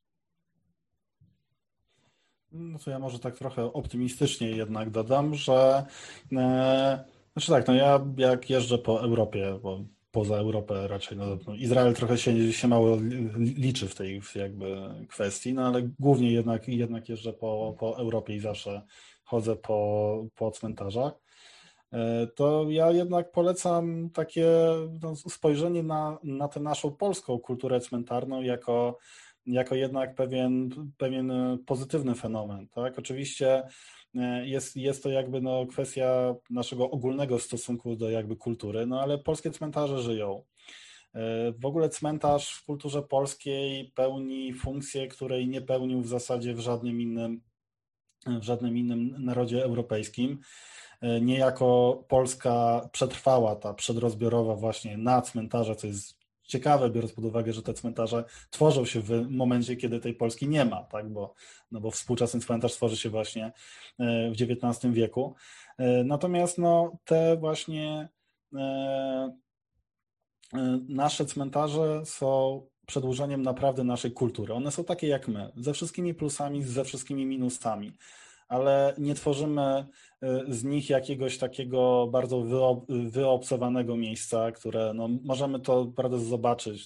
No to ja może tak trochę optymistycznie jednak dodam, że znaczy tak, no ja jak jeżdżę po Europie, bo poza Europę raczej, no Izrael trochę się mało liczy w tej jakby kwestii, no ale głównie jednak jeżdżę po Europie i zawsze chodzę po cmentarzach. To ja jednak polecam takie no, spojrzenie na tę naszą polską kulturę cmentarną jako jednak pewien pozytywny fenomen. Tak? Oczywiście jest to jakby no, kwestia naszego ogólnego stosunku do jakby kultury, no ale polskie cmentarze żyją. W ogóle cmentarz w kulturze polskiej pełni funkcję, której nie pełnił w zasadzie w żadnym innym narodzie europejskim. Niejako Polska przetrwała ta przedrozbiorowa właśnie na cmentarze, co jest ciekawe, biorąc pod uwagę, że te cmentarze tworzą się w momencie, kiedy tej Polski nie ma, tak? Bo współczesny cmentarz tworzy się właśnie w XIX wieku. Natomiast no, te właśnie nasze cmentarze są przedłużeniem naprawdę naszej kultury. One są takie jak my, ze wszystkimi plusami, ze wszystkimi minusami, ale nie tworzymy z nich jakiegoś takiego bardzo wyobcowanego miejsca, które no, możemy to prawda zobaczyć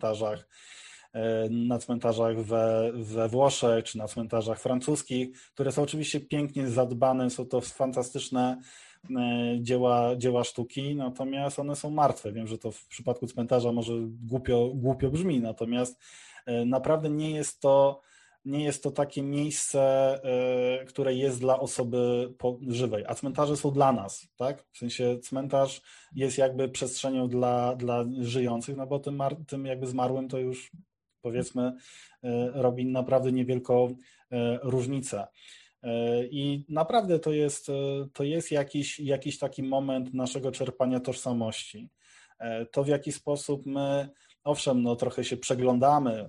na cmentarzach we Włoszech czy na cmentarzach francuskich, które są oczywiście pięknie zadbane, są to fantastyczne dzieła sztuki, natomiast one są martwe. Wiem, że to w przypadku cmentarza może głupio brzmi, natomiast naprawdę nie jest to takie miejsce, które jest dla osoby żywej, a cmentarze są dla nas, tak? W sensie cmentarz jest jakby przestrzenią dla żyjących, no bo tym jakby zmarłym to już powiedzmy robi naprawdę niewielką różnicę. I naprawdę to jest jakiś taki moment naszego czerpania tożsamości. To w jaki sposób my, owszem, no trochę się przeglądamy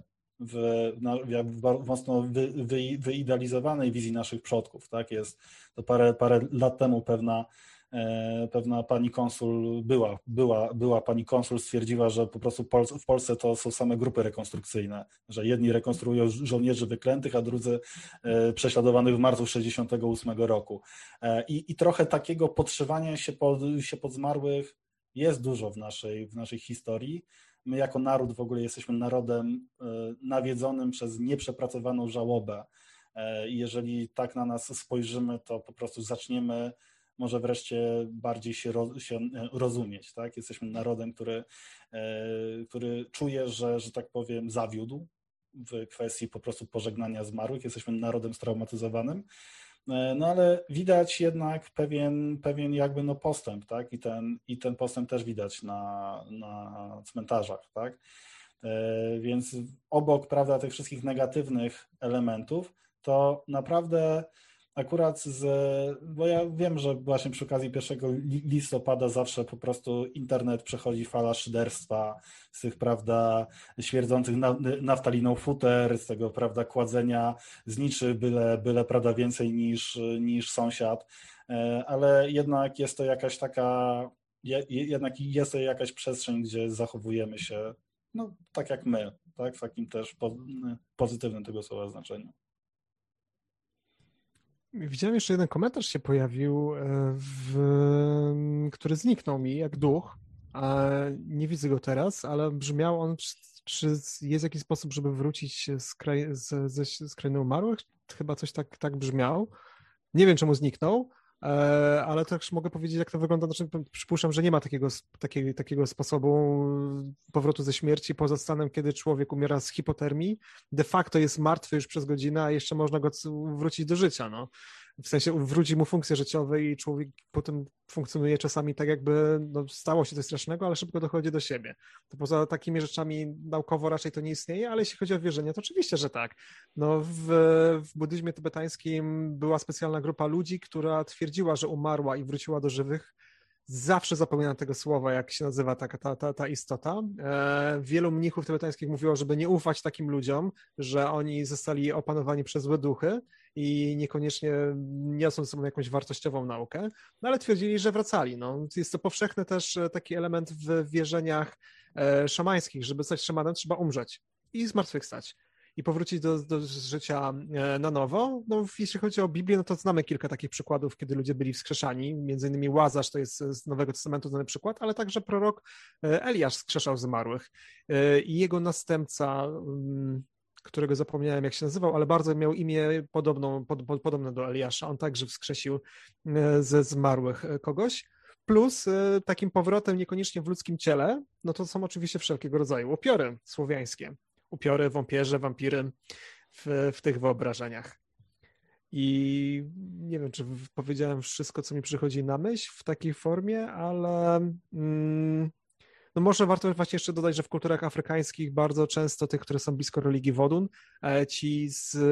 w mocno wyidealizowanej wizji naszych przodków. Tak? Jest to parę lat temu pewna pani konsul była pani konsul, stwierdziła, że po prostu w Polsce to są same grupy rekonstrukcyjne, że jedni rekonstruują żołnierzy wyklętych, a drudzy prześladowanych w marcu 1968 roku. I trochę takiego podszywania się pod zmarłych jest dużo w naszej historii. My jako naród w ogóle jesteśmy narodem nawiedzonym przez nieprzepracowaną żałobę. I jeżeli tak na nas spojrzymy, to po prostu zaczniemy może wreszcie bardziej się rozumieć. Tak? Jesteśmy narodem, który czuje, że tak powiem, zawiódł w kwestii po prostu pożegnania zmarłych. Jesteśmy narodem straumatyzowanym. No ale widać jednak pewien jakby no postęp, tak? I ten postęp też widać na cmentarzach, tak? Więc obok, prawda, tych wszystkich negatywnych elementów, to naprawdę akurat bo ja wiem, że właśnie przy okazji 1 listopada zawsze po prostu internet przechodzi fala szyderstwa z tych, prawda, śmierdzących naftaliną futer, z tego, prawda, kładzenia zniczy byle prawda, więcej niż sąsiad, ale jednak jest to jakaś przestrzeń, gdzie zachowujemy się no, tak jak my, tak, w takim też pozytywnym tego słowa znaczeniu. Widziałem jeszcze jeden komentarz się pojawił, który zniknął mi jak duch. Nie widzę go teraz, ale brzmiał on, czy jest jakiś sposób, żeby wrócić z krainy umarłych? Chyba coś tak brzmiał. Nie wiem, czemu zniknął, ale też mogę powiedzieć, jak to wygląda. Znaczy, przypuszczam, że nie ma takiego sposobu powrotu ze śmierci poza stanem, kiedy człowiek umiera z hipotermii. De facto jest martwy już przez godzinę, a jeszcze można go wrócić do życia. No. W sensie wróci mu funkcje życiowe i człowiek potem funkcjonuje czasami tak, jakby stało się coś strasznego, ale szybko dochodzi do siebie. To poza takimi rzeczami naukowo raczej to nie istnieje, ale jeśli chodzi o wierzenie, to oczywiście, że tak. No, w buddyzmie tybetańskim była specjalna grupa ludzi, która twierdziła, że umarła i wróciła do żywych. Zawsze zapominam tego słowa, jak się nazywa ta istota. Wielu mnichów tybetańskich mówiło, żeby nie ufać takim ludziom, że oni zostali opanowani przez złe duchy i niekoniecznie niosą ze sobą jakąś wartościową naukę, no ale twierdzili, że wracali. No. Jest to powszechny też taki element w wierzeniach szamańskich, żeby zostać szamanem trzeba umrzeć i zmartwychwstać i powrócić do życia na nowo. No, jeśli chodzi o Biblię, no to znamy kilka takich przykładów, kiedy ludzie byli wskrzeszani, między innymi Łazarz, to jest z Nowego Testamentu znany przykład, ale także prorok Eliasz wskrzeszał zmarłych i jego następca, którego zapomniałem, jak się nazywał, ale bardzo miał imię podobne do Eliasza, on także wskrzesił ze zmarłych kogoś. Plus takim powrotem niekoniecznie w ludzkim ciele, no to są oczywiście wszelkiego rodzaju upiory słowiańskie. Upiory, wampierze, wampiry w tych wyobrażeniach. I nie wiem, czy powiedziałem wszystko, co mi przychodzi na myśl w takiej formie, ale no może warto właśnie jeszcze dodać, że w kulturach afrykańskich bardzo często tych, które są blisko religii Wodun, ci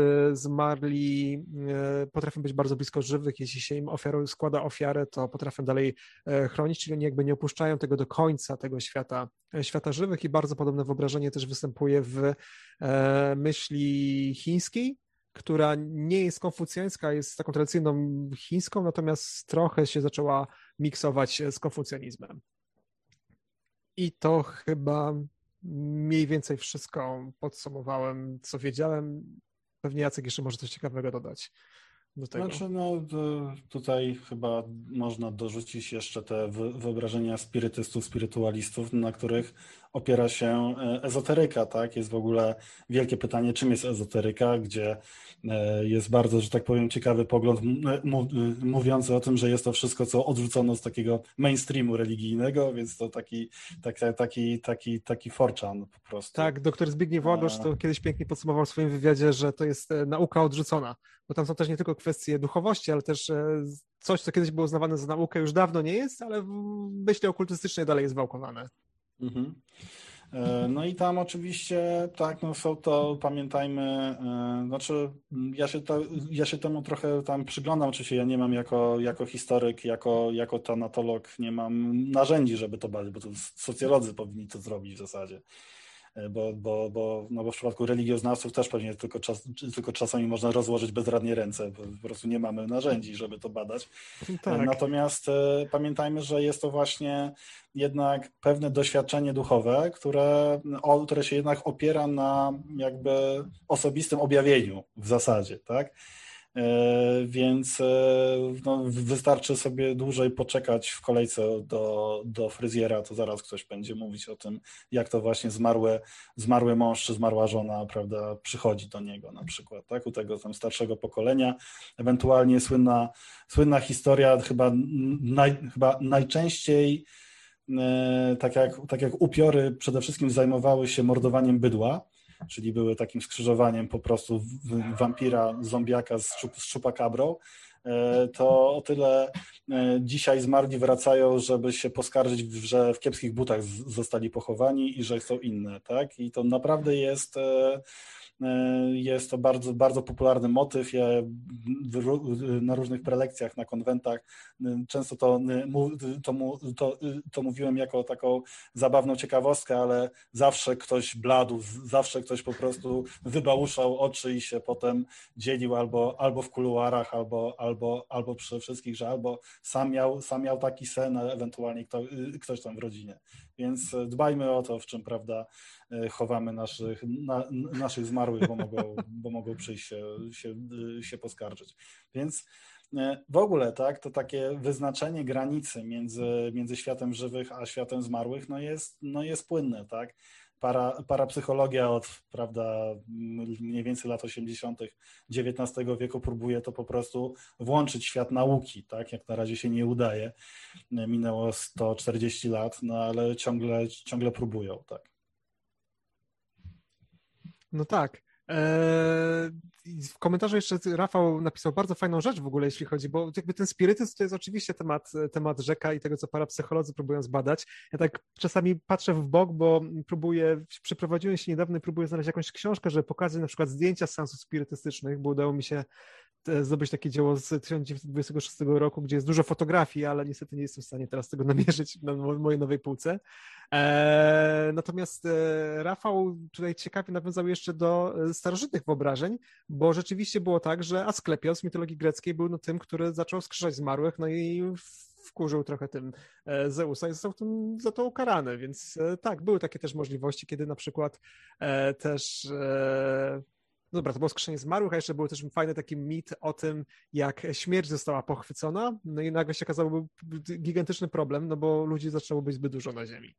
zmarli potrafią być bardzo blisko żywych. Jeśli się im składa ofiarę, to potrafią dalej chronić, czyli oni jakby nie opuszczają tego do końca, tego świata żywych i bardzo podobne wyobrażenie też występuje w myśli chińskiej, która nie jest konfucjańska, jest taką tradycyjną chińską, natomiast trochę się zaczęła miksować z konfucjanizmem. I to chyba mniej więcej wszystko podsumowałem, co wiedziałem. Pewnie Jacek jeszcze może coś ciekawego dodać do tego. Znaczy, no tutaj chyba można dorzucić jeszcze te wyobrażenia spirytystów, spirytualistów, na których opiera się ezoteryka, tak? Jest w ogóle wielkie pytanie, czym jest ezoteryka, gdzie jest bardzo, że tak powiem, ciekawy pogląd mówiący o tym, że jest to wszystko, co odrzucono z takiego mainstreamu religijnego, więc to taki 4chan po prostu. Tak, doktor Zbigniew Łagosz to kiedyś pięknie podsumował w swoim wywiadzie, że to jest nauka odrzucona, bo tam są też nie tylko kwestie duchowości, ale też coś, co kiedyś było uznawane za naukę, już dawno nie jest, ale w myśli okultystycznej dalej jest wałkowane. Mhm. No i tam oczywiście, tak, no są to, pamiętajmy, znaczy ja się temu trochę tam przyglądam, oczywiście ja nie mam jako historyk, jako tanatolog nie mam narzędzi, żeby to badać, bo to socjolodzy powinni to zrobić w zasadzie. Bo w przypadku religioznawców też pewnie tylko czasami można rozłożyć bezradnie ręce, bo po prostu nie mamy narzędzi, żeby to badać. Tak. Natomiast pamiętajmy, że jest to właśnie jednak pewne doświadczenie duchowe, które się jednak opiera na jakby osobistym objawieniu w zasadzie, tak? Więc no, wystarczy sobie dłużej poczekać w kolejce do fryzjera, to zaraz ktoś będzie mówić o tym, jak to właśnie zmarły mąż czy zmarła żona, prawda, przychodzi do niego na przykład, tak, u tego tam starszego pokolenia. Ewentualnie słynna historia, chyba najczęściej tak jak upiory przede wszystkim zajmowały się mordowaniem bydła, czyli były takim skrzyżowaniem po prostu wampira, zombiaka z chupacabra, to o tyle dzisiaj zmarli wracają, żeby się poskarżyć, że w kiepskich butach zostali pochowani i że chcą inne, tak? I to naprawdę jest Jest to bardzo, bardzo popularny motyw. Ja na różnych prelekcjach, na konwentach często to mówiłem jako taką zabawną ciekawostkę, ale zawsze ktoś bladł, zawsze ktoś po prostu wybałuszał oczy i się potem dzielił albo w kuluarach, albo przy wszystkich, że albo sam miał taki sen, a ewentualnie ktoś tam w rodzinie. Więc dbajmy o to, w czym, prawda, chowamy naszych zmarłych, bo mogą przyjść się poskarżyć. Więc w ogóle tak, to takie wyznaczenie granicy między światem żywych a światem zmarłych jest płynne, tak? Parapsychologia od, prawda, mniej więcej lat 80. XIX wieku próbuje to po prostu włączyć w świat nauki, tak? Jak na razie się nie udaje. Minęło 140 lat, no ale ciągle próbują, tak. No tak. W komentarzu jeszcze Rafał napisał bardzo fajną rzecz w ogóle, jeśli chodzi, bo jakby ten spirytyzm to jest oczywiście temat rzeka i tego, co parapsycholodzy próbują zbadać. Ja tak czasami patrzę w bok, bo przeprowadziłem się niedawno i próbuję znaleźć jakąś książkę, żeby pokazać na przykład zdjęcia z seansów spirytystycznych, bo udało mi się zdobyć takie dzieło z 1926 roku, gdzie jest dużo fotografii, ale niestety nie jestem w stanie teraz tego namierzyć na mojej nowej półce. Natomiast Rafał tutaj ciekawie nawiązał jeszcze do starożytnych wyobrażeń, bo rzeczywiście było tak, że Asklepios w mitologii greckiej był tym, który zaczął wskrzeszać zmarłych, no i wkurzył trochę tym Zeusa i został za to ukarany, więc tak, były takie też możliwości, kiedy na przykład też dobra, to było skrzeszenie zmarłych, a jeszcze był też fajny taki mit o tym, jak śmierć została pochwycona, no i nagle się okazało, był gigantyczny problem, no bo ludzi zaczęło być zbyt dużo na ziemi.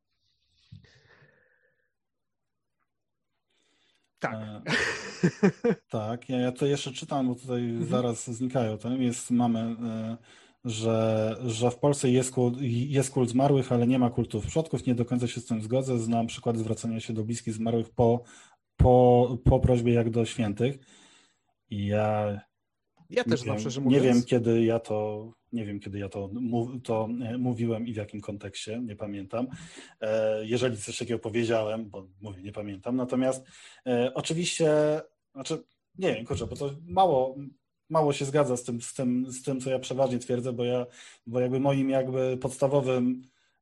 Tak. Tak, ja to jeszcze czytam, bo tutaj zaraz znikają. Mamy, że w Polsce jest kult zmarłych, ale nie ma kultów przodków. Nie do końca się z tym zgodzę. Znam przykłady zwracania się do bliskich zmarłych po prośbie jak do świętych. I ja też znam, szczerze mówiąc. Nie wiem, kiedy ja to mówiłem i w jakim kontekście, nie pamiętam. Jeżeli coś takiego powiedziałem, bo mówię, nie pamiętam. Natomiast oczywiście, nie wiem, kurczę, bo to mało się zgadza z tym, co ja przeważnie twierdzę, bo jakby moim jakby podstawowym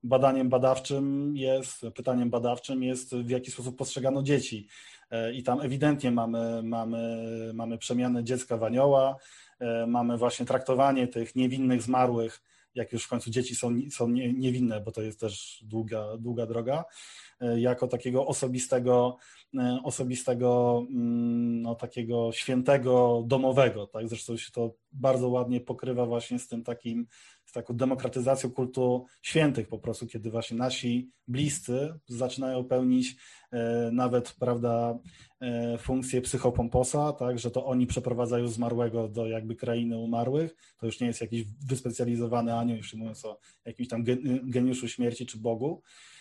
pytaniem badawczym jest, w jaki sposób postrzegano dzieci. I tam ewidentnie mamy przemianę dziecka w anioła, mamy właśnie traktowanie tych niewinnych zmarłych, jak już w końcu dzieci są niewinne, bo to jest też długa droga, jako takiego osobistego no, takiego świętego domowego. Tak? Zresztą się to bardzo ładnie pokrywa właśnie z taką demokratyzacją kultu świętych po prostu, kiedy właśnie nasi bliscy zaczynają pełnić nawet, prawda, funkcję psychopomposa, tak, że to oni przeprowadzają zmarłego do jakby krainy umarłych. To już nie jest jakiś wyspecjalizowany anioł, już mówiąc o jakimś tam geniuszu śmierci czy Bogu.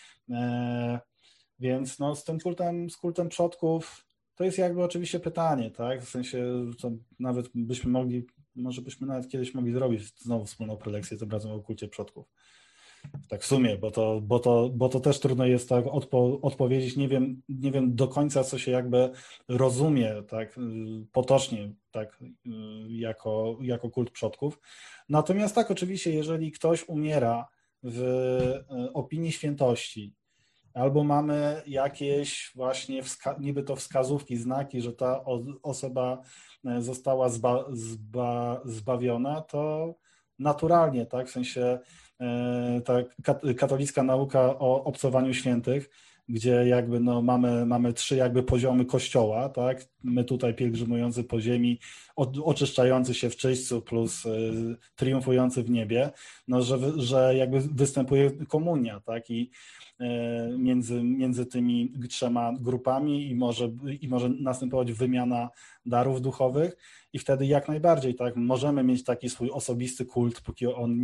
Więc no, z kultem przodków to jest jakby oczywiście pytanie, tak? W sensie, to nawet może byśmy nawet kiedyś mogli zrobić znowu wspólną prelekcję tym razem o kulcie przodków. Tak w sumie, bo to też trudno jest tak odpowiedzieć. Nie wiem do końca, co się jakby rozumie tak potocznie tak jako kult przodków. Natomiast tak, oczywiście, jeżeli ktoś umiera w opinii świętości, albo mamy jakieś właśnie niby to wskazówki, znaki, że ta osoba została zbawiona, to naturalnie, tak, w sensie ta katolicka nauka o obcowaniu świętych, gdzie jakby no mamy 3 jakby poziomy kościoła, tak, my tutaj pielgrzymujący po ziemi, oczyszczający się w czyśćcu plus triumfujący w niebie, no że jakby występuje komunia, tak, i między tymi 3 grupami i może następować wymiana darów duchowych i wtedy jak najbardziej tak możemy mieć taki swój osobisty kult, póki on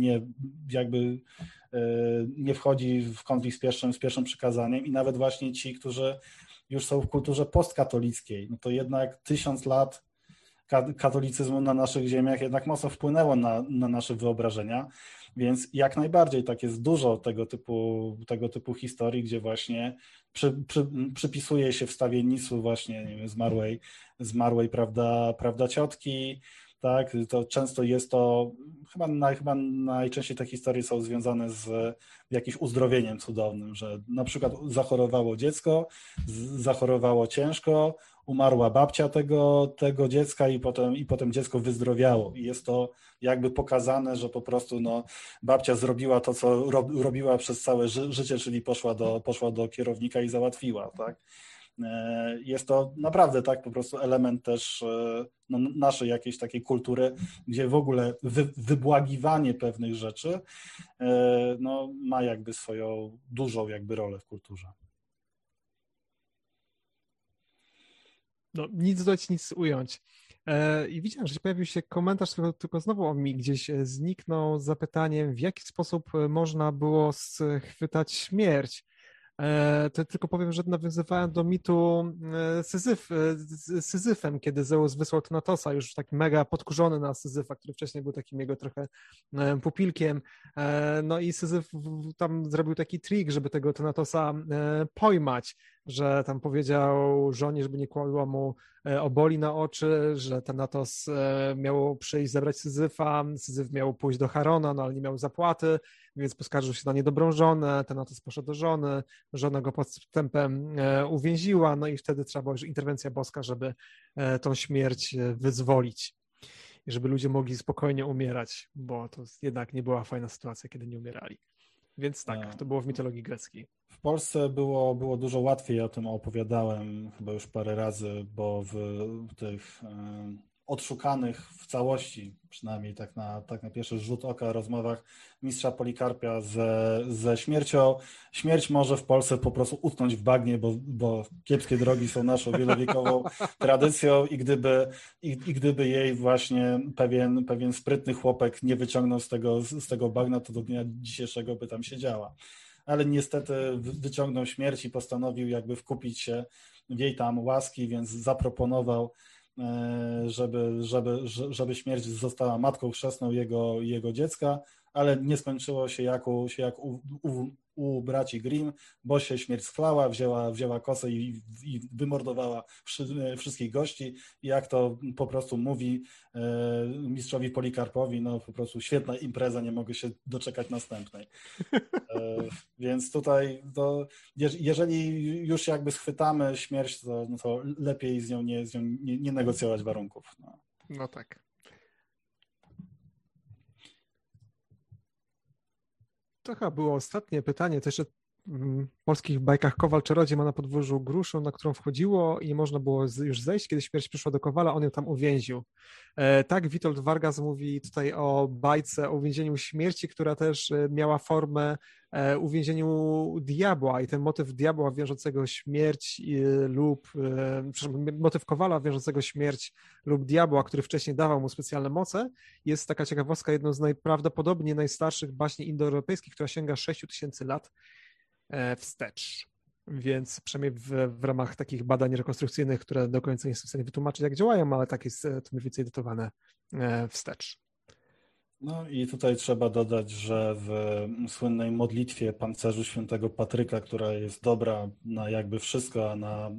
nie wchodzi w konflikt z pierwszym przykazaniem i nawet właśnie ci, którzy już są w kulturze postkatolickiej, no to jednak 1000 lat katolicyzmu na naszych ziemiach jednak mocno wpłynęło na nasze wyobrażenia, więc jak najbardziej tak jest dużo tego typu historii, gdzie właśnie przypisuje się wstawiennictwu właśnie nie wiem, zmarłej prawda ciotki, tak, to często jest to, chyba najczęściej te historie są związane z jakimś uzdrowieniem cudownym, że na przykład zachorowało dziecko, zachorowało ciężko, umarła babcia tego dziecka i potem dziecko wyzdrowiało. I jest to jakby pokazane, że po prostu babcia zrobiła to, co robiła przez całe życie, czyli poszła do kierownika i załatwiła, tak? Jest to naprawdę tak po prostu element też naszej jakiejś takiej kultury, gdzie w ogóle wybłagiwanie pewnych rzeczy ma jakby swoją dużą jakby rolę w kulturze. No, nic dodać, nic ująć. I widziałem, że pojawił się komentarz, tylko znowu on mi gdzieś zniknął z zapytaniem, w jaki sposób można było schwytać śmierć. To tylko powiem, że nawiązywałem do mitu Syzyfem, kiedy Zeus wysłał Thanatosa, już taki mega podkurzony na Syzyfa, który wcześniej był takim jego trochę pupilkiem. No i Syzyf tam zrobił taki trik, żeby tego Thanatosa pojmać, że tam powiedział żonie, żeby nie kładła mu oboli na oczy, że Thanatos miał przyjść zabrać Syzyfa, Syzyf miał pójść do Charona, no ale nie miał zapłaty, więc poskarżył się na niedobrą żonę, Thanatos poszedł do żony, żona go podstępem uwięziła, no i wtedy trzeba była już interwencja boska, żeby tą śmierć wyzwolić i żeby ludzie mogli spokojnie umierać, bo to jednak nie była fajna sytuacja, kiedy nie umierali. Więc tak, to było w mitologii greckiej. W Polsce było dużo łatwiej, o tym opowiadałem chyba już parę razy, bo w tych odszukanych w całości, przynajmniej tak na pierwszy rzut oka rozmowach mistrza Polikarpia ze śmiercią. Śmierć może w Polsce po prostu utknąć w bagnie, bo kiepskie drogi są naszą wielowiekową tradycją i gdyby jej właśnie pewien sprytny chłopek nie wyciągnął z tego bagna, to do dnia dzisiejszego by tam siedziała. Ale niestety wyciągnął śmierć i postanowił jakby wkupić się w jej tam łaski, więc zaproponował, żeby śmierć została matką chrzestną jego dziecka, ale nie skończyło się jak u braci Grimm, bo się śmierć schlała, wzięła kosę i wymordowała wszystkich gości. I jak to po prostu mówi mistrzowi Polikarpowi, no po prostu świetna impreza, nie mogę się doczekać następnej. Więc tutaj jeżeli już jakby schwytamy śmierć, to lepiej z nią nie negocjować warunków. No tak. To chyba było ostatnie pytanie. To jeszcze w polskich bajkach Kowal Czarodziej ma na podwórzu gruszę, na którą wchodziło i nie można było już zejść. Kiedy śmierć przyszła do Kowala, on ją tam uwięził. Tak, Witold Vargas mówi tutaj o bajce, o uwięzieniu śmierci, która też miała formę uwięzieniu diabła i ten motyw diabła wiążącego śmierć motyw Kowala wiążącego śmierć lub diabła, który wcześniej dawał mu specjalne moce, jest taka ciekawostka, jedną z najprawdopodobniej najstarszych baśni indoeuropejskich, która sięga 6000 lat wstecz. Więc przynajmniej w ramach takich badań rekonstrukcyjnych, które do końca nie jestem w stanie wytłumaczyć, jak działają, ale tak jest to mniej więcej datowane wstecz. No i tutaj trzeba dodać, że w słynnej modlitwie Pancerzu Świętego Patryka, która jest dobra na jakby wszystko,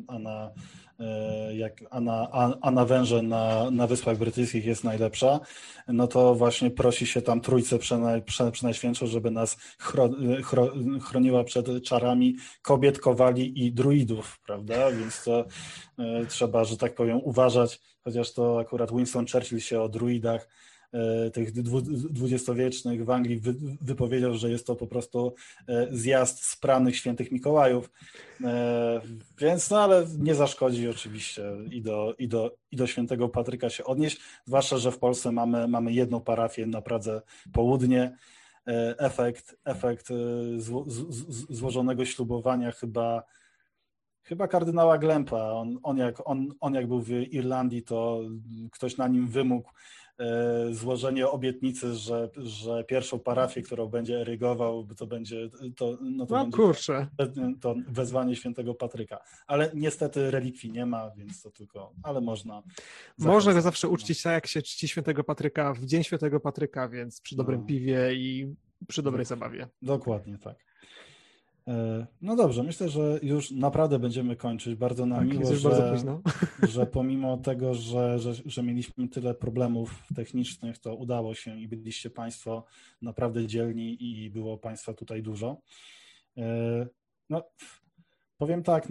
a na węże na Wyspach Brytyjskich jest najlepsza, no to właśnie prosi się tam Trójcę Przenajświętszą, żeby nas chroniła przed czarami kobiet, kowali i druidów, prawda? Więc to trzeba, że tak powiem, uważać, chociaż to akurat Winston Churchill się o druidach tych dwudziestowiecznych w Anglii wypowiedział, że jest to po prostu zjazd spranych świętych Mikołajów, więc no ale nie zaszkodzi oczywiście i do świętego Patryka się odnieść, zwłaszcza, że w Polsce mamy jedną parafię na Pradze Południe. Efekt złożonego ślubowania chyba kardynała Glempa. On jak był w Irlandii, to ktoś na nim wymógł złożenie obietnicy, że pierwszą parafię, którą będzie erygował, to będzie kurczę. To wezwanie świętego Patryka. Ale niestety relikwii nie ma, więc to tylko, ale można. Można go zawsze uczcić tak, jak się czci świętego Patryka w Dzień Świętego Patryka, więc przy dobrym piwie i przy dobrej zabawie. Dokładnie tak. No dobrze, myślę, że już naprawdę będziemy kończyć. Bardzo nam miło, bardzo późno. że pomimo tego, że mieliśmy tyle problemów technicznych, to udało się i byliście Państwo naprawdę dzielni i było Państwa tutaj dużo. No, powiem tak,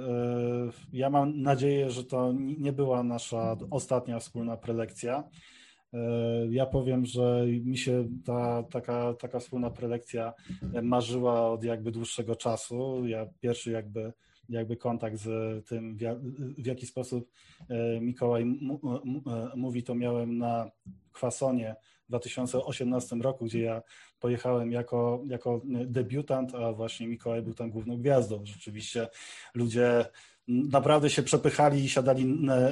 ja mam nadzieję, że to nie była nasza ostatnia wspólna prelekcja. Ja powiem, że mi się taka wspólna prelekcja marzyła od jakby dłuższego czasu. Ja pierwszy jakby kontakt z tym, w jaki sposób Mikołaj mówi, to miałem na Kwasonie w 2018 roku, gdzie ja pojechałem jako debiutant, a właśnie Mikołaj był tam główną gwiazdą. Rzeczywiście ludzie naprawdę się przepychali i siadali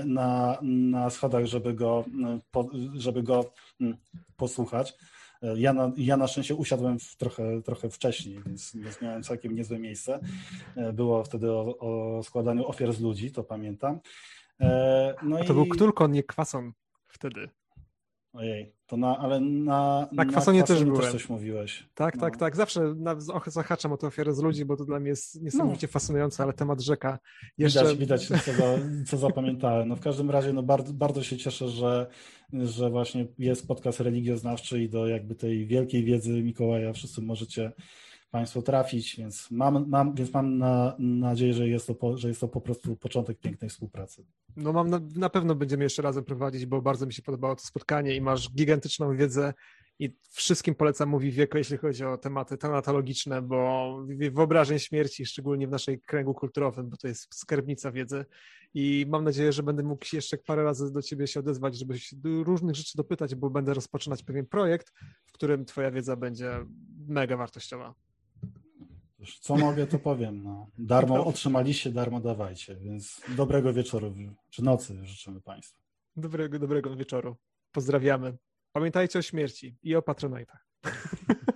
na schodach, żeby go posłuchać. Ja na szczęście usiadłem trochę wcześniej, więc miałem całkiem niezłe miejsce. Było wtedy o składaniu ofiar z ludzi, to pamiętam. To był Ktulkon, nie Kwason wtedy. Ojej, ale na Kwasonie też byłem. Też coś mówiłeś. Tak. Zawsze zahaczam o tę ofiarę z ludzi, bo to dla mnie jest niesamowicie fascynujące, ale temat rzeka. Widać co zapamiętałem. No w każdym razie bardzo, bardzo się cieszę, że właśnie jest podcast religioznawczy i do jakby tej wielkiej wiedzy Mikołaja wszyscy możecie Państwo trafić, więc mam nadzieję, że jest to po prostu początek pięknej współpracy. No na pewno będziemy jeszcze razem prowadzić, bo bardzo mi się podobało to spotkanie i masz gigantyczną wiedzę i wszystkim polecam Mówi Wieko, jeśli chodzi o tematy tanatologiczne, bo wyobrażeń śmierci, szczególnie w naszej kręgu kulturowym, bo to jest skarbnica wiedzy i mam nadzieję, że będę mógł jeszcze parę razy do Ciebie się odezwać, żeby się różnych rzeczy dopytać, bo będę rozpoczynać pewien projekt, w którym Twoja wiedza będzie mega wartościowa. Co mogę, to powiem. Darmo otrzymaliście, darmo dawajcie, więc dobrego wieczoru czy nocy życzymy Państwu. Dobrego wieczoru. Pozdrawiamy. Pamiętajcie o śmierci i o patronajtach.